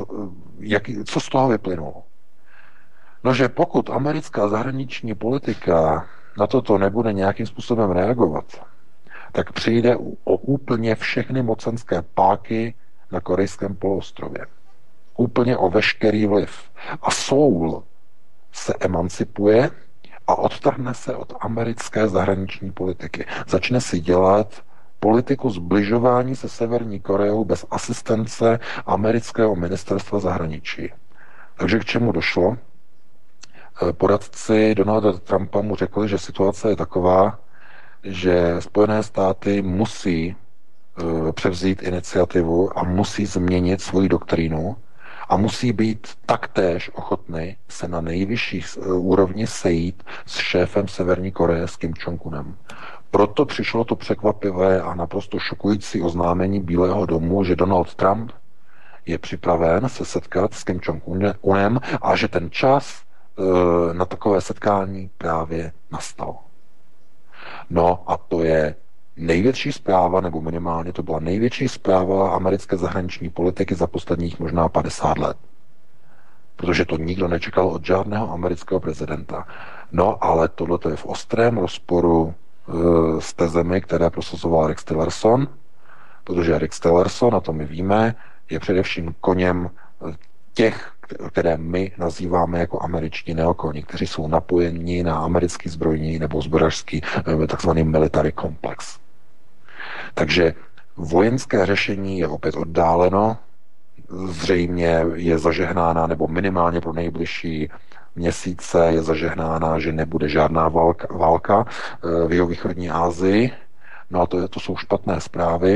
z toho vyplynulo? No, že pokud americká zahraniční politika na toto nebude nějakým způsobem reagovat, tak přijde o úplně všechny mocenské páky na korejském poloostrově. Úplně o veškerý vliv. A Soul se emancipuje a odtrhne se od americké zahraniční politiky. Začne si dělat politiku zbližování se Severní Koreou bez asistence amerického ministerstva zahraničí. Takže k čemu došlo? Poradci Donalda Trumpa mu řekli, že situace je taková, že Spojené státy musí převzít iniciativu a musí změnit svoji doktrínu a musí být taktéž ochotny se na nejvyšší úrovni sejít s šéfem Severní Koreje, s Kim Jong-unem. Proto přišlo to překvapivé a naprosto šokující oznámení Bílého domu, že Donald Trump je připraven se setkat s Kim Jong-unem a že ten čas na takové setkání právě nastal. No a to je největší zpráva, nebo minimálně to byla největší zpráva americké zahraniční politiky za posledních možná 50 let. Protože to nikdo nečekal od žádného amerického prezidenta. No, ale tohle je v ostrém rozporu s tezemi, které prosazoval Rex Tillerson, protože Rex Tillerson, a to my víme, je především koněm těch, které my nazýváme jako američtí neokoni, kteří jsou napojeni na americký zbrojní nebo zbrojařský takzvaný military complex. Takže vojenské řešení je opět oddáleno, zřejmě je zažehnána, nebo minimálně pro nejbližší měsíce je zažehnána, že nebude žádná válka v jihovýchodní Asii. No a to jsou špatné zprávy.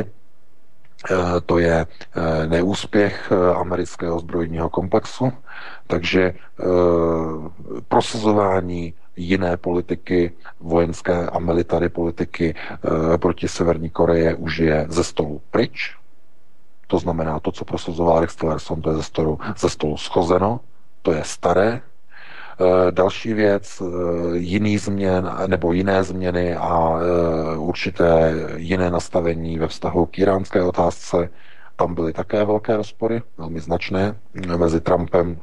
To je neúspěch amerického zbrojního komplexu, takže prosazování jiné politiky, vojenské a military politiky proti Severní Koreje už je ze stolu pryč. To znamená, to, co prosazoval Rex Tillerson, to je ze stolu schozeno, to je staré. Další věc, jiné změny a určité jiné nastavení ve vztahu k iránské otázce. Tam byly také velké rozpory, velmi značné, mezi Trumpem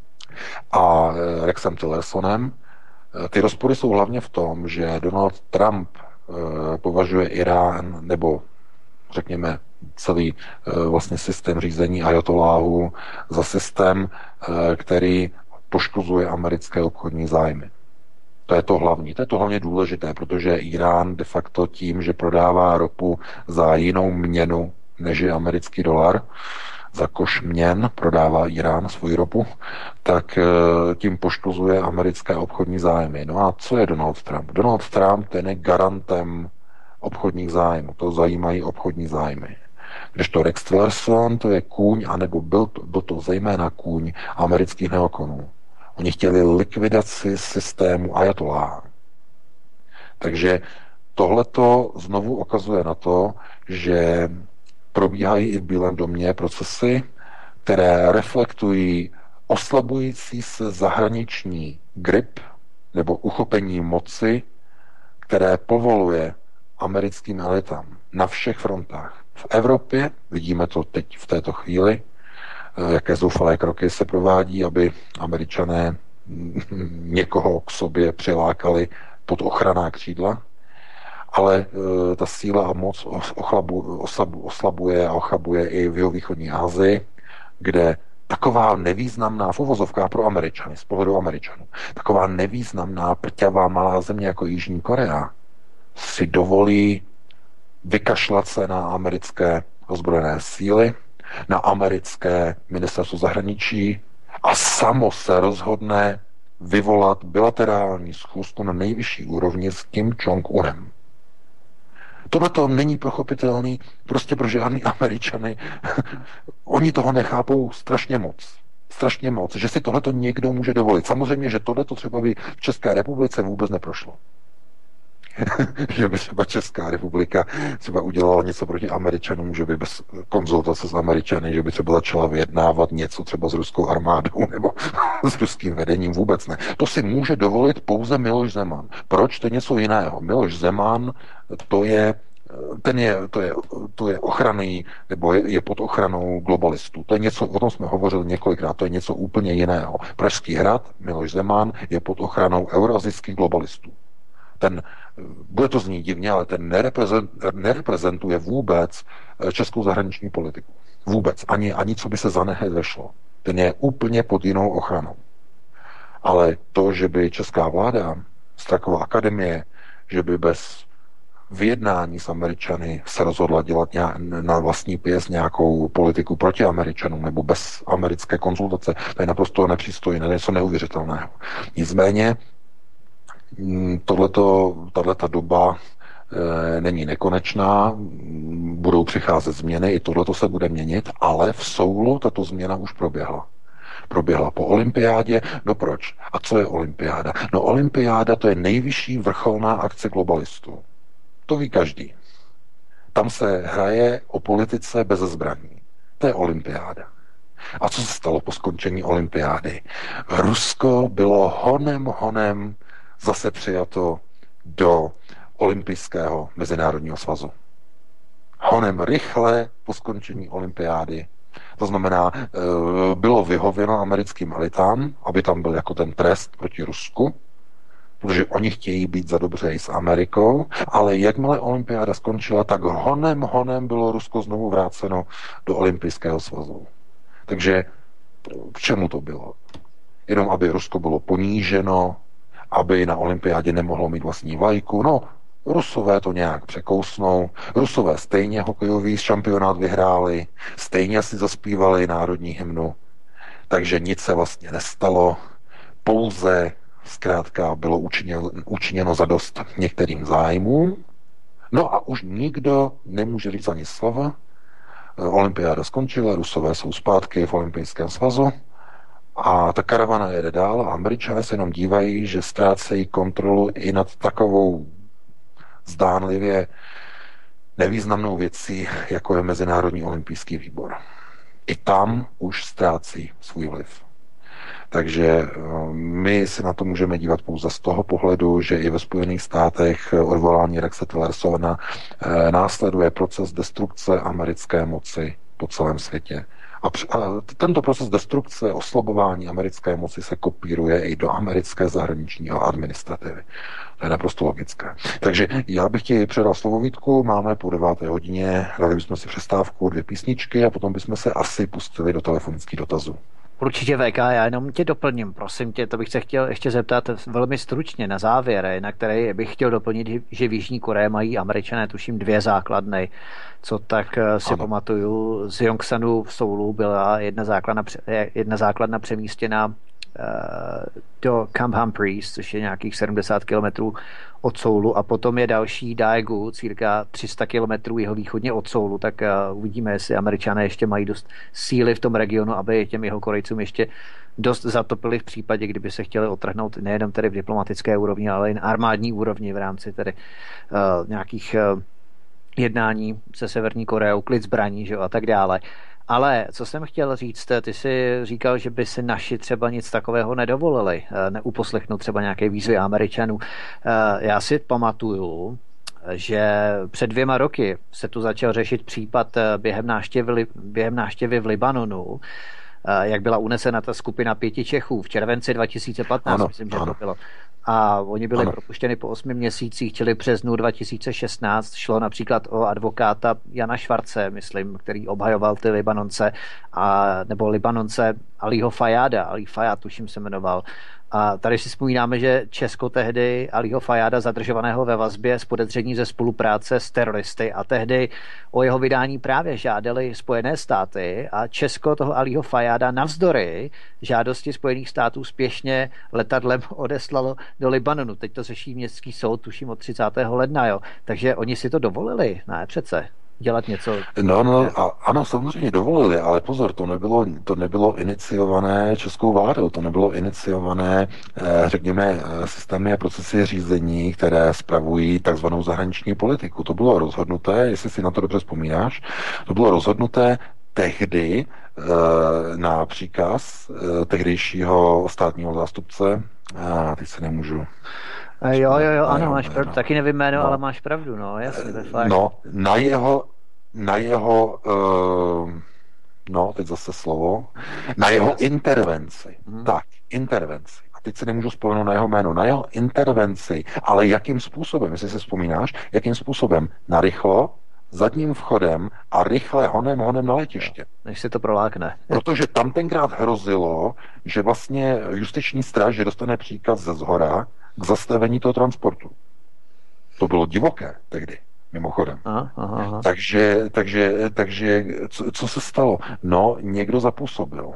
a Rexem Tillersonem. Ty rozpory jsou hlavně v tom, že Donald Trump považuje Irán, nebo řekněme celý vlastně systém řízení ajatoláhů za systém, který poškozuje americké obchodní zájmy. To je to hlavně důležité, protože Irán de facto tím, že prodává ropu za jinou měnu, než je americký dolar, za koš měn prodává Irán svoji ropu, tak tím poškozuje americké obchodní zájmy. No a co je Donald Trump? Donald Trump, ten je garantem obchodních zájmů. To zajímají obchodní zájmy. Kdežto Rex Tillerson, to je kůň, anebo byl to zejména kůň amerických neokonů. Oni chtěli likvidaci systému ajatolláha. Takže tohleto znovu ukazuje na to, že probíhají i v Bílém domě procesy, které reflektují oslabující se zahraniční grip nebo uchopení moci, které povoluje americkým elitám na všech frontách. V Evropě, vidíme to teď v této chvíli, jaké zoufalé kroky se provádí, aby Američané někoho k sobě přilákali pod ochranná křídla, ale ta síla a moc oslabuje a ochabuje i v jihovýchodní Asii, kde taková nevýznamná, v uvozovkách pro Američany, z pohledu Američanů, taková nevýznamná, prťavá malá země jako Jižní Korea si dovolí vykašlat se na americké ozbrojené síly, na americké ministerstvo zahraničí a samo se rozhodne vyvolat bilaterální schůzku na nejvyšší úrovni s Kim Jong-unem. Tohle to není pochopitelný prostě pro žádný Američany. Oni toho nechápou strašně moc, že si tohleto někdo může dovolit. Samozřejmě, že tohleto třeba by v České republice vůbec neprošlo. Že by třeba Česká republika třeba udělala něco proti Američanům, že by bez konzultace s Američany, že by třeba začala vyjednávat něco třeba s ruskou armádou nebo s ruským vedením, vůbec ne. To si může dovolit pouze Miloš Zeman. Proč? To je něco jiného. Miloš Zeman, to je to je ochranný, nebo je pod ochranou globalistů. To je něco, o tom jsme hovořili několikrát, to je něco úplně jiného. Pražský hrad, Miloš Zeman, je pod ochranou euroazijských globalistů. Bude to znít divně, ale ten nereprezentuje vůbec českou zahraniční politiku. Vůbec. Ani co by se za nehe vešlo. Ten je úplně pod jinou ochranou. Ale to, že by česká vláda, Straková akademie, že by bez vyjednání s Američany se rozhodla dělat na vlastní pěst nějakou politiku proti Američanům nebo bez americké konzultace, to je naprosto nepřístojné, něco neuvěřitelného. Nicméně tato doba není nekonečná, budou přicházet změny, i tohleto se bude měnit, ale v Soulu tato změna už proběhla. Proběhla po olympiádě. No proč? A co je olympiáda? No olympiáda to je nejvyšší vrcholná akce globalistů. To ví každý. Tam se hraje o politice bez zbraní. To je olympiáda. A co se stalo po skončení olympiády? Rusko bylo honem zase přijato do olympijského mezinárodního svazu. Honem rychle po skončení olympiády. To znamená, bylo vyhověno americkým elitám, aby tam byl jako ten trest proti Rusku, protože oni chtějí být za dobře i s Amerikou, ale jakmile olympiáda skončila, tak honem bylo Rusko znovu vráceno do olympijského svazu. Takže k čemu to bylo? Jenom aby Rusko bylo poníženo, aby na olympiádě nemohlo mít vlastní vlajku. No, Rusové to nějak překousnou. Rusové stejně hokejový šampionát vyhráli, stejně si zaspívali národní hymnu. Takže nic se vlastně nestalo. Pouze zkrátka bylo učiněno zadost některým zájmům. No a už nikdo nemůže říct ani slova. Olympiáda skončila, Rusové jsou zpátky v olympijském svazu a ta karavana jede dál a Američané se jenom dívají, že ztrácejí kontrolu i nad takovou zdánlivě nevýznamnou věcí, jako je Mezinárodní olympijský výbor. I tam už ztrácí svůj vliv. Takže my si na to můžeme dívat pouze z toho pohledu, že i ve Spojených státech odvolání Rexe Tillersona následuje proces destrukce americké moci po celém světě. A tento proces destrukce, oslabování americké moci se kopíruje i do americké zahraniční administrativy. To je naprosto logické. Takže já bych ti předal slovo, Vítku, máme po 9. hodině, dali bychom si přestávku, 2 písničky a potom bychom se asi pustili do telefonických dotazů. Určitě VK, já jenom tě doplním, prosím tě, to bych se chtěl ještě zeptat velmi stručně na závěr, na který bych chtěl doplnit, že v Jižní Koreji mají Američané tuším 2 základny, co tak si pamatuju, z Yongsanu v Soulu byla jedna základna přemístěna do Camp Humphreys, což je nějakých 70 kilometrů od Soulu, a potom je další Daegu, cirka 300 kilometrů jihovýchodně od Soulu, tak uvidíme, jestli Američané ještě mají dost síly v tom regionu, aby těm jeho Korejcům ještě dost zatopili v případě, kdyby se chtěli otrhnout nejenom tedy v diplomatické úrovni, ale i na armádní úrovni v rámci tedy nějakých jednání se Severní Koreou, klid zbraní, že jo, a tak dále. Ale co jsem chtěl říct, ty jsi říkal, že by si naši třeba nic takového nedovolili, neuposlechnout třeba nějaké výzvy Američanů. Já si pamatuju, že před 2 roky se tu začal řešit případ během návštěvy v Libanonu, jak byla unesena ta skupina 5 Čechů v červenci 2015, myslím, že to bylo. A oni byli propuštěni po 8 měsících, čili v březnu 2016. Šlo například o advokáta Jana Švarce, myslím, který obhajoval ty Libanonce, nebo Libanonce Alího Fajáda. Alí Fajád, tuším se jmenoval. A tady si vzpomínáme, že Česko tehdy Alího Fajáda zadržovaného ve vazbě z podezření ze spolupráce s teroristy a tehdy o jeho vydání právě žádali Spojené státy a Česko toho Alího Fajáda navzdory žádosti Spojených států spěšně letadlem odeslalo do Libanonu. Teď to řeší městský soud, tuším od 30. ledna, jo. Takže oni si to dovolili, ne přece. Dělat něco. Ano, samozřejmě dovolili, ale pozor, to nebylo iniciované českou vládou, to nebylo iniciované, řekněme, systémy a procesy řízení, které spravují takzvanou zahraniční politiku. To bylo rozhodnuté, jestli si na to dobře vzpomínáš, to bylo rozhodnuté tehdy na příkaz tehdejšího státního zástupce, teď se nemůžu Jo, ano, máš pravdu. Taky nevím jméno, ale máš pravdu, no, jasně, to je fakt. No, na jeho no, teď zase slovo, na jeho intervenci. Tak, intervenci. A teď se nemůžu vzpomenout na jeho jméno. Na jeho intervenci, ale jakým způsobem, jestli si vzpomínáš, jakým způsobem? Narychlo, zadním vchodem a rychle honem na letiště. Než se to prolákne. Protože tam tenkrát hrozilo, že vlastně justiční stráž, že dostane příkaz ze zhora k zastavení toho transportu. To bylo divoké tehdy, mimochodem. Aha. Takže co se stalo? No, někdo zapůsobil.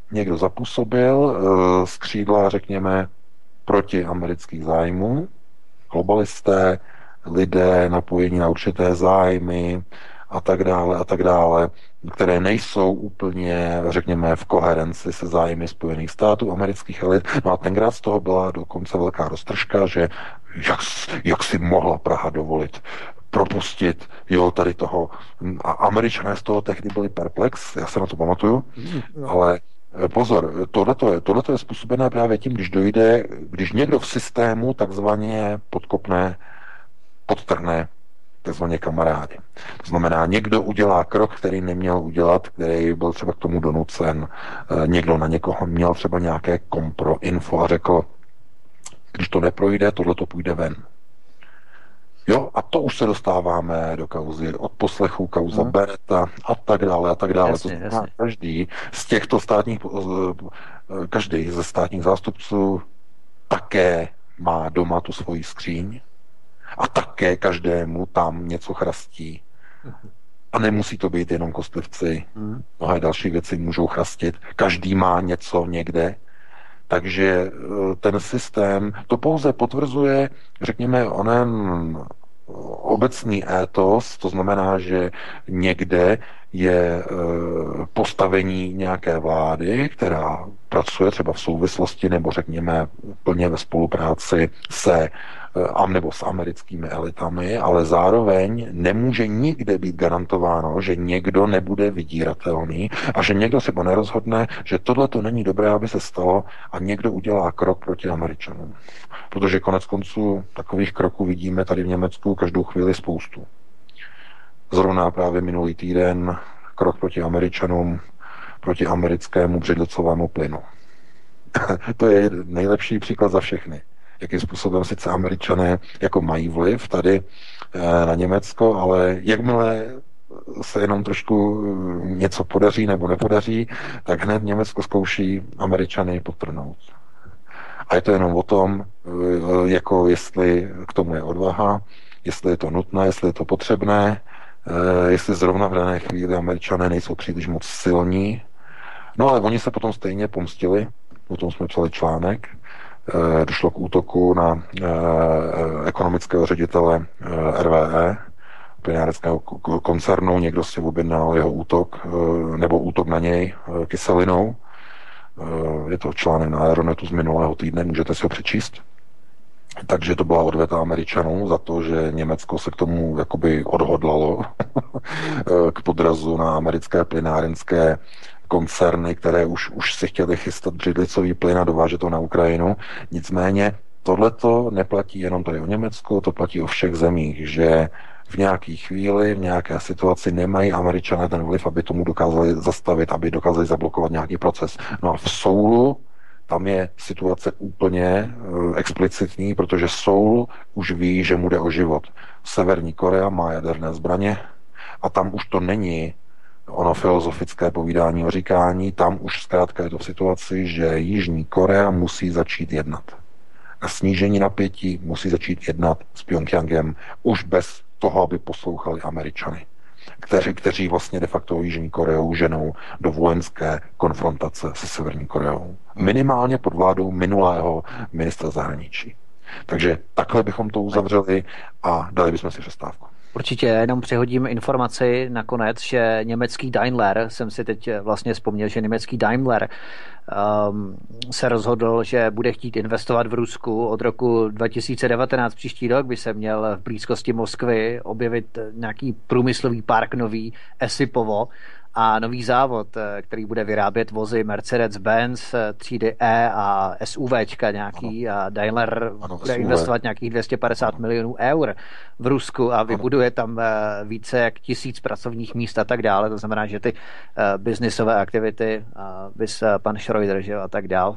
Z křídla, řekněme, proti amerických zájmů, globalisté, lidé napojení na určité zájmy a tak dále, které nejsou úplně, řekněme, v koherenci se zájmy Spojených států, amerických elit. No a tenkrát z toho byla dokonce velká roztržka, že jak si mohla Praha dovolit propustit, tady toho. A Američané z toho tehdy byli perplex, já se na to pamatuju, ale pozor, tohleto je způsobené právě tím, když někdo v systému takzvaně podtrhne takzvaně kamarády. To znamená, někdo udělá krok, který neměl udělat, který byl třeba k tomu donucen, někdo na někoho měl třeba nějaké info a řekl, když to neprojde, tohle to půjde ven. Jo, a to už se dostáváme do kauzy od poslechu, kauza Beretta a tak dále. Jasně. Každý z těchto každý ze státních zástupců také má doma tu svoji skříň a také každému tam něco chrastí. A nemusí to být jenom kostlivci. Mnohé další věci můžou chrastit. Každý má něco někde. Takže ten systém, to pouze potvrzuje, řekněme, onen obecný étos, to znamená, že někde je postavení nějaké vlády, která pracuje třeba v souvislosti nebo řekněme plně ve spolupráci nebo s americkými elitami, ale zároveň nemůže nikde být garantováno, že někdo nebude vydíratelný a že někdo se nerozhodne, že tohle to není dobré, aby se stalo a někdo udělá krok proti Američanům. Protože konec konců takových kroků vidíme tady v Německu každou chvíli spoustu. Zrovna právě minulý týden krok proti Američanům, proti americkému břidlicovému plynu. To je nejlepší příklad za všechny. Jakým způsobem sice Američané jako mají vliv tady na Německo, ale jakmile se jenom trošku něco podaří nebo nepodaří, tak hned Německo zkouší Američany podtrhnout. A je to jenom o tom, jako jestli k tomu je odvaha, jestli je to nutné, jestli je to potřebné, jestli zrovna v dané chvíli Američané nejsou příliš moc silní. No ale oni se potom stejně pomstili, o tom jsme psali článek, došlo k útoku na ekonomického ředitele RWE, plynárenského koncernu, někdo si objednal jeho útok, nebo útok na něj kyselinou. Je to článek na Aeronetu z minulého týdne, můžete si ho přečíst. Takže to byla odveta Američanů za to, že Německo se k tomu jakoby odhodlalo k podrazu na americké plynárenské koncerny, které už si chtěli chystat břidlicový plyn a dovážet to na Ukrajinu. Nicméně tohleto neplatí jenom tady o Německu, to platí o všech zemích, že v nějaké chvíli, v nějaké situaci nemají Američané ten vliv, aby tomu dokázali zastavit, aby dokázali zablokovat nějaký proces. No a v Soulu tam je situace úplně explicitní, protože Soul už ví, že mu jde o život. Severní Korea má jaderné zbraně a tam už to není ono filozofické povídání o říkání, tam už zkrátka je to v situaci, že Jižní Korea musí začít jednat. Na snížení napětí musí začít jednat s Pjongjangem už bez toho, aby poslouchali Američany, kteří vlastně de facto Jižní Koreou ženou do vojenské konfrontace se Severní Koreou. Minimálně pod vládou minulého ministra zahraničí. Takže takhle bychom to uzavřeli a dali bychom si přestávku. Určitě, jenom přehodím informaci nakonec, že německý Daimler, jsem si teď vlastně vzpomněl, že německý Daimler se rozhodl, že bude chtít investovat v Rusku od roku 2019, příští rok by se měl v blízkosti Moskvy objevit nějaký průmyslový park nový, Esipovo, a nový závod, který bude vyrábět vozy Mercedes-Benz třídy E a SUVčka nějaký, a Daimler bude investovat nějakých 250 milionů eur v Rusku a vybuduje tam více jak 1000 pracovních míst a tak dále. To znamená, že ty biznisové aktivity, bys pan Schroeder, že a tak dále,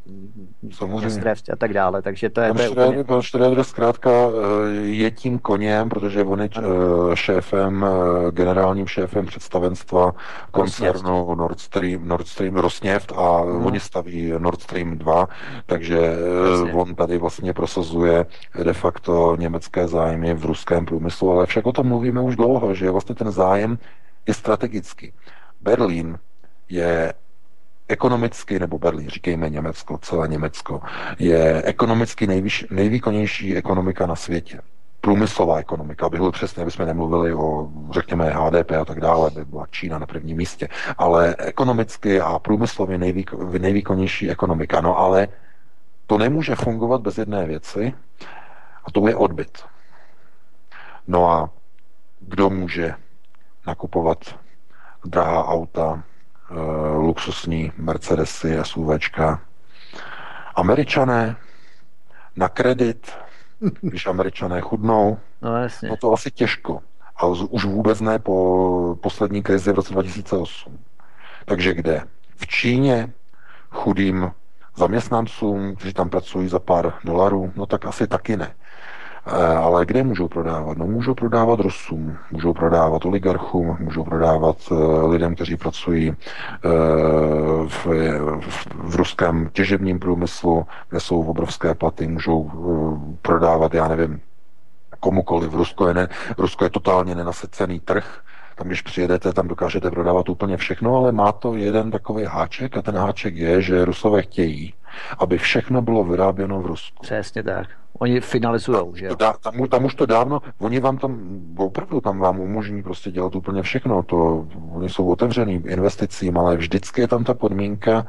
a tak dále, takže to je úplně... Pan Schroeder zkrátka je tím koněm, protože on je šéfem, generálním šéfem představenstva koncernu Nord Stream Rosneft a oni staví Nord Stream 2, takže on tady vlastně prosazuje de facto německé zájmy v ruském průmyslu, ale však o tom mluvíme už dlouho, že vlastně ten zájem je strategický. Berlín je ekonomicky, nebo Berlín, říkejme Německo, celé Německo, je ekonomicky nejvýkonnější ekonomika na světě. Průmyslová ekonomika, aby bylo přesně, aby jsme nemluvili o, řekněme, HDP a tak dále, by byla Čína na prvním místě, ale ekonomicky a průmyslově nejvýkonnější ekonomika. No ale to nemůže fungovat bez jedné věci a to je odbyt. No a kdo může nakupovat drahá auta, luxusní Mercedesy, SUVčka? Američané na kredit, když Američané chudnou, no to asi těžko. A už vůbec ne po poslední krizi v roce 2008. Takže kde? V Číně chudým zaměstnancům, kteří tam pracují za pár dolarů, no tak asi taky ne. Ale kde můžou prodávat? No můžou prodávat Rusům, můžou prodávat oligarchům, můžou prodávat lidem, kteří pracují v ruském těžebním průmyslu, kde jsou obrovské platy, můžou prodávat, já nevím, komukoliv. Rusko je totálně nenasycený trh. Tam, když přijedete, tam dokážete prodávat úplně všechno, ale má to jeden takový háček a ten háček je, že Rusové chtějí, aby všechno bylo vyráběno v Rusku. Přesně tak. Oni finalizujou, že jo? Tam už to dávno, oni vám tam, opravdu tam vám umožní prostě dělat úplně všechno. Oni jsou otevřený investicím, ale vždycky je tam ta podmínka,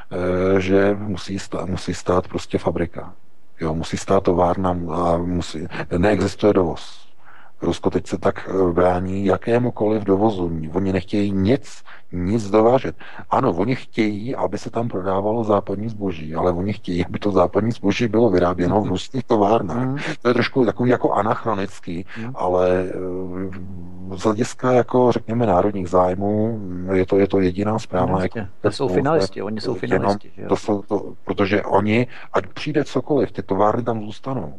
že musí stát prostě fabrika. Jo, musí stát továrna a neexistuje dovoz. Rusko teď se tak brání jakémukoliv dovozu. Oni nechtějí nic dovážet. Ano, oni chtějí, aby se tam prodávalo západní zboží, ale oni chtějí, aby to západní zboží bylo vyráběno v ruských továrnách. To je trošku takový jako anachronický, ale z hlediska, jako řekněme, národních zájmů je to jediná správná. To jsou finalisti, oni jsou finalisti. Protože oni, ať přijde cokoliv, ty továrny tam zůstanou.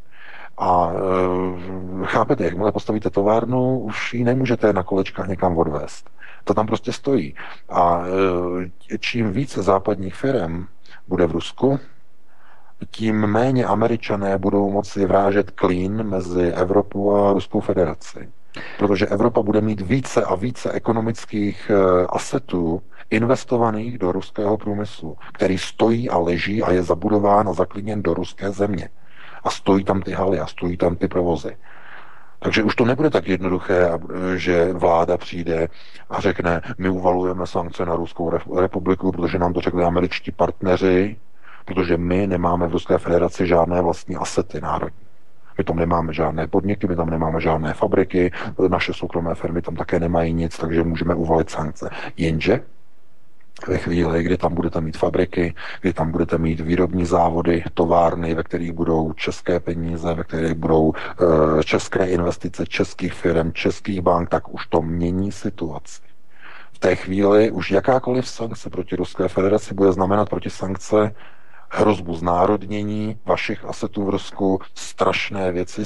A chápete, jakmile postavíte továrnu, už ji nemůžete na kolečkách někam odvést. To tam prostě stojí. A čím více západních firm bude v Rusku, tím méně Američané budou moci vrážet klín mezi Evropu a Ruskou federaci. Protože Evropa bude mít více a více ekonomických asetů investovaných do ruského průmyslu, který stojí a leží a je zabudován a zaklíněn do ruské země. A stojí tam ty haly a stojí tam ty provozy. Takže už to nebude tak jednoduché, že vláda přijde a řekne, my uvalujeme sankce na Ruskou republiku, protože nám to řekli američtí partneři, protože my nemáme v Ruské federaci žádné vlastní asety národní. My tam nemáme žádné podniky, my tam nemáme žádné fabriky, naše soukromé firmy tam také nemají nic, takže můžeme uvalit sankce. Jenže ve chvíli, kdy tam budete mít fabriky, kdy tam budete mít výrobní závody, továrny, ve kterých budou české peníze, ve kterých budou české investice českých firm, českých bank, tak už to mění situaci. V té chvíli už jakákoliv sankce proti Ruské federaci bude znamenat proti sankce hrozbu znárodnění vašich asetů v Rusku, strašné věci,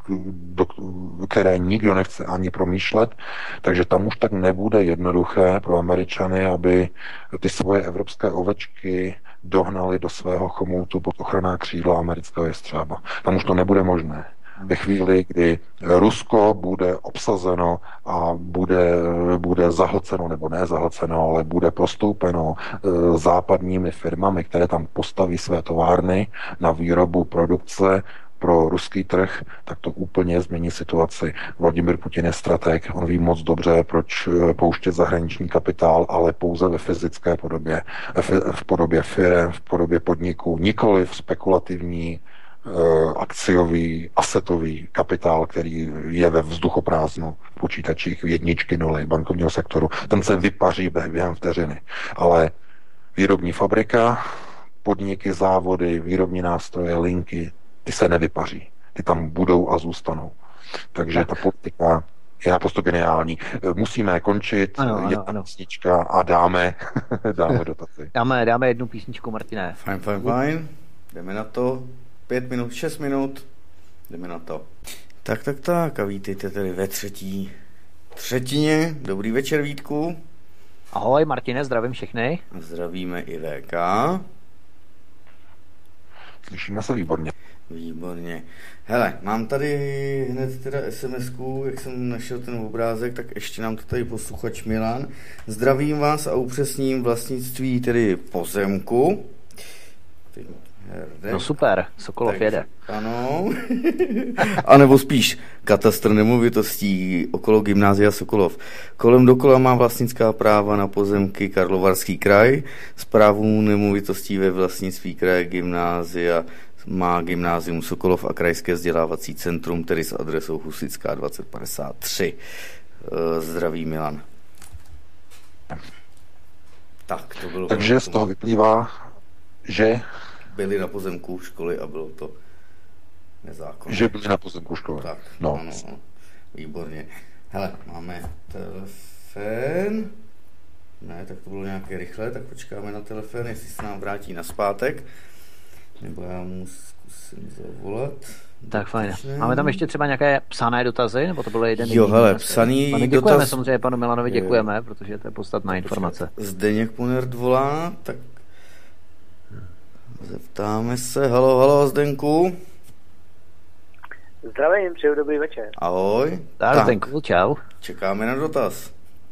které nikdo nechce ani promýšlet, takže tam už tak nebude jednoduché pro Američany, aby ty svoje evropské ovečky dohnali do svého chomoutu pod ochranná křídla amerického jestřába. Tam už to nebude možné. Ve chvíli, kdy Rusko bude obsazeno a bude zahlceno, nebo ne zahlceno, ale bude prostoupeno západními firmami, které tam postaví své továrny na výrobu produkce pro ruský trh, tak to úplně změní situaci. Vladimir Putin je strateg, on ví moc dobře, proč pouštět zahraniční kapitál, ale pouze ve fyzické podobě, v podobě firem, v podobě podniků, nikoli v spekulativní akciový, asetový kapitál, který je ve vzduchoprázdnu v počítačích, jedničky, nuly bankovního sektoru, ten se vypaří během vteřiny. Ale výrobní fabrika, podniky, závody, výrobní nástroje, linky, ty se nevypaří. Ty tam budou a zůstanou. Takže ta politika je naprosto geniální. Musíme končit, jedna písnička a dáme dotazy. Dáme jednu písničku, Martine. Fajn. Jdeme na to. 5 minut, 6 minut. Jdeme na to. Tak. A vítejte tedy ve třetině. Dobrý večer, Vítku. Ahoj, Martine, zdravím všechny. Zdravíme i VK. Slyšíme se výborně. Výborně. Hele, mám tady hned teda SMS-ku, jak jsem našel ten obrázek, tak ještě nám to tady posluchač Milan. Zdravím vás a upřesním vlastnictví tedy pozemku. No super, Sokolov tak, jede. Ano. A nebo spíš katastr nemovitostí okolo gymnázia Sokolov. Kolem dokola má vlastnická práva na pozemky Karlovarský kraj. Správu nemovitostí ve vlastnictví kraje gymnázia má gymnázium Sokolov a krajské vzdělávací centrum, tedy s adresou Husitská 2053. Zdraví Milan. Tak, to bylo. Takže z toho vyplývá, že byli na pozemku školy a bylo to nezákonné. Že byli na pozemku školy. Tak, no. Ano. Výborně. Hele, máme telefon. Ne, tak to bylo nějaké rychle, tak počkáme na telefon, jestli se nám vrátí nazpátek. Nebo já mu zkusím zavolat. Tak fajn. Máme tam ještě třeba nějaké psané dotazy? Nebo to bylo jeden? Jo, hele, psaný dotaz. Děkujeme samozřejmě panu Milanovi, děkujeme, protože to je podstatná informace. Zdeněk Punert volá, tak zeptáme se. Halo, Zdenku. Zdravím, přeju dobrý večer. Ahoj. Tak, Zdenku, čau. Čekáme na dotaz.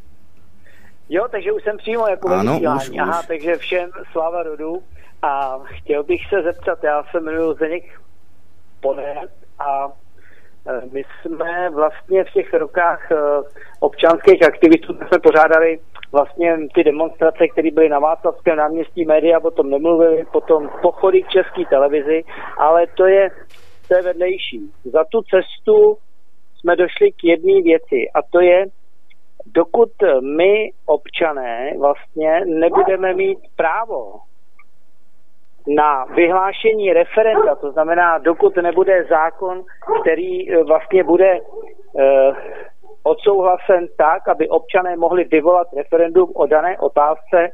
Jo, takže už jsem přímo jako ve vysílání. Aha, takže všem sláva rodu. A chtěl bych se zeptat, já se jmenuji Zdeněk Punert a my jsme vlastně v těch rokách občanských aktivistů jsme pořádali vlastně ty demonstrace, které byly na Václavském náměstí, média o tom nemluvili, potom pochody k České televizi, ale to je vedlejší. Za tu cestu jsme došli k jedné věci a to je, dokud my občané vlastně nebudeme mít právo na vyhlášení referenda, to znamená, dokud nebude zákon, který vlastně bude odsouhlasen tak, aby občané mohli vyvolat referendum o dané otázce,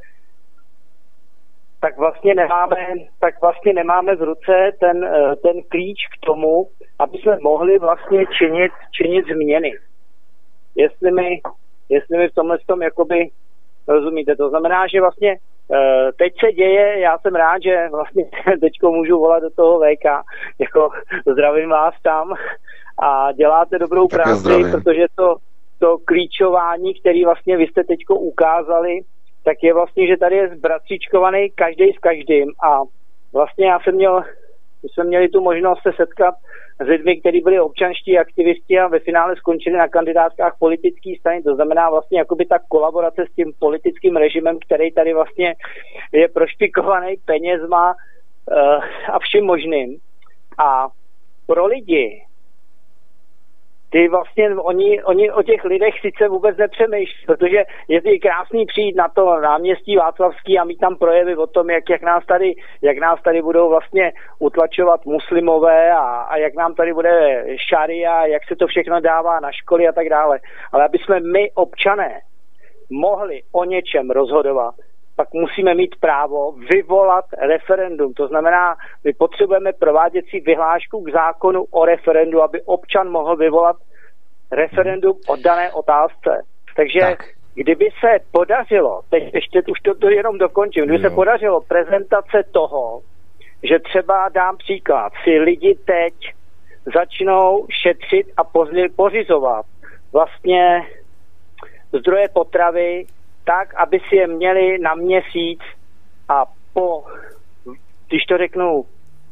tak vlastně nemáme v ruce ten klíč k tomu, aby jsme mohli vlastně činit změny. Jestli mi v tomhle tom jakoby rozumíte. To znamená, že vlastně teď se děje, já jsem rád, že vlastně teďko můžu volat do toho VK, jako zdravím vás tam a děláte dobrou práci, protože to klíčování, který vlastně vy jste teďko ukázali, tak je vlastně, že tady je zbratříčkovaný každý s každým a vlastně my jsme měli tu možnost se setkat s lidmi, kteří byli občanští aktivisti a ve finále skončili na kandidátkách politické strany. To znamená vlastně jakoby ta kolaborace s tím politickým režimem, který tady vlastně je prošpikovaný penězma a vším možným. A pro lidi, ty vlastně, oni o těch lidech sice vůbec nepřemýšlí, protože je krásný přijít na to náměstí Václavský a mít tam projevy o tom, jak nás tady budou vlastně utlačovat muslimové a jak nám tady bude šaria, jak se to všechno dává na školy a tak dále. Ale aby jsme my, občané, mohli o něčem rozhodovat, pak musíme mít právo vyvolat referendum. To znamená, my potřebujeme prováděcí vyhlášku k zákonu o referendu, aby občan mohl vyvolat referendum o dané otázce. Takže kdyby se podařilo, teď ještě už to jenom dokončím, kdyby se podařilo prezentace toho, že třeba dám příklad, si lidi teď začnou šetřit a pořizovat vlastně zdroje potravy tak, aby si je měli na měsíc a když to řeknu,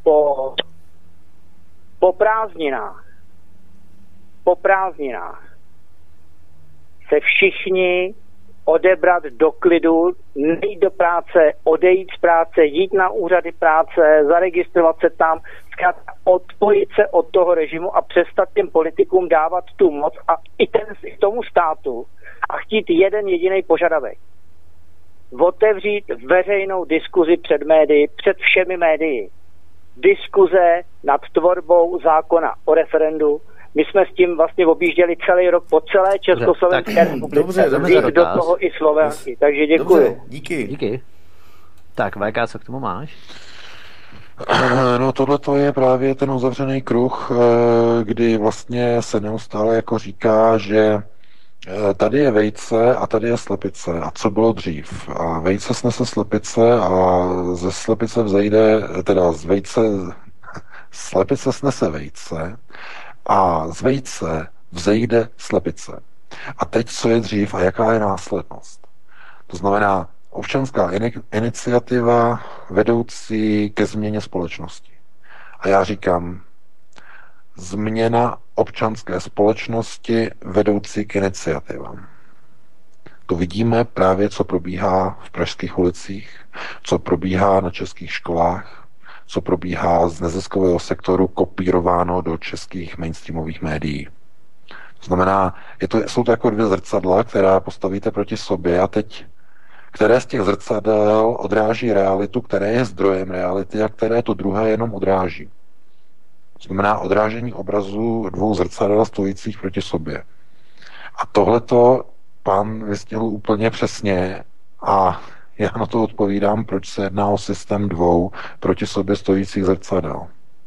po prázdninách se všichni odebrat do klidu, nejít do práce, odejít z práce, jít na úřady práce, zaregistrovat se tam, zkrátka odpojit se od toho režimu a přestat těm politikům dávat tu moc a i tomu státu a chtít jeden jediný požadavek. Otevřít veřejnou diskuzi před médii, před všemi médii. Diskuze nad tvorbou zákona o referendu. My jsme s tím vlastně objížděli celý rok po celé Československé republice. Dobře, do toho i Slovenky. Takže děkuji. Dobře, díky. Tak, VK, co k tomu máš? No tohle je právě ten uzavřený kruh, kdy vlastně se neustále jako říká, že tady je vejce a tady je slepice. A co bylo dřív? A vejce snese slepice a ze slepice vzejde, teda z vejce, slepice snese vejce a z vejce vzejde slepice. A teď co je dřív a jaká je následnost? To znamená občanská iniciativa vedoucí ke změně společnosti. A já říkám, změna občanské společnosti vedoucí k iniciativám. To vidíme právě, co probíhá v pražských ulicích, co probíhá na českých školách, co probíhá z neziskového sektoru kopírováno do českých mainstreamových médií. To znamená, jsou to jako dvě zrcadla, která postavíte proti sobě a teď které z těch zrcadel odráží realitu, které je zdrojem reality a které to druhé jenom odráží. To znamená odrážení obrazu dvou zrcadel stojících proti sobě. A tohleto pan vystihl úplně přesně a já na to odpovídám, proč se jedná o systém dvou proti sobě stojících zrcadel.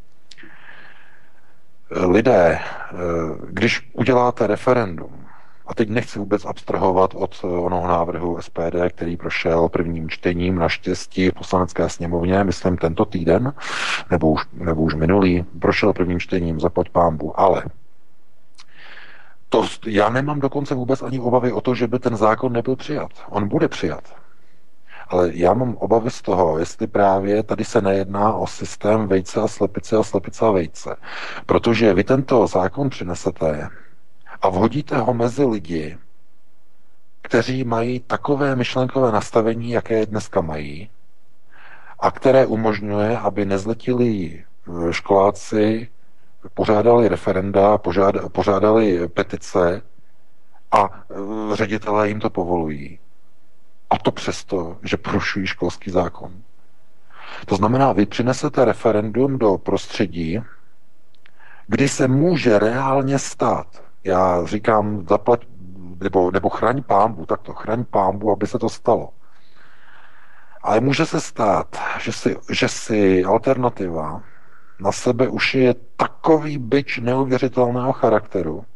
Lidé, když uděláte referendum, a teď nechci vůbec abstrahovat od onoho návrhu SPD, který prošel prvním čtením naštěstí v Poslanecké sněmovně, myslím tento týden, nebo už minulý, prošel prvním čtením, zaplať pánbu, ale já nemám dokonce vůbec ani obavy o to, že by ten zákon nebyl přijat. On bude přijat. Ale já mám obavy z toho, jestli právě tady se nejedná o systém vejce a slepice a vejce. Protože vy tento zákon přinesete a vhodíte ho mezi lidi, kteří mají takové myšlenkové nastavení, jaké dneska mají, a které umožňuje, aby nezletilí školáci pořádali referenda, pořádali petice a ředitelé jim to povolují. A to přesto, že porušují školský zákon. To znamená, vy přinesete referendum do prostředí, kdy se může reálně stát, já říkám, zaplať, nebo chraň pánbu, aby se to stalo. Ale může se stát, že si alternativa na sebe ušije takový bič neuvěřitelného charakteru,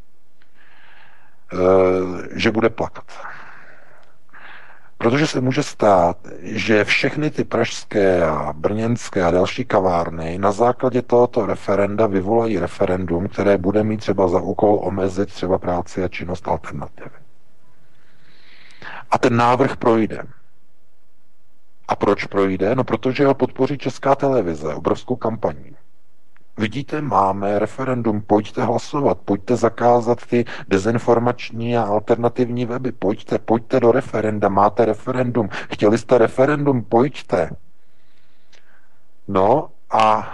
že bude plakat. Protože se může stát, že všechny ty pražské a brněnské a další kavárny na základě tohoto referenda vyvolají referendum, které bude mít třeba za úkol omezit třeba práci a činnost alternativy. A ten návrh projde. A proč projde? No, protože ho podpoří Česká televize obrovskou kampaní. Vidíte, máme referendum, pojďte hlasovat, pojďte zakázat ty dezinformační a alternativní weby, pojďte do referenda, máte referendum, chtěli jste referendum, pojďte. No a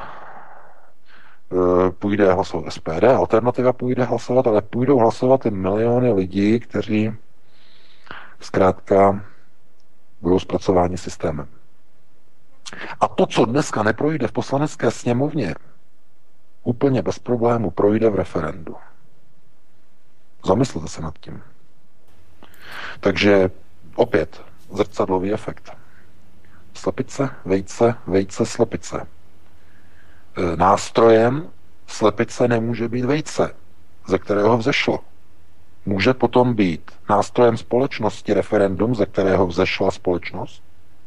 půjde hlasovat SPD, alternativa půjde hlasovat, ale půjdou hlasovat i miliony lidí, kteří zkrátka budou zpracováni systémem. A to, co dneska neprojde v Poslanecké sněmovně, úplně bez problému projde v referendu. Zamyslete se nad tím. Takže opět zrcadlový efekt. Slepice, vejce, slepice. Nástrojem slepice nemůže být vejce, ze kterého vzešlo. Může potom být nástrojem společnosti referendum, ze kterého vzešla společnost.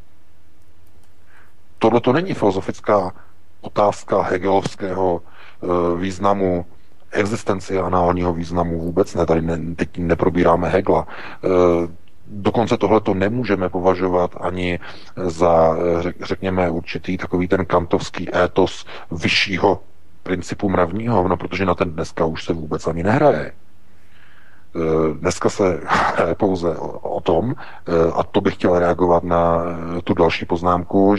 Tohle to není filozofická otázka hegelovského významu, existenciálního významu vůbec ne, tady teď neprobíráme Hegla. Dokonce tohleto nemůžeme považovat ani za, řekněme, určitý takový ten kantovský étos vyššího principu mravního, no, protože na ten dneska už se vůbec ani nehraje. Dneska se pouze o tom, a to bych chtěl reagovat na tu další poznámku,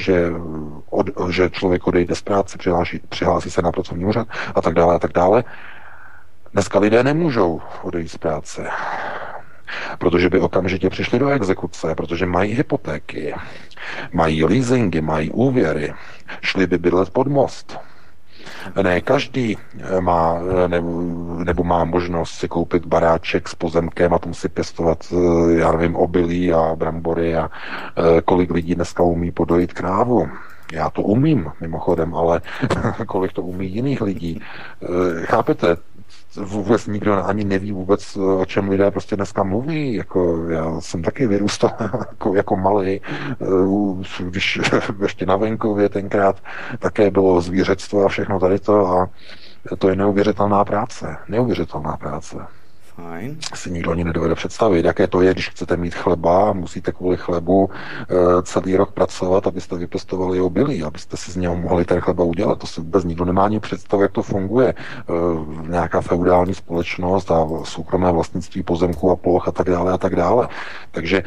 že člověk odejde z práce, přihlásí se na pracovní úřad a tak dále a tak dále. Dneska lidé nemůžou odejít z práce, protože by okamžitě přišli do exekuce, protože mají hypotéky, mají leasingy, mají úvěry, šli by bydlet pod most. Ne každý má, nebo má možnost si koupit baráček s pozemkem a tomu si pěstovat, já nevím, obilí a brambory a kolik lidí dneska umí podojit krávu. Já to umím, mimochodem, ale kolik to umí jiných lidí. Chápete? Vůbec nikdo ani neví vůbec, o čem lidé prostě dneska mluví. Jako, já jsem taky vyrůstal jako malý, když ještě na venkově tenkrát také bylo zvířectvo a všechno tady to a to je neuvěřitelná práce. Neuvěřitelná práce. Fajn. Si nikdo ani nedovede představit, jaké to je, když chcete mít chleba, musíte kvůli chlebu celý rok pracovat, abyste vypěstovali obilí, abyste si z něho mohli ten chleba udělat. To si vůbec nikdo nemá ani představu, jak to funguje. Nějaká feudální společnost a soukromé vlastnictví pozemků a ploch a tak dále a tak dále. Takže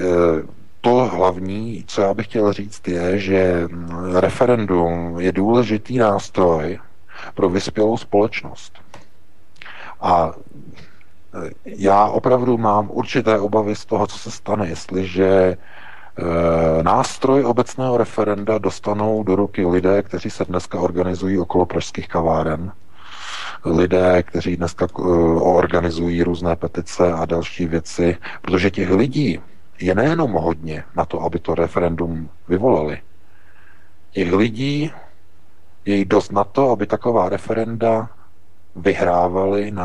to hlavní, co já bych chtěl říct, je, že referendum je důležitý nástroj pro vyspělou společnost. A já opravdu mám určité obavy z toho, co se stane, jestliže nástroj obecného referenda dostanou do ruky lidé, kteří se dneska organizují okolo pražských kaváren, lidé, kteří dneska organizují různé petice a další věci, protože těch lidí je nejenom hodně na to, aby to referendum vyvolali. Těch lidí je i dost na to, aby taková referenda vyhrávali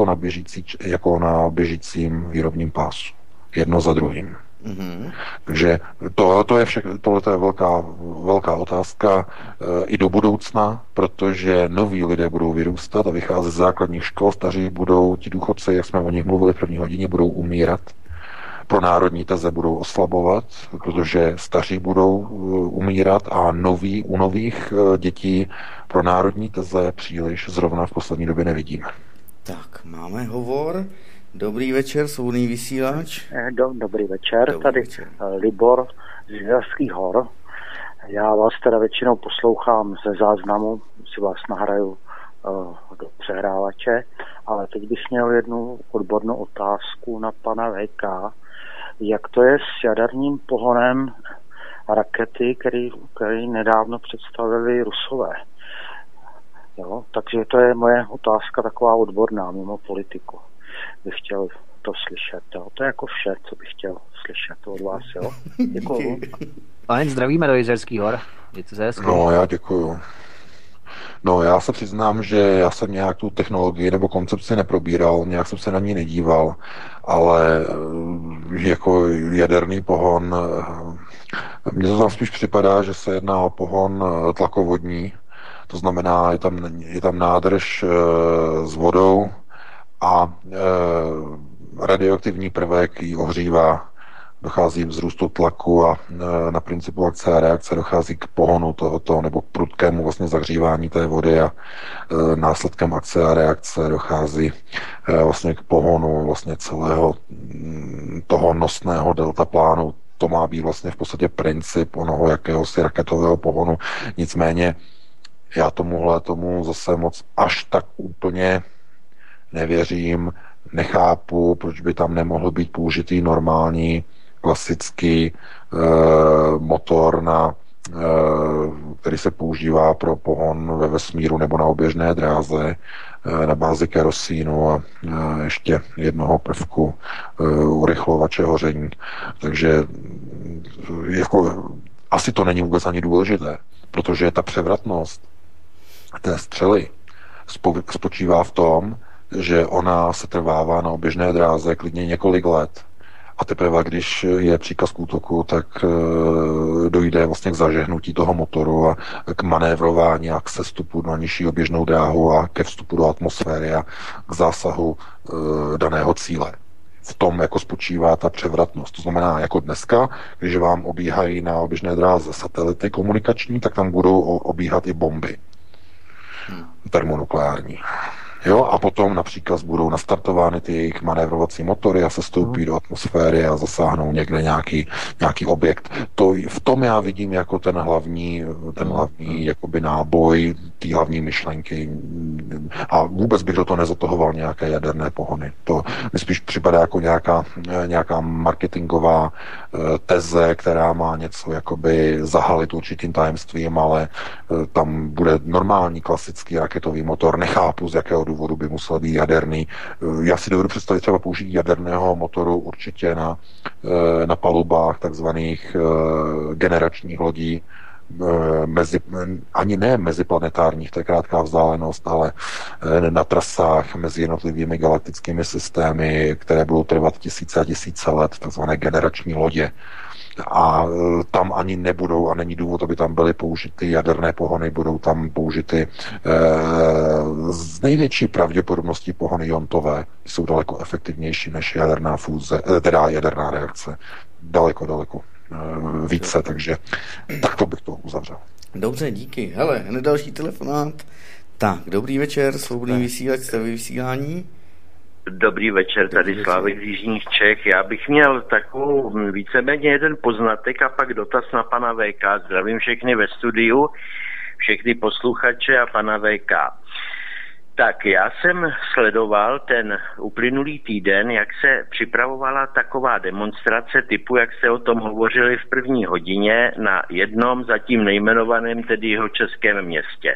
jako na běžícím výrobním pásu. Jedno za druhým. Mm-hmm. Takže tohle je velká otázka i do budoucna, protože noví lidé budou vyrůstat a vycházet z základních škol, staří budou, ti důchodci, jak jsme o nich mluvili v první hodině, budou umírat. Pro národní teze budou oslabovat, protože staří budou umírat a u nových dětí pro národní teze příliš zrovna v poslední době nevidíme. Tak, máme hovor. Dobrý večer, svobodný vysílač. Dobrý večer, tady Libor z Jizerských hor. Já vás teda většinou poslouchám ze záznamu, si vás nahraju do přehrávače, ale teď bych měl jednu odbornou otázku na pana VK. Jak to je s jaderním pohonem rakety, který nedávno představili Rusové? Jo, takže to je moje otázka taková odborná, mimo politiku. Bych chtěl to slyšet. Jo. To je jako vše, co bych chtěl slyšet od vás. Jo. Děkuju. Pane, zdravíme do Jizerských hor. Mějte se hezky. No, já děkuju. No, já se přiznám, že já jsem nějak tu technologii nebo koncepci neprobíral, nějak jsem se na ní nedíval, ale jako jaderný pohon, mně to tam spíš připadá, že se jedná o pohon tlakovodní, to znamená, je tam nádrž s vodou a radioaktivní prvek ji ohřívá, dochází k vzrůstu tlaku a na principu akce a reakce dochází k pohonu tohoto nebo k prudkému vlastně zahřívání té vody a následkem akce a reakce dochází vlastně k pohonu vlastně celého toho nosného deltaplánu. To má být vlastně v podstatě princip onoho jakéhosi raketového pohonu. Nicméně já tomu zase moc až tak úplně nevěřím, nechápu, proč by tam nemohl být použitý normální klasický motor, který se používá pro pohon ve vesmíru nebo na oběžné dráze na bázi kerosínu a ještě jednoho prvku urychlovače hoření. Takže jako, asi to není vůbec ani důležité, protože ta převratnost té střely spočívá v tom, že ona se trvává na oběžné dráze klidně několik let. A teprve, když je příkaz k útoku, tak dojde vlastně k zažehnutí toho motoru a k manévrování a k sestupu na nižší oběžnou dráhu a ke vstupu do atmosféry a k zásahu daného cíle. V tom jako spočívá ta převratnost. To znamená, jako dneska, když vám obíhají na oběžné dráze satelity komunikační, tak tam budou obíhat i bomby termonukleární. Jo, a potom například budou nastartovány ty jejich manévrovací motory a se stoupí do atmosféry a zasáhnou někde nějaký objekt. V tom já vidím jako ten hlavní jakoby náboj té hlavní myšlenky. A vůbec bych do toho nezatahoval nějaké jaderné pohony. To mi spíš připadá jako nějaká marketingová teze, která má něco jakoby zahalit určitým tajemstvím, ale tam bude normální klasický raketový motor. Nechápu, z jakého důvodu by musel být jaderný. Já si dovedu představit třeba použití jaderného motoru určitě na palubách takzvaných generačních lodí, ani ne meziplanetárních, to je krátká vzdálenost, ale na trasách mezi jednotlivými galaktickými systémy, které budou trvat tisíce a tisíce let, takzvané generační lodě. A tam ani nebudou, a není důvod, aby tam byly použity jaderné pohony, budou tam použity z největší pravděpodobností pohony jontové, jsou daleko efektivnější než jaderná fúze, teda jaderná reakce. Daleko více, takže takto bych to uzavřel. Dobře, díky. Hele, hned další telefonát. Tak, dobrý večer, svobodný vysílač, jste ve vysílání? Dobrý večer, tady Slávek z Jižních Čech. Já bych měl takovou víceméně jeden poznatek a pak dotaz na pana VK. Zdravím všechny ve studiu, všechny posluchače a pana VK. Tak, já jsem sledoval ten uplynulý týden, jak se připravovala taková demonstrace typu, jak jste o tom hovořili v první hodině, na jednom zatím nejmenovaném, tedy jihočeském městě.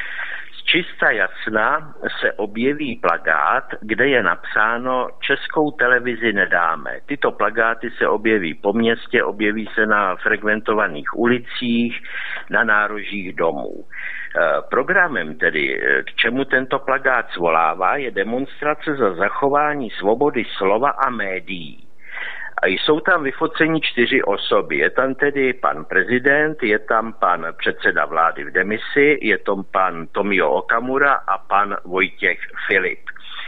Čista jasna se objeví plakát, kde je napsáno Českou televizi nedáme. Tyto plakáty se objeví po městě, objeví se na frekventovaných ulicích, na nárožích domů. Programem tedy, k čemu tento plakát svolává, je demonstrace za zachování svobody slova a médií. A jsou tam vyfoceni 4 osoby. Je tam tedy pan prezident, je tam pan předseda vlády v demisi, je tam pan Tomio Okamura a pan Vojtěch Filip.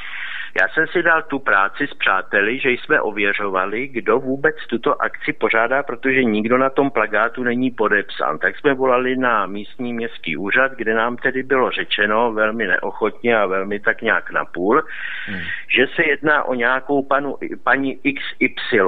Já jsem si dal tu práci s přáteli, že jsme ověřovali, kdo vůbec tuto akci pořádá, protože nikdo na tom plakátu není podepsán. Tak jsme volali na místní městský úřad, kde nám tedy bylo řečeno velmi neochotně a velmi tak nějak napůl, že se jedná o nějakou paní XY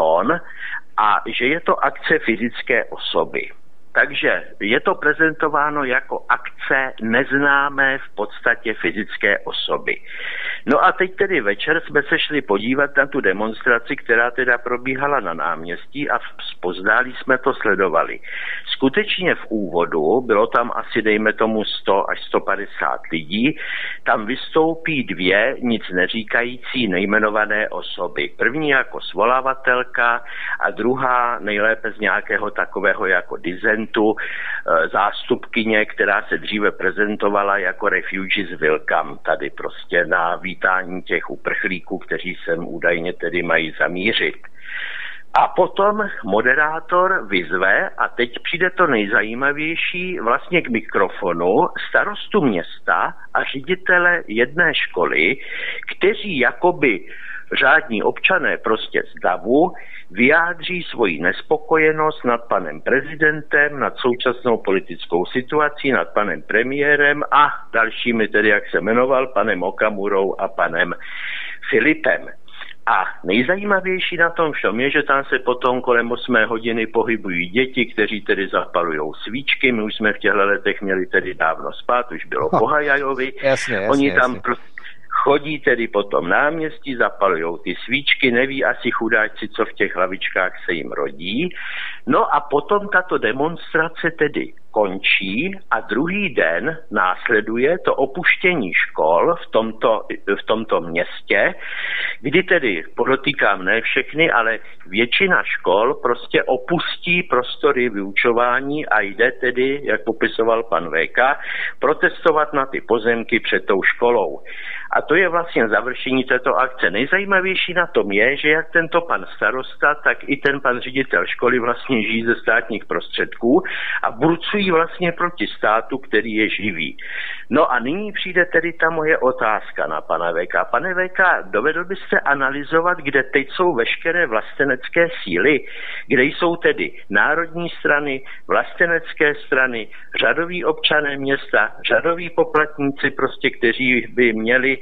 a že je to akce fyzické osoby. Takže je to prezentováno jako akce neznámé v podstatě fyzické osoby. No a teď tedy večer jsme se šli podívat na tu demonstraci, která teda probíhala na náměstí a zpozdálí jsme to sledovali. Skutečně v úvodu, bylo tam asi dejme tomu 100 až 150 lidí, tam vystoupí 2 nic neříkající nejmenované osoby. První jako svolavatelka a druhá nejlépe z nějakého takového jako dizentu, zástupkyně, která se dříve prezentovala jako Refugees Welcome, tady prostě na vítání těch uprchlíků, kteří sem údajně tedy mají zamířit. A potom moderátor vyzve, a teď přijde to nejzajímavější, vlastně k mikrofonu, starostu města a ředitele jedné školy, kteří jakoby řádní občané prostě z davu vyjádří svoji nespokojenost nad panem prezidentem, nad současnou politickou situací, nad panem premiérem a dalšími, tedy jak se jmenoval, panem Okamurou a panem Filipem. A nejzajímavější na tom všem je, že tam se potom kolem 8 hodiny pohybují děti, kteří tedy zapalujou svíčky. My už jsme v těchto letech měli tedy dávno spát, už bylo po Hajajovi. Oni tam chodí tedy po tom náměstí, zapalujou ty svíčky, neví asi chudáci, co v těch hlavičkách se jim rodí. No a potom tato demonstrace tedy končí a druhý den následuje to opuštění škol v tomto městě, kdy tedy, podotýkám ne všechny, ale většina škol prostě opustí prostory vyučování a jde tedy, jak popisoval pan VK, protestovat na ty pozemky před tou školou. A to je vlastně završení této akce. Nejzajímavější na tom je, že jak tento pan starosta, tak i ten pan ředitel školy vlastně žijí ze státních prostředků a burcují vlastně proti státu, který je živý. No a nyní přijde tedy ta moje otázka na pana VK. Pane VK, dovedl byste analyzovat, kde teď jsou veškeré vlastenecké síly, kde jsou tedy národní strany, vlastenecké strany, řadoví občané města, řadoví poplatníci prostě, kteří by měli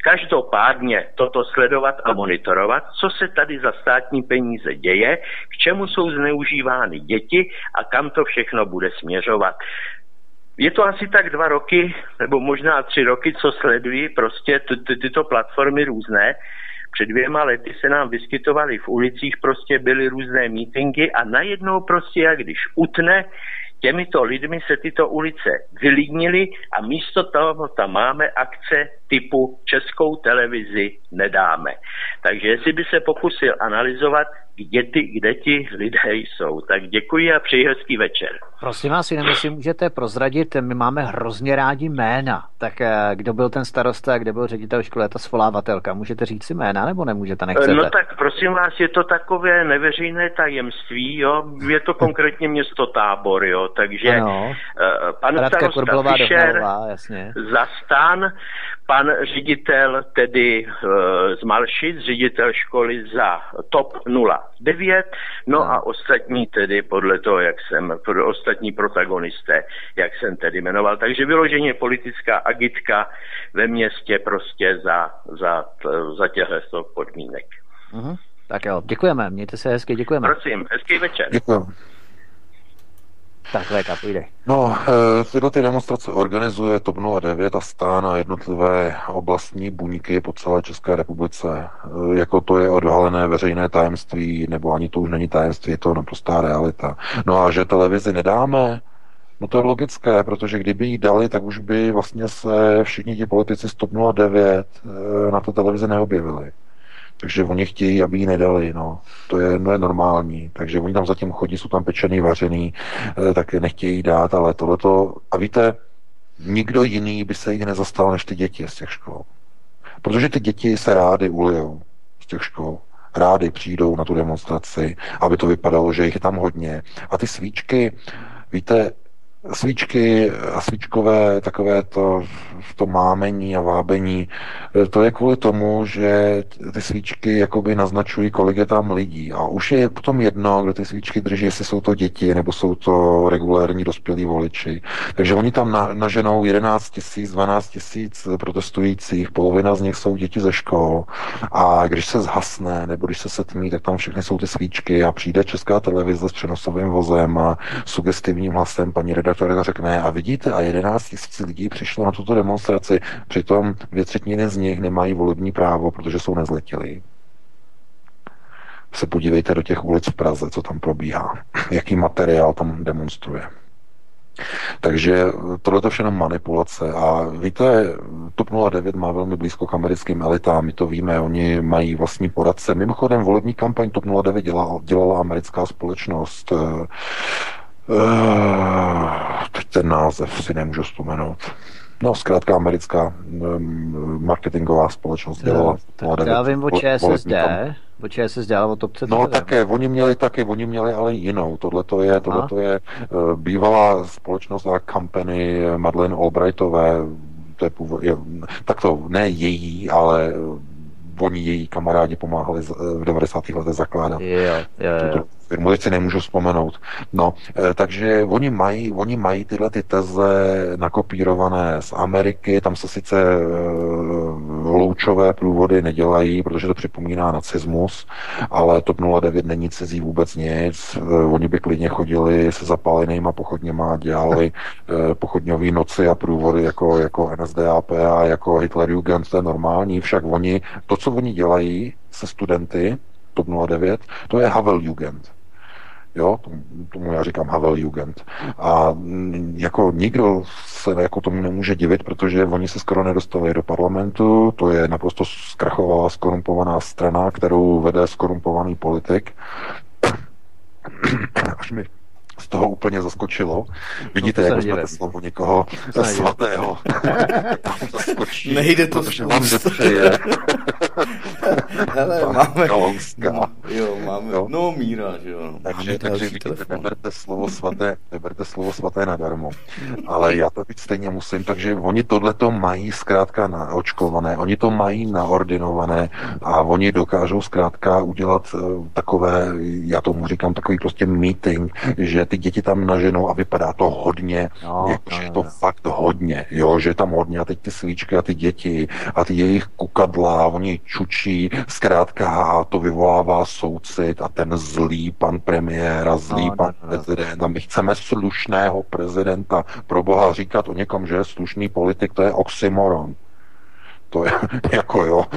každopádně toto sledovat a monitorovat, co se tady za státní peníze děje, k čemu jsou zneužívány děti a kam to všechno bude směřovat. Je to asi tak 2 roky, nebo možná 3 roky, co sledují prostě tyto platformy různé. Před 2 lety se nám vyskytovaly v ulicích, prostě byly různé mítinky a najednou prostě, jak když utne, těmito lidmi se tyto ulice vylidnily a místo toho tam máme akce typu Českou televizi nedáme. Takže jestli by se pokusil analyzovat, kde ti lidé jsou. Tak děkuji a přeji hezký večer. Prosím vás, jenom jestli můžete prozradit, my máme hrozně rádi jména. Tak kdo byl ten starosta a kde byl ředitel školy, ta svolavatelka? Můžete říct si jména, nebo nemůžete, nechcete? No tak prosím vás, je to takové neveřejné tajemství, jo. Je to konkrétně město Tábor, jo. Takže pan Radka starosta Fischer jasně. za STAN, pan ředitel tedy z Malšic, ředitel školy za TOP 09, a ostatní tedy podle toho, ostatní protagonisté, jak jsem tedy jmenoval. Takže vyloženě politická agitka ve městě prostě za těchto podmínek. Tak jo, děkujeme, mějte se hezky, děkujeme. Prosím, hezký večer. Děkuji. Tak VK, půjde. No, tyhle ty demonstrace organizuje TOP 09 a STAN a jednotlivé oblastní buňky po celé České republice. Jako to je odhalené veřejné tajemství, nebo ani to už není tajemství, je to naprostá realita. No a že televizi nedáme, no to je logické, protože kdyby ji dali, tak už by vlastně se všichni ti politici z TOP 09 na té televizi neobjevili. Takže oni chtějí, aby ji nedali, no. To je normální. Takže oni tam zatím chodí, jsou tam pečený, vařený, tak je nechtějí dát, ale tohleto... A víte, nikdo jiný by se jich nezastal než ty děti z těch škol. Protože ty děti se rády ulijou z těch škol. Rády přijdou na tu demonstraci, aby to vypadalo, že jich je tam hodně. A ty svíčky, víte, svíčky a svíčkové takové to mámení a vábení, to je kvůli tomu, že ty svíčky jakoby naznačují, kolik je tam lidí. A už je potom jedno, kdo ty svíčky drží, jestli jsou to děti, nebo jsou to regulérní dospělí voliči. Takže oni tam naženou 11 000, 12 000 protestujících, polovina z nich jsou děti ze škol. A když se zhasne, nebo když se setmí, tak tam všechny jsou ty svíčky a přijde Česká televize s přenosovým vozem a sugestivním hlasem paní redaktorka řekne, a vidíte, a 11 000 lidí přišlo na tuto demonstraci, přitom 2/3 z nich nemají volební právo, protože jsou nezletilí. Se podívejte do těch ulic v Praze, co tam probíhá, jaký materiál tam demonstruje. Takže tohle je všechno manipulace. A víte, TOP 09 má velmi blízko k americkým elitám, my to víme, oni mají vlastní poradce. Mimochodem volební kampaň TOP 09 dělala americká společnost. Teď ten název si nemůžu vzpomenout. No, zkrátka americká marketingová společnost dělala. Tak já vím o ČSSD, ale o TOPce. No také, oni měli ale jinou. Tohle je bývalá společnost a company Madeleine Albrightové, tak to ne její, ale oni její kamarádi pomáhali v 90. letech zakládat. Jo. Firmu, teď si nemůžu vzpomenout. No, takže oni mají tyhle ty teze nakopírované z Ameriky, tam se sice loučové průvody nedělají, protože to připomíná nacismus, ale TOP 09 není cizí vůbec nic. Oni by klidně chodili se zapálenýma pochodněma a dělali pochodňový noci a průvody jako NSDAP a jako Hitlerjugend, to je normální, však to, co oni dělají se studenty TOP 09, to je Haveljugend. Jo, tomu já říkám Haveljugend. A jako nikdo se jako tomu nemůže divit, protože oni se skoro nedostali do parlamentu, to je naprosto zkrachovalá, skorumpovaná strana, kterou vede skorumpovaný politik. Až mi z toho úplně zaskočilo. Vidíte, jak vezmete slovo někoho svatého. Nejde to protože vám nepřeje. Hele, máme... Kalouska. Jo, máme... Jo. No, Míra, že jo. Takže neberte slovo svaté nadarmo. Ale já to víc stejně musím, takže oni tohleto mají zkrátka naočkované, oni to mají naordinované a oni dokážou zkrátka udělat takové, já tomu říkám, takový prostě meeting, že ty děti tam naženou a vypadá to hodně, je to fakt hodně, jo, že tam hodně a teď ty svíčky a ty děti a ty jejich kukadla, oni čučí, zkrátka a to vyvolává soucit a ten zlý pan premiér a zlý pan prezident a my chceme slušného prezidenta. Pro boha říkat o někom, že je slušný politik, to je oxymoron. To je jako jo,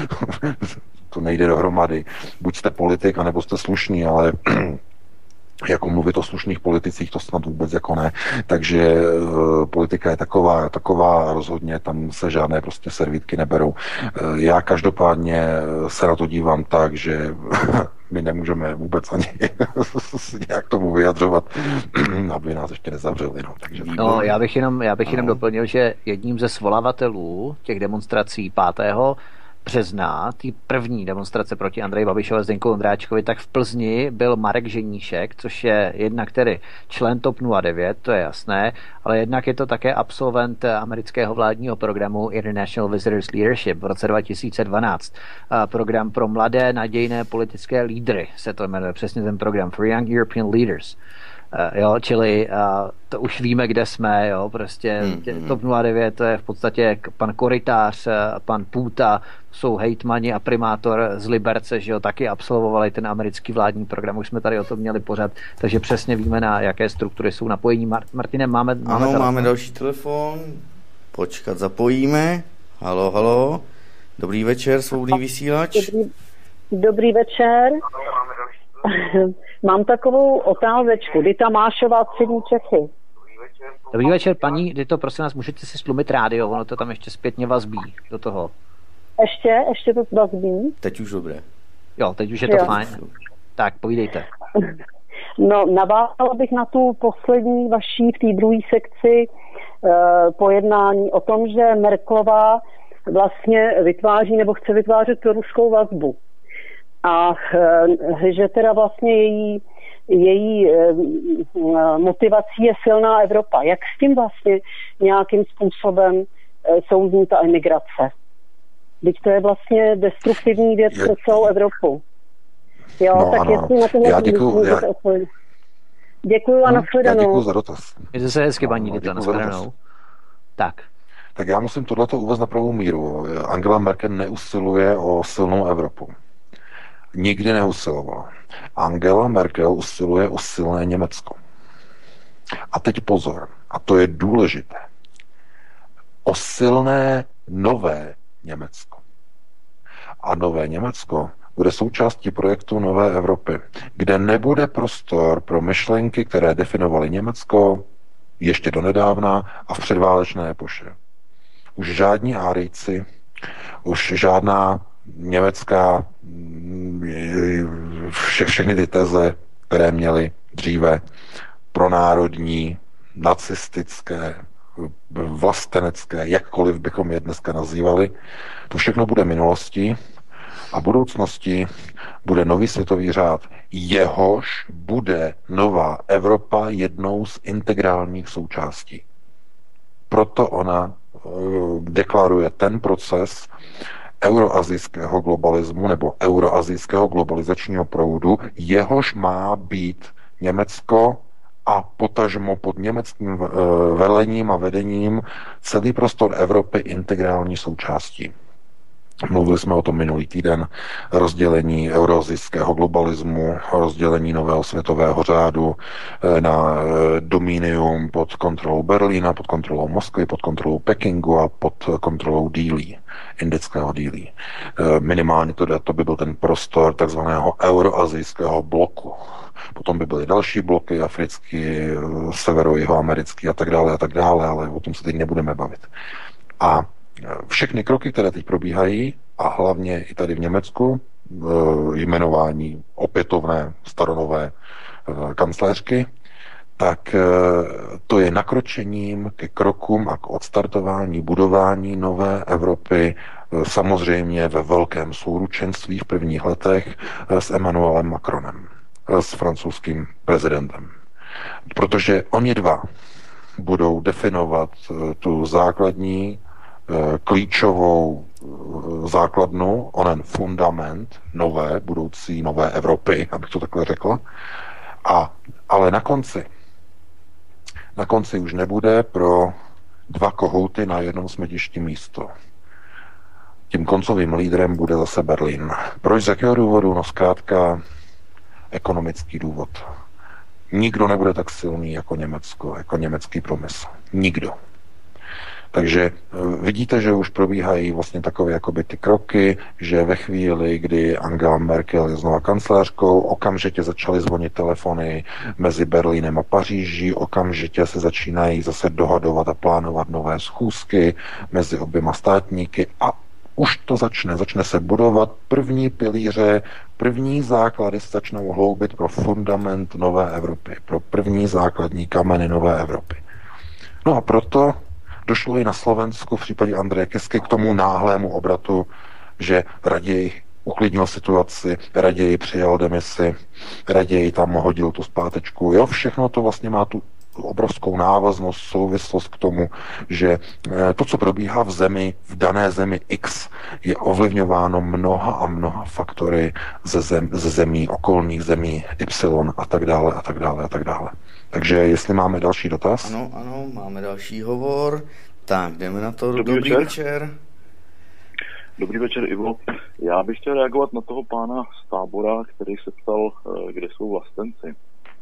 to nejde dohromady. Buď jste politik, anebo jste slušný, ale jako mluvit o slušných politicích, to snad vůbec jako ne. Takže politika je taková rozhodně, tam se žádné prostě servítky neberou. Já každopádně se na to dívám tak, že my nemůžeme vůbec ani nějak tomu vyjadřovat, aby nás ještě nezavřeli. No. Takže... No, já bych jenom doplnil, že jedním ze svolavatelů těch demonstrací 5. března, té první demonstrace proti Andreji Babišovi a Zdeňku Ondráčkovi, tak v Plzni byl Marek Ženíšek, což je jednak tedy člen TOP 09, to je jasné, ale jednak je to také absolvent amerického vládního programu International Visitors Leadership v roce 2012. Program pro mladé nadějné politické lídry se to jmenuje, přesně ten program, for Young European Leaders. Jo, čili to už víme, kde jsme, jo, prostě TOP 09 to je v podstatě pan Korytář, pan Půta, jsou hejtmani a primátor z Liberce, že jo, taky absolvovali ten americký vládní program, už jsme tady o tom měli pořád, takže přesně víme, na jaké struktury jsou napojení. Martine, máme máme další telefon, počkat, zapojíme. Halo, dobrý večer, svobodný vysílač. Dobrý večer. Mám takovou otázečku. Dita Mášová, Střední Čechy. Dobrý večer, paní Dito, prosím nás, můžete si stlumit rádio, ono to tam ještě zpětně vazbí do toho. Ještě to vazbí? Teď už dobré. Jo, teď už je to fajn. Tak, povídejte. No, navázala bych na tu poslední vaší v té druhé sekci pojednání o tom, že Merkelová vlastně vytváří nebo chce vytvářet proruskou vazbu. A že teda vlastně její motivací je silná Evropa. Jak s tím vlastně nějakým způsobem souzní ta emigrace? Teď to je vlastně destruktivní věc pro celou Evropu. Jo, no, tak ano. Jestli na tomhle můžete odpovědět. Děkuju a nashledanou. Děkuju za dotaz. Mějte se hezky, paní Dito, nashledanou. Tak já musím tohleto uvést na pravou míru. Angela Merkel neusiluje o silnou Evropu. Nikdy neusilovala. Angela Merkel usiluje o silné Německo. A teď pozor, a to je důležité. O silné nové Německo. A nové Německo bude součástí projektu Nové Evropy, kde nebude prostor pro myšlenky, které definovaly Německo ještě donedávna a v předválečné epoše. Už žádní Árijci, už žádná německá všechny ty teze, které měly dříve pronárodní, nacistické, vlastenecké, jakkoliv bychom je dneska nazývali, to všechno bude minulostí a budoucnosti bude nový světový řád. Jehož bude nová Evropa jednou z integrálních součástí. Proto ona deklaruje ten proces euroazijského globalismu nebo euroazijského globalizačního proudu, jehož má být Německo a potažmo pod německým velením a vedením celý prostor Evropy integrální součástí. Mluvili jsme o tom minulý týden, rozdělení euroazijského globalismu, rozdělení nového světového řádu na dominium pod kontrolou Berlína, pod kontrolou Moskvy, pod kontrolou Pekingu a pod kontrolou Dílí, indického Dílí. Minimálně to by byl ten prostor takzvaného euroazijského bloku. Potom by byly další bloky, africký, severo-jihoamerický a tak dále, ale o tom se teď nebudeme bavit. A všechny kroky, které teď probíhají, a hlavně i tady v Německu, jmenování opětovné staronové kancléřky, tak to je nakročením ke krokům a k odstartování budování nové Evropy, samozřejmě ve velkém souručenství v prvních letech s Emmanuelem Macronem, s francouzským prezidentem. Protože oni dva budou definovat tu základní, klíčovou základnu, onen fundament budoucí nové Evropy, abych to takhle řekl. Ale na konci už nebude pro dva kohouty na jednom smetišti místo. Tím koncovým lídrem bude zase Berlín. Proč, z jakého důvodu? No zkrátka ekonomický důvod. Nikdo nebude tak silný jako Německo, jako německý průmysl. Nikdo. Takže vidíte, že už probíhají vlastně takové jakoby ty kroky, že ve chvíli, kdy Angela Merkel je znova kancléřkou, okamžitě začaly zvonit telefony mezi Berlínem a Paříží, okamžitě se začínají zase dohadovat a plánovat nové schůzky mezi oběma státníky a už to začne se budovat první pilíře, první základy se začnou hloubit pro fundament nové Evropy, pro první základní kameny nové Evropy. No a proto došlo i na Slovensku v případě Andreje Kisky k tomu náhlému obratu, že raději uklidnil situaci, raději přijal demisi, raději tam hodil tu zpátečku. Jo, všechno to vlastně má tu obrovskou návaznost, souvislost k tomu, že to, co probíhá v dané zemi X, je ovlivňováno mnoha a mnoha faktory ze zemí, okolních zemí Y a tak dále, a tak dále, a tak dále. Takže jestli máme další dotaz? Ano, máme další hovor. Tak, jdeme na to. Dobrý večer. Dobrý večer, Ivo. Já bych chtěl reagovat na toho pána z Tábora, který se ptal, kde jsou vlastenci.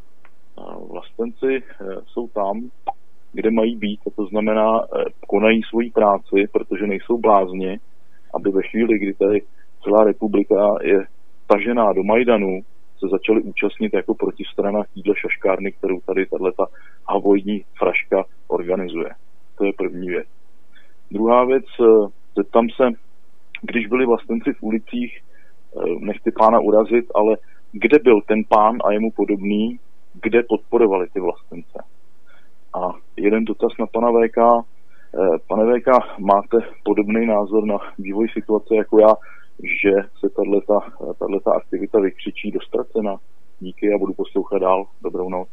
Vlastenci jsou tam, kde mají být, a to znamená, konají svoji práci, protože nejsou blázni, aby ve chvíli, kdy tady celá republika je tažená do Majdanu, se začali účastnit jako protistrana týhle šaškárny, kterou tady tato havoidní fraška organizuje. To je první věc. Druhá věc, zeptám se, když byli vlastenci v ulicích, nechci pána urazit, ale kde byl ten pán a jemu podobný, kde podporovali ty vlastence? A jeden dotaz na pana VK. Pane VK, máte podobný názor na vývoj situace jako já, že se tato aktivita vykřičí do ztracena? Díky a budu poslouchat dál. Dobrou noc.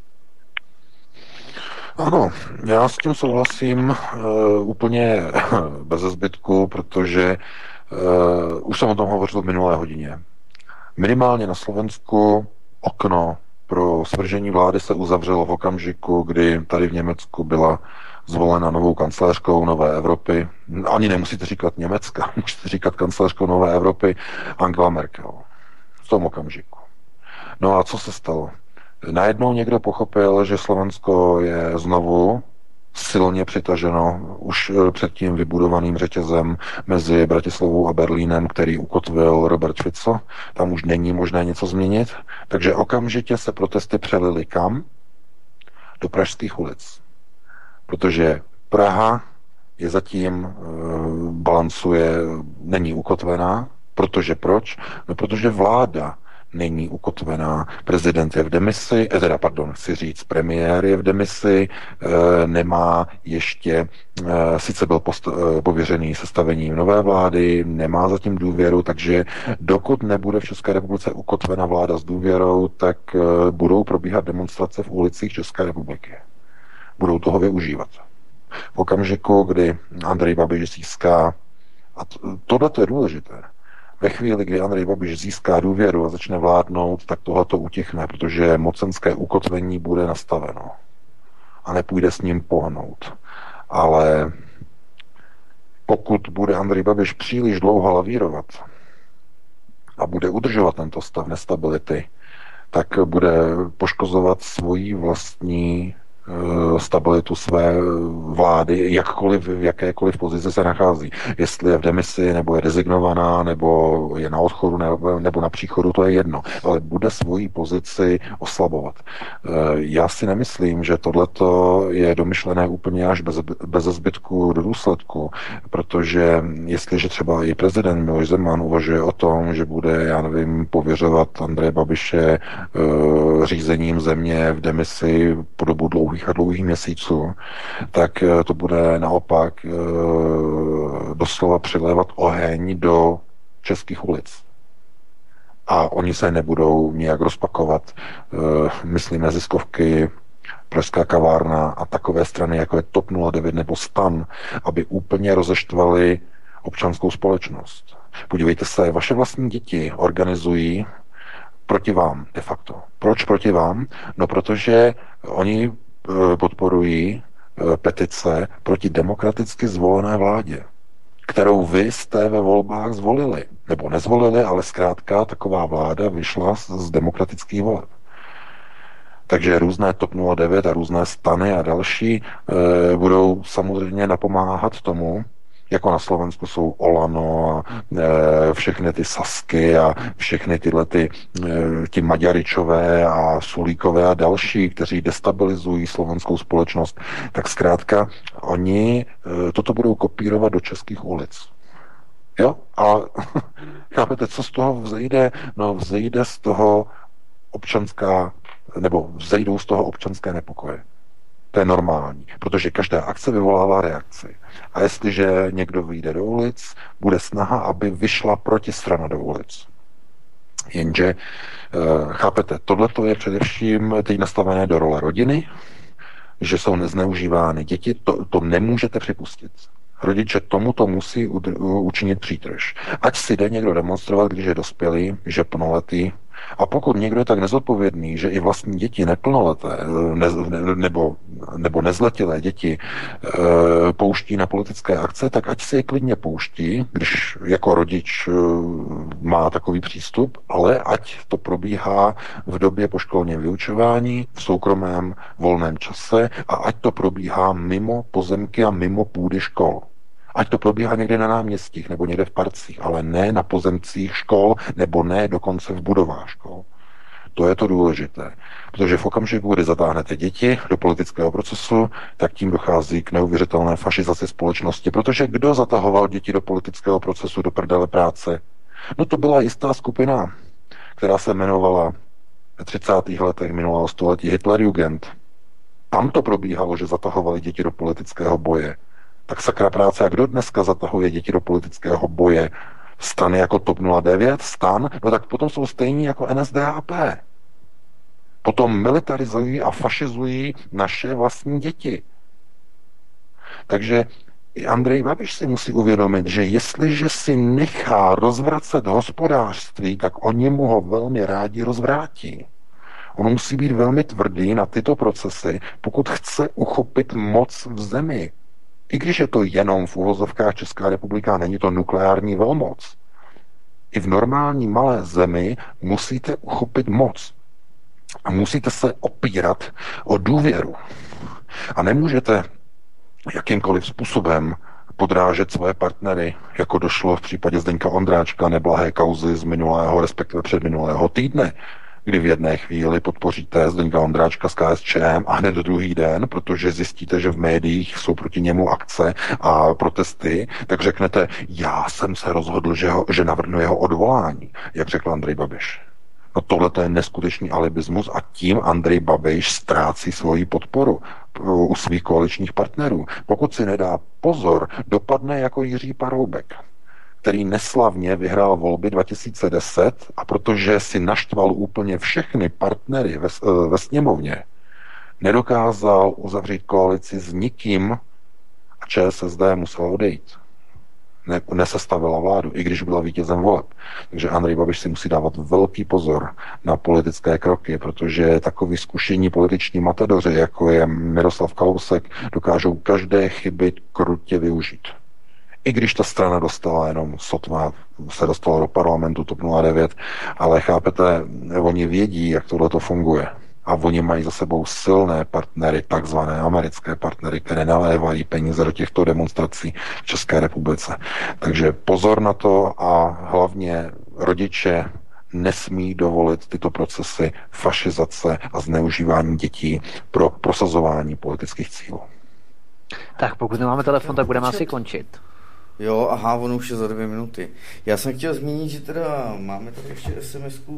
Ano, já s tím souhlasím úplně bez zbytku, protože už jsem o tom hovořil v minulé hodině. Minimálně na Slovensku okno pro svržení vlády se uzavřelo v okamžiku, kdy tady v Německu byla zvolena novou kancléřkou Nové Evropy. Ani nemusíte říkat Německa, můžete říkat kancléřkou Nové Evropy Angela Merkel. V tom okamžiku. No a co se stalo? Najednou někdo pochopil, že Slovensko je znovu silně přitaženo už předtím vybudovaným řetězem mezi Bratislavou a Berlínem, který ukotvil Robert Fico. Tam už není možné něco změnit. Takže okamžitě se protesty přelily kam? Do pražských ulic. Protože Praha je zatím balancuje, není ukotvená. Protože proč? No protože vláda není ukotvená. Prezident je v demisi, premiér je v demisi, nemá ještě, sice byl pověřený sestavením nové vlády, nemá zatím důvěru, takže dokud nebude v České republice ukotvena vláda s důvěrou, tak budou probíhat demonstrace v ulicích České republiky. Budou toho využívat. V okamžiku, kdy Andrej Babiš získá, a tohle je důležité, ve chvíli, kdy Andrej Babiš získá důvěru a začne vládnout, tak tohle to utichne, protože mocenské ukotvení bude nastaveno a nepůjde s ním pohnout. Ale pokud bude Andrej Babiš příliš dlouho lavírovat a bude udržovat tento stav nestability, tak bude poškozovat svoji vlastní stabilitu své vlády, jakkoliv, v jakékoliv pozici se nachází. Jestli je v demisi, nebo je rezignovaná, nebo je na odchodu, nebo na příchodu, to je jedno. Ale bude svoji pozici oslabovat. Já si nemyslím, že tohleto je domyšlené úplně až bez zbytku do důsledku, protože jestliže třeba i prezident Miloš Zeman uvažuje o tom, že bude, já nevím, pověřovat Andreje Babiše řízením země v demisi po dobu dlouhých měsíců, tak to bude naopak doslova přilévat oheň do českých ulic. A oni se nebudou nijak rozpakovat, myslím, neziskovky, Pražská kavárna a takové strany, jako je TOP 09 nebo STAN, aby úplně rozeštvali občanskou společnost. Podívejte se, vaše vlastní děti organizují proti vám de facto. Proč proti vám? No, protože oni podporují petice proti demokraticky zvolené vládě, kterou vy jste ve volbách zvolili. Nebo nezvolili, ale zkrátka taková vláda vyšla z demokratických voleb. Takže různé TOP 09 a různé stany a další budou samozřejmě napomáhat tomu, jako na Slovensku jsou Olano a všechny ty Sasky a všechny tyhle ti Maďaričové a Sulíkové a další, kteří destabilizují slovenskou společnost, tak zkrátka oni toto budou kopírovat do českých ulic. Jo? A chápete, co z toho vzejde? No, vzejde z toho vzejdou z toho občanské nepokoje. To je normální, protože každá akce vyvolává reakci. A jestliže někdo vyjde do ulic, bude snaha, aby vyšla protistrana do ulic. Jenže, chápete, tohleto je především teď nastavené do role rodiny, že jsou nezneužívány děti, to nemůžete připustit. Rodiče tomuto musí učinit přítrž. Ať si jde někdo demonstrovat, když je dospělý, že plnoletý, a pokud někdo je tak nezodpovědný, že i vlastní děti neplnoleté nebo nezletilé děti pouští na politické akce, tak ať si je klidně pouští, když jako rodič má takový přístup, ale ať to probíhá v době poškolního vyučování, v soukromém volném čase a ať to probíhá mimo pozemky a mimo půdy škol. Ať to probíhá někde na náměstích nebo někde v parcích, ale ne na pozemcích škol nebo ne dokonce v budovách škol. To je to důležité. Protože v okamžiku, kdy zatáhnete děti do politického procesu, tak tím dochází k neuvěřitelné fašizaci společnosti. Protože kdo zatahoval děti do politického procesu, do prdele práce? No to byla jistá skupina, která se jmenovala v 30. letech minulého století Hitlerjugend. Tam to probíhalo, že zatahovali děti do politického boje. Tak sakra práce, a kdo dneska zatahuje děti do politického boje? Strany jako TOP 09, STAN, no tak potom jsou stejní jako NSDAP. Potom militarizují a fašizují naše vlastní děti. Takže i Andrej Babiš si musí uvědomit, že jestliže si nechá rozvracet hospodářství, tak oni mu ho velmi rádi rozvrátí. On musí být velmi tvrdý na tyto procesy, pokud chce uchopit moc v zemi. I když je to jenom v uvozovkách Česká republika, není to nukleární velmoc. I v normální malé zemi musíte uchopit moc. A musíte se opírat o důvěru. A nemůžete jakýmkoliv způsobem podrážet své partnery, jako došlo v případě Zdeňka Ondráčka, neblahé kauzy z minulého, respektive předminulého týdne, kdy v jedné chvíli podpoříte Zdeňka Ondráčka s KSČM a hned druhý den, protože zjistíte, že v médiích jsou proti němu akce a protesty, tak řeknete, já jsem se rozhodl, že navrhnu jeho odvolání, jak řekl Andrej Babiš. No tohle je neskutečný alibismus a tím Andrej Babiš ztrácí svoji podporu u svých koaličních partnerů. Pokud si nedá pozor, dopadne jako Jiří Paroubek, který neslavně vyhrál volby 2010 a protože si naštval úplně všechny partnery ve sněmovně, nedokázal uzavřít koalici s nikým a ČSSD musela odejít. Nesestavila vládu, i když byla vítězem voleb. Takže Andrej Babiš si musí dávat velký pozor na politické kroky, protože takový zkušení političní matadoři, jako je Miroslav Kalousek, dokážou každé chyby krutě využít. I když ta strana dostala jenom sotva, se dostala do parlamentu TOP 09, ale chápete, oni vědí, jak tohle to funguje. A oni mají za sebou silné partnery, takzvané americké partnery, které nalévají peníze do těchto demonstrací v České republice. Takže pozor na to a hlavně rodiče nesmí dovolit tyto procesy fašizace a zneužívání dětí pro prosazování politických cílů. Tak pokud nemáme telefon, tak budeme asi končit. Jo, aha, ono už je za 2 minuty. Já jsem chtěl zmínit, že teda máme tady ještě SMS-ku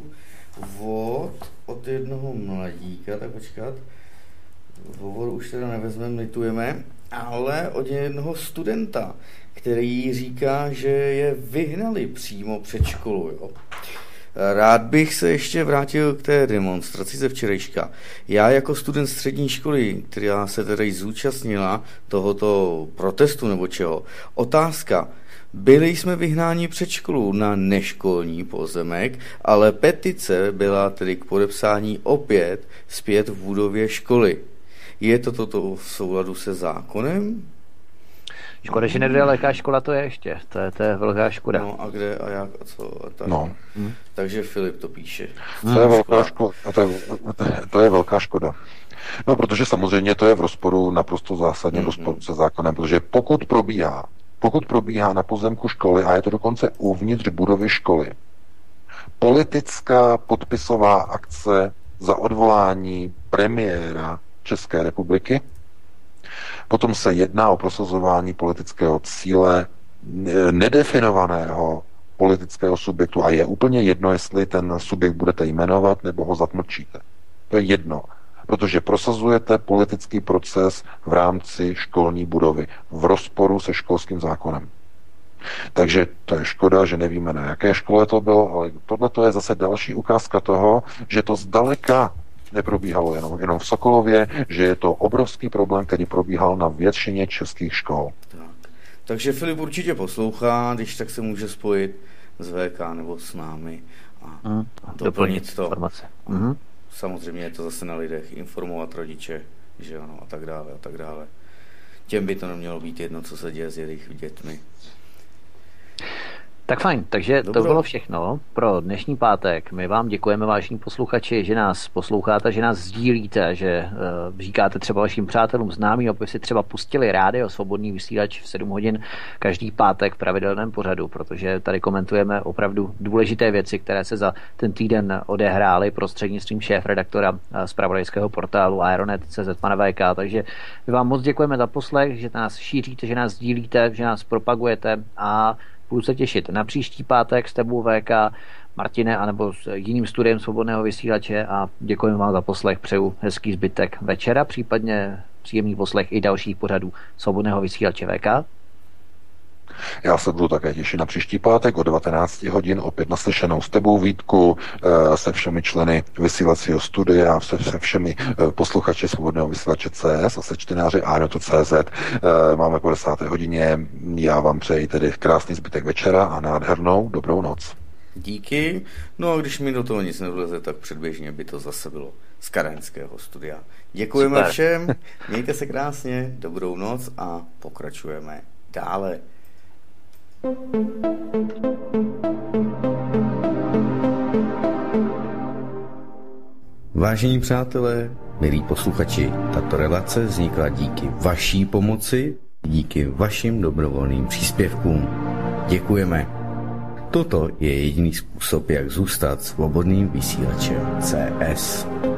od jednoho mladíka, tak počkat. Hovor už teda nevezmeme, litujeme, ale od jednoho studenta, který říká, že je vyhnali přímo před školu, jo. Rád bych se ještě vrátil k té demonstraci ze včerejška. Já jako student střední školy, která se tedy zúčastnila tohoto protestu nebo čeho, otázka. Byli jsme vyhnáni před školu na neškolní pozemek, ale petice byla tedy k podepsání opět zpět v budově školy. Je to toto v souladu se zákonem? Škoda, že nedojela jaká škola to je ještě. To je velká škoda. No a kde a jak a co? A tak. No. Takže Filip to píše. To je velká škoda. To je velká škoda. No, protože samozřejmě to je v rozporu, naprosto zásadně v rozporu se zákonem, protože pokud probíhá na pozemku školy, a je to dokonce uvnitř budovy školy, politická podpisová akce za odvolání premiéra České republiky, potom se jedná o prosazování politického cíle nedefinovaného politického subjektu a je úplně jedno, jestli ten subjekt budete jmenovat nebo ho zatmlčíte. To je jedno, protože prosazujete politický proces v rámci školní budovy v rozporu se školským zákonem. Takže to je škoda, že nevíme, na jaké škole to bylo, ale tohle je zase další ukázka toho, že to zdaleka neprobíhalo jenom v Sokolově, že je to obrovský problém, který probíhal na většině českých škol. Takže Filip určitě poslouchá, když tak se může spojit s VK nebo s námi a doplnit to. Samozřejmě je to zase na lidech, informovat rodiče, že ano, a tak dále, a tak dále. Těm by to nemělo být jedno, co se děje s jejich dětmi. Tak fajn, takže to bylo všechno pro dnešní pátek. My vám děkujeme, vážení posluchači, že nás posloucháte, že nás sdílíte, že říkáte třeba vašim přátelům, známým, aby si třeba pustili rádio Svobodný vysílač v 7 hodin každý pátek v pravidelném pořadu, protože tady komentujeme opravdu důležité věci, které se za ten týden odehrály prostřednictvím šéfredaktora zpravodajského portálu Aeronet.cz pana VK. Takže my vám moc děkujeme za poslech, že nás šíříte, že nás sdílíte, že nás propagujete a budu se těšit na příští pátek s tebou VK, Martine, anebo s jiným studiem Svobodného vysílače a děkujeme vám za poslech, přeju hezký zbytek večera, případně příjemný poslech i dalších pořadů Svobodného vysílače VK. Já se budu také těšit na příští pátek o 19 hodin, opět naslyšenou s tebou, Vítku, se všemi členy vysílacího studia, se všemi posluchači Svobodného vysílače CS a se čtenáři Aeronetu.cz. Máme po 10. hodině. Já vám přeji tedy krásný zbytek večera a nádhernou dobrou noc. Díky. No a když mi do toho nic nevleze, tak předběžně by to zase bylo z karenského studia. Děkujeme všem, mějte se krásně, dobrou noc a pokračujeme dále. Vážení přátelé, milí posluchači, tato relace vznikla díky vaší pomoci, díky vašim dobrovolným příspěvkům. Děkujeme. Toto je jediný způsob, jak zůstat svobodným vysílačem CS.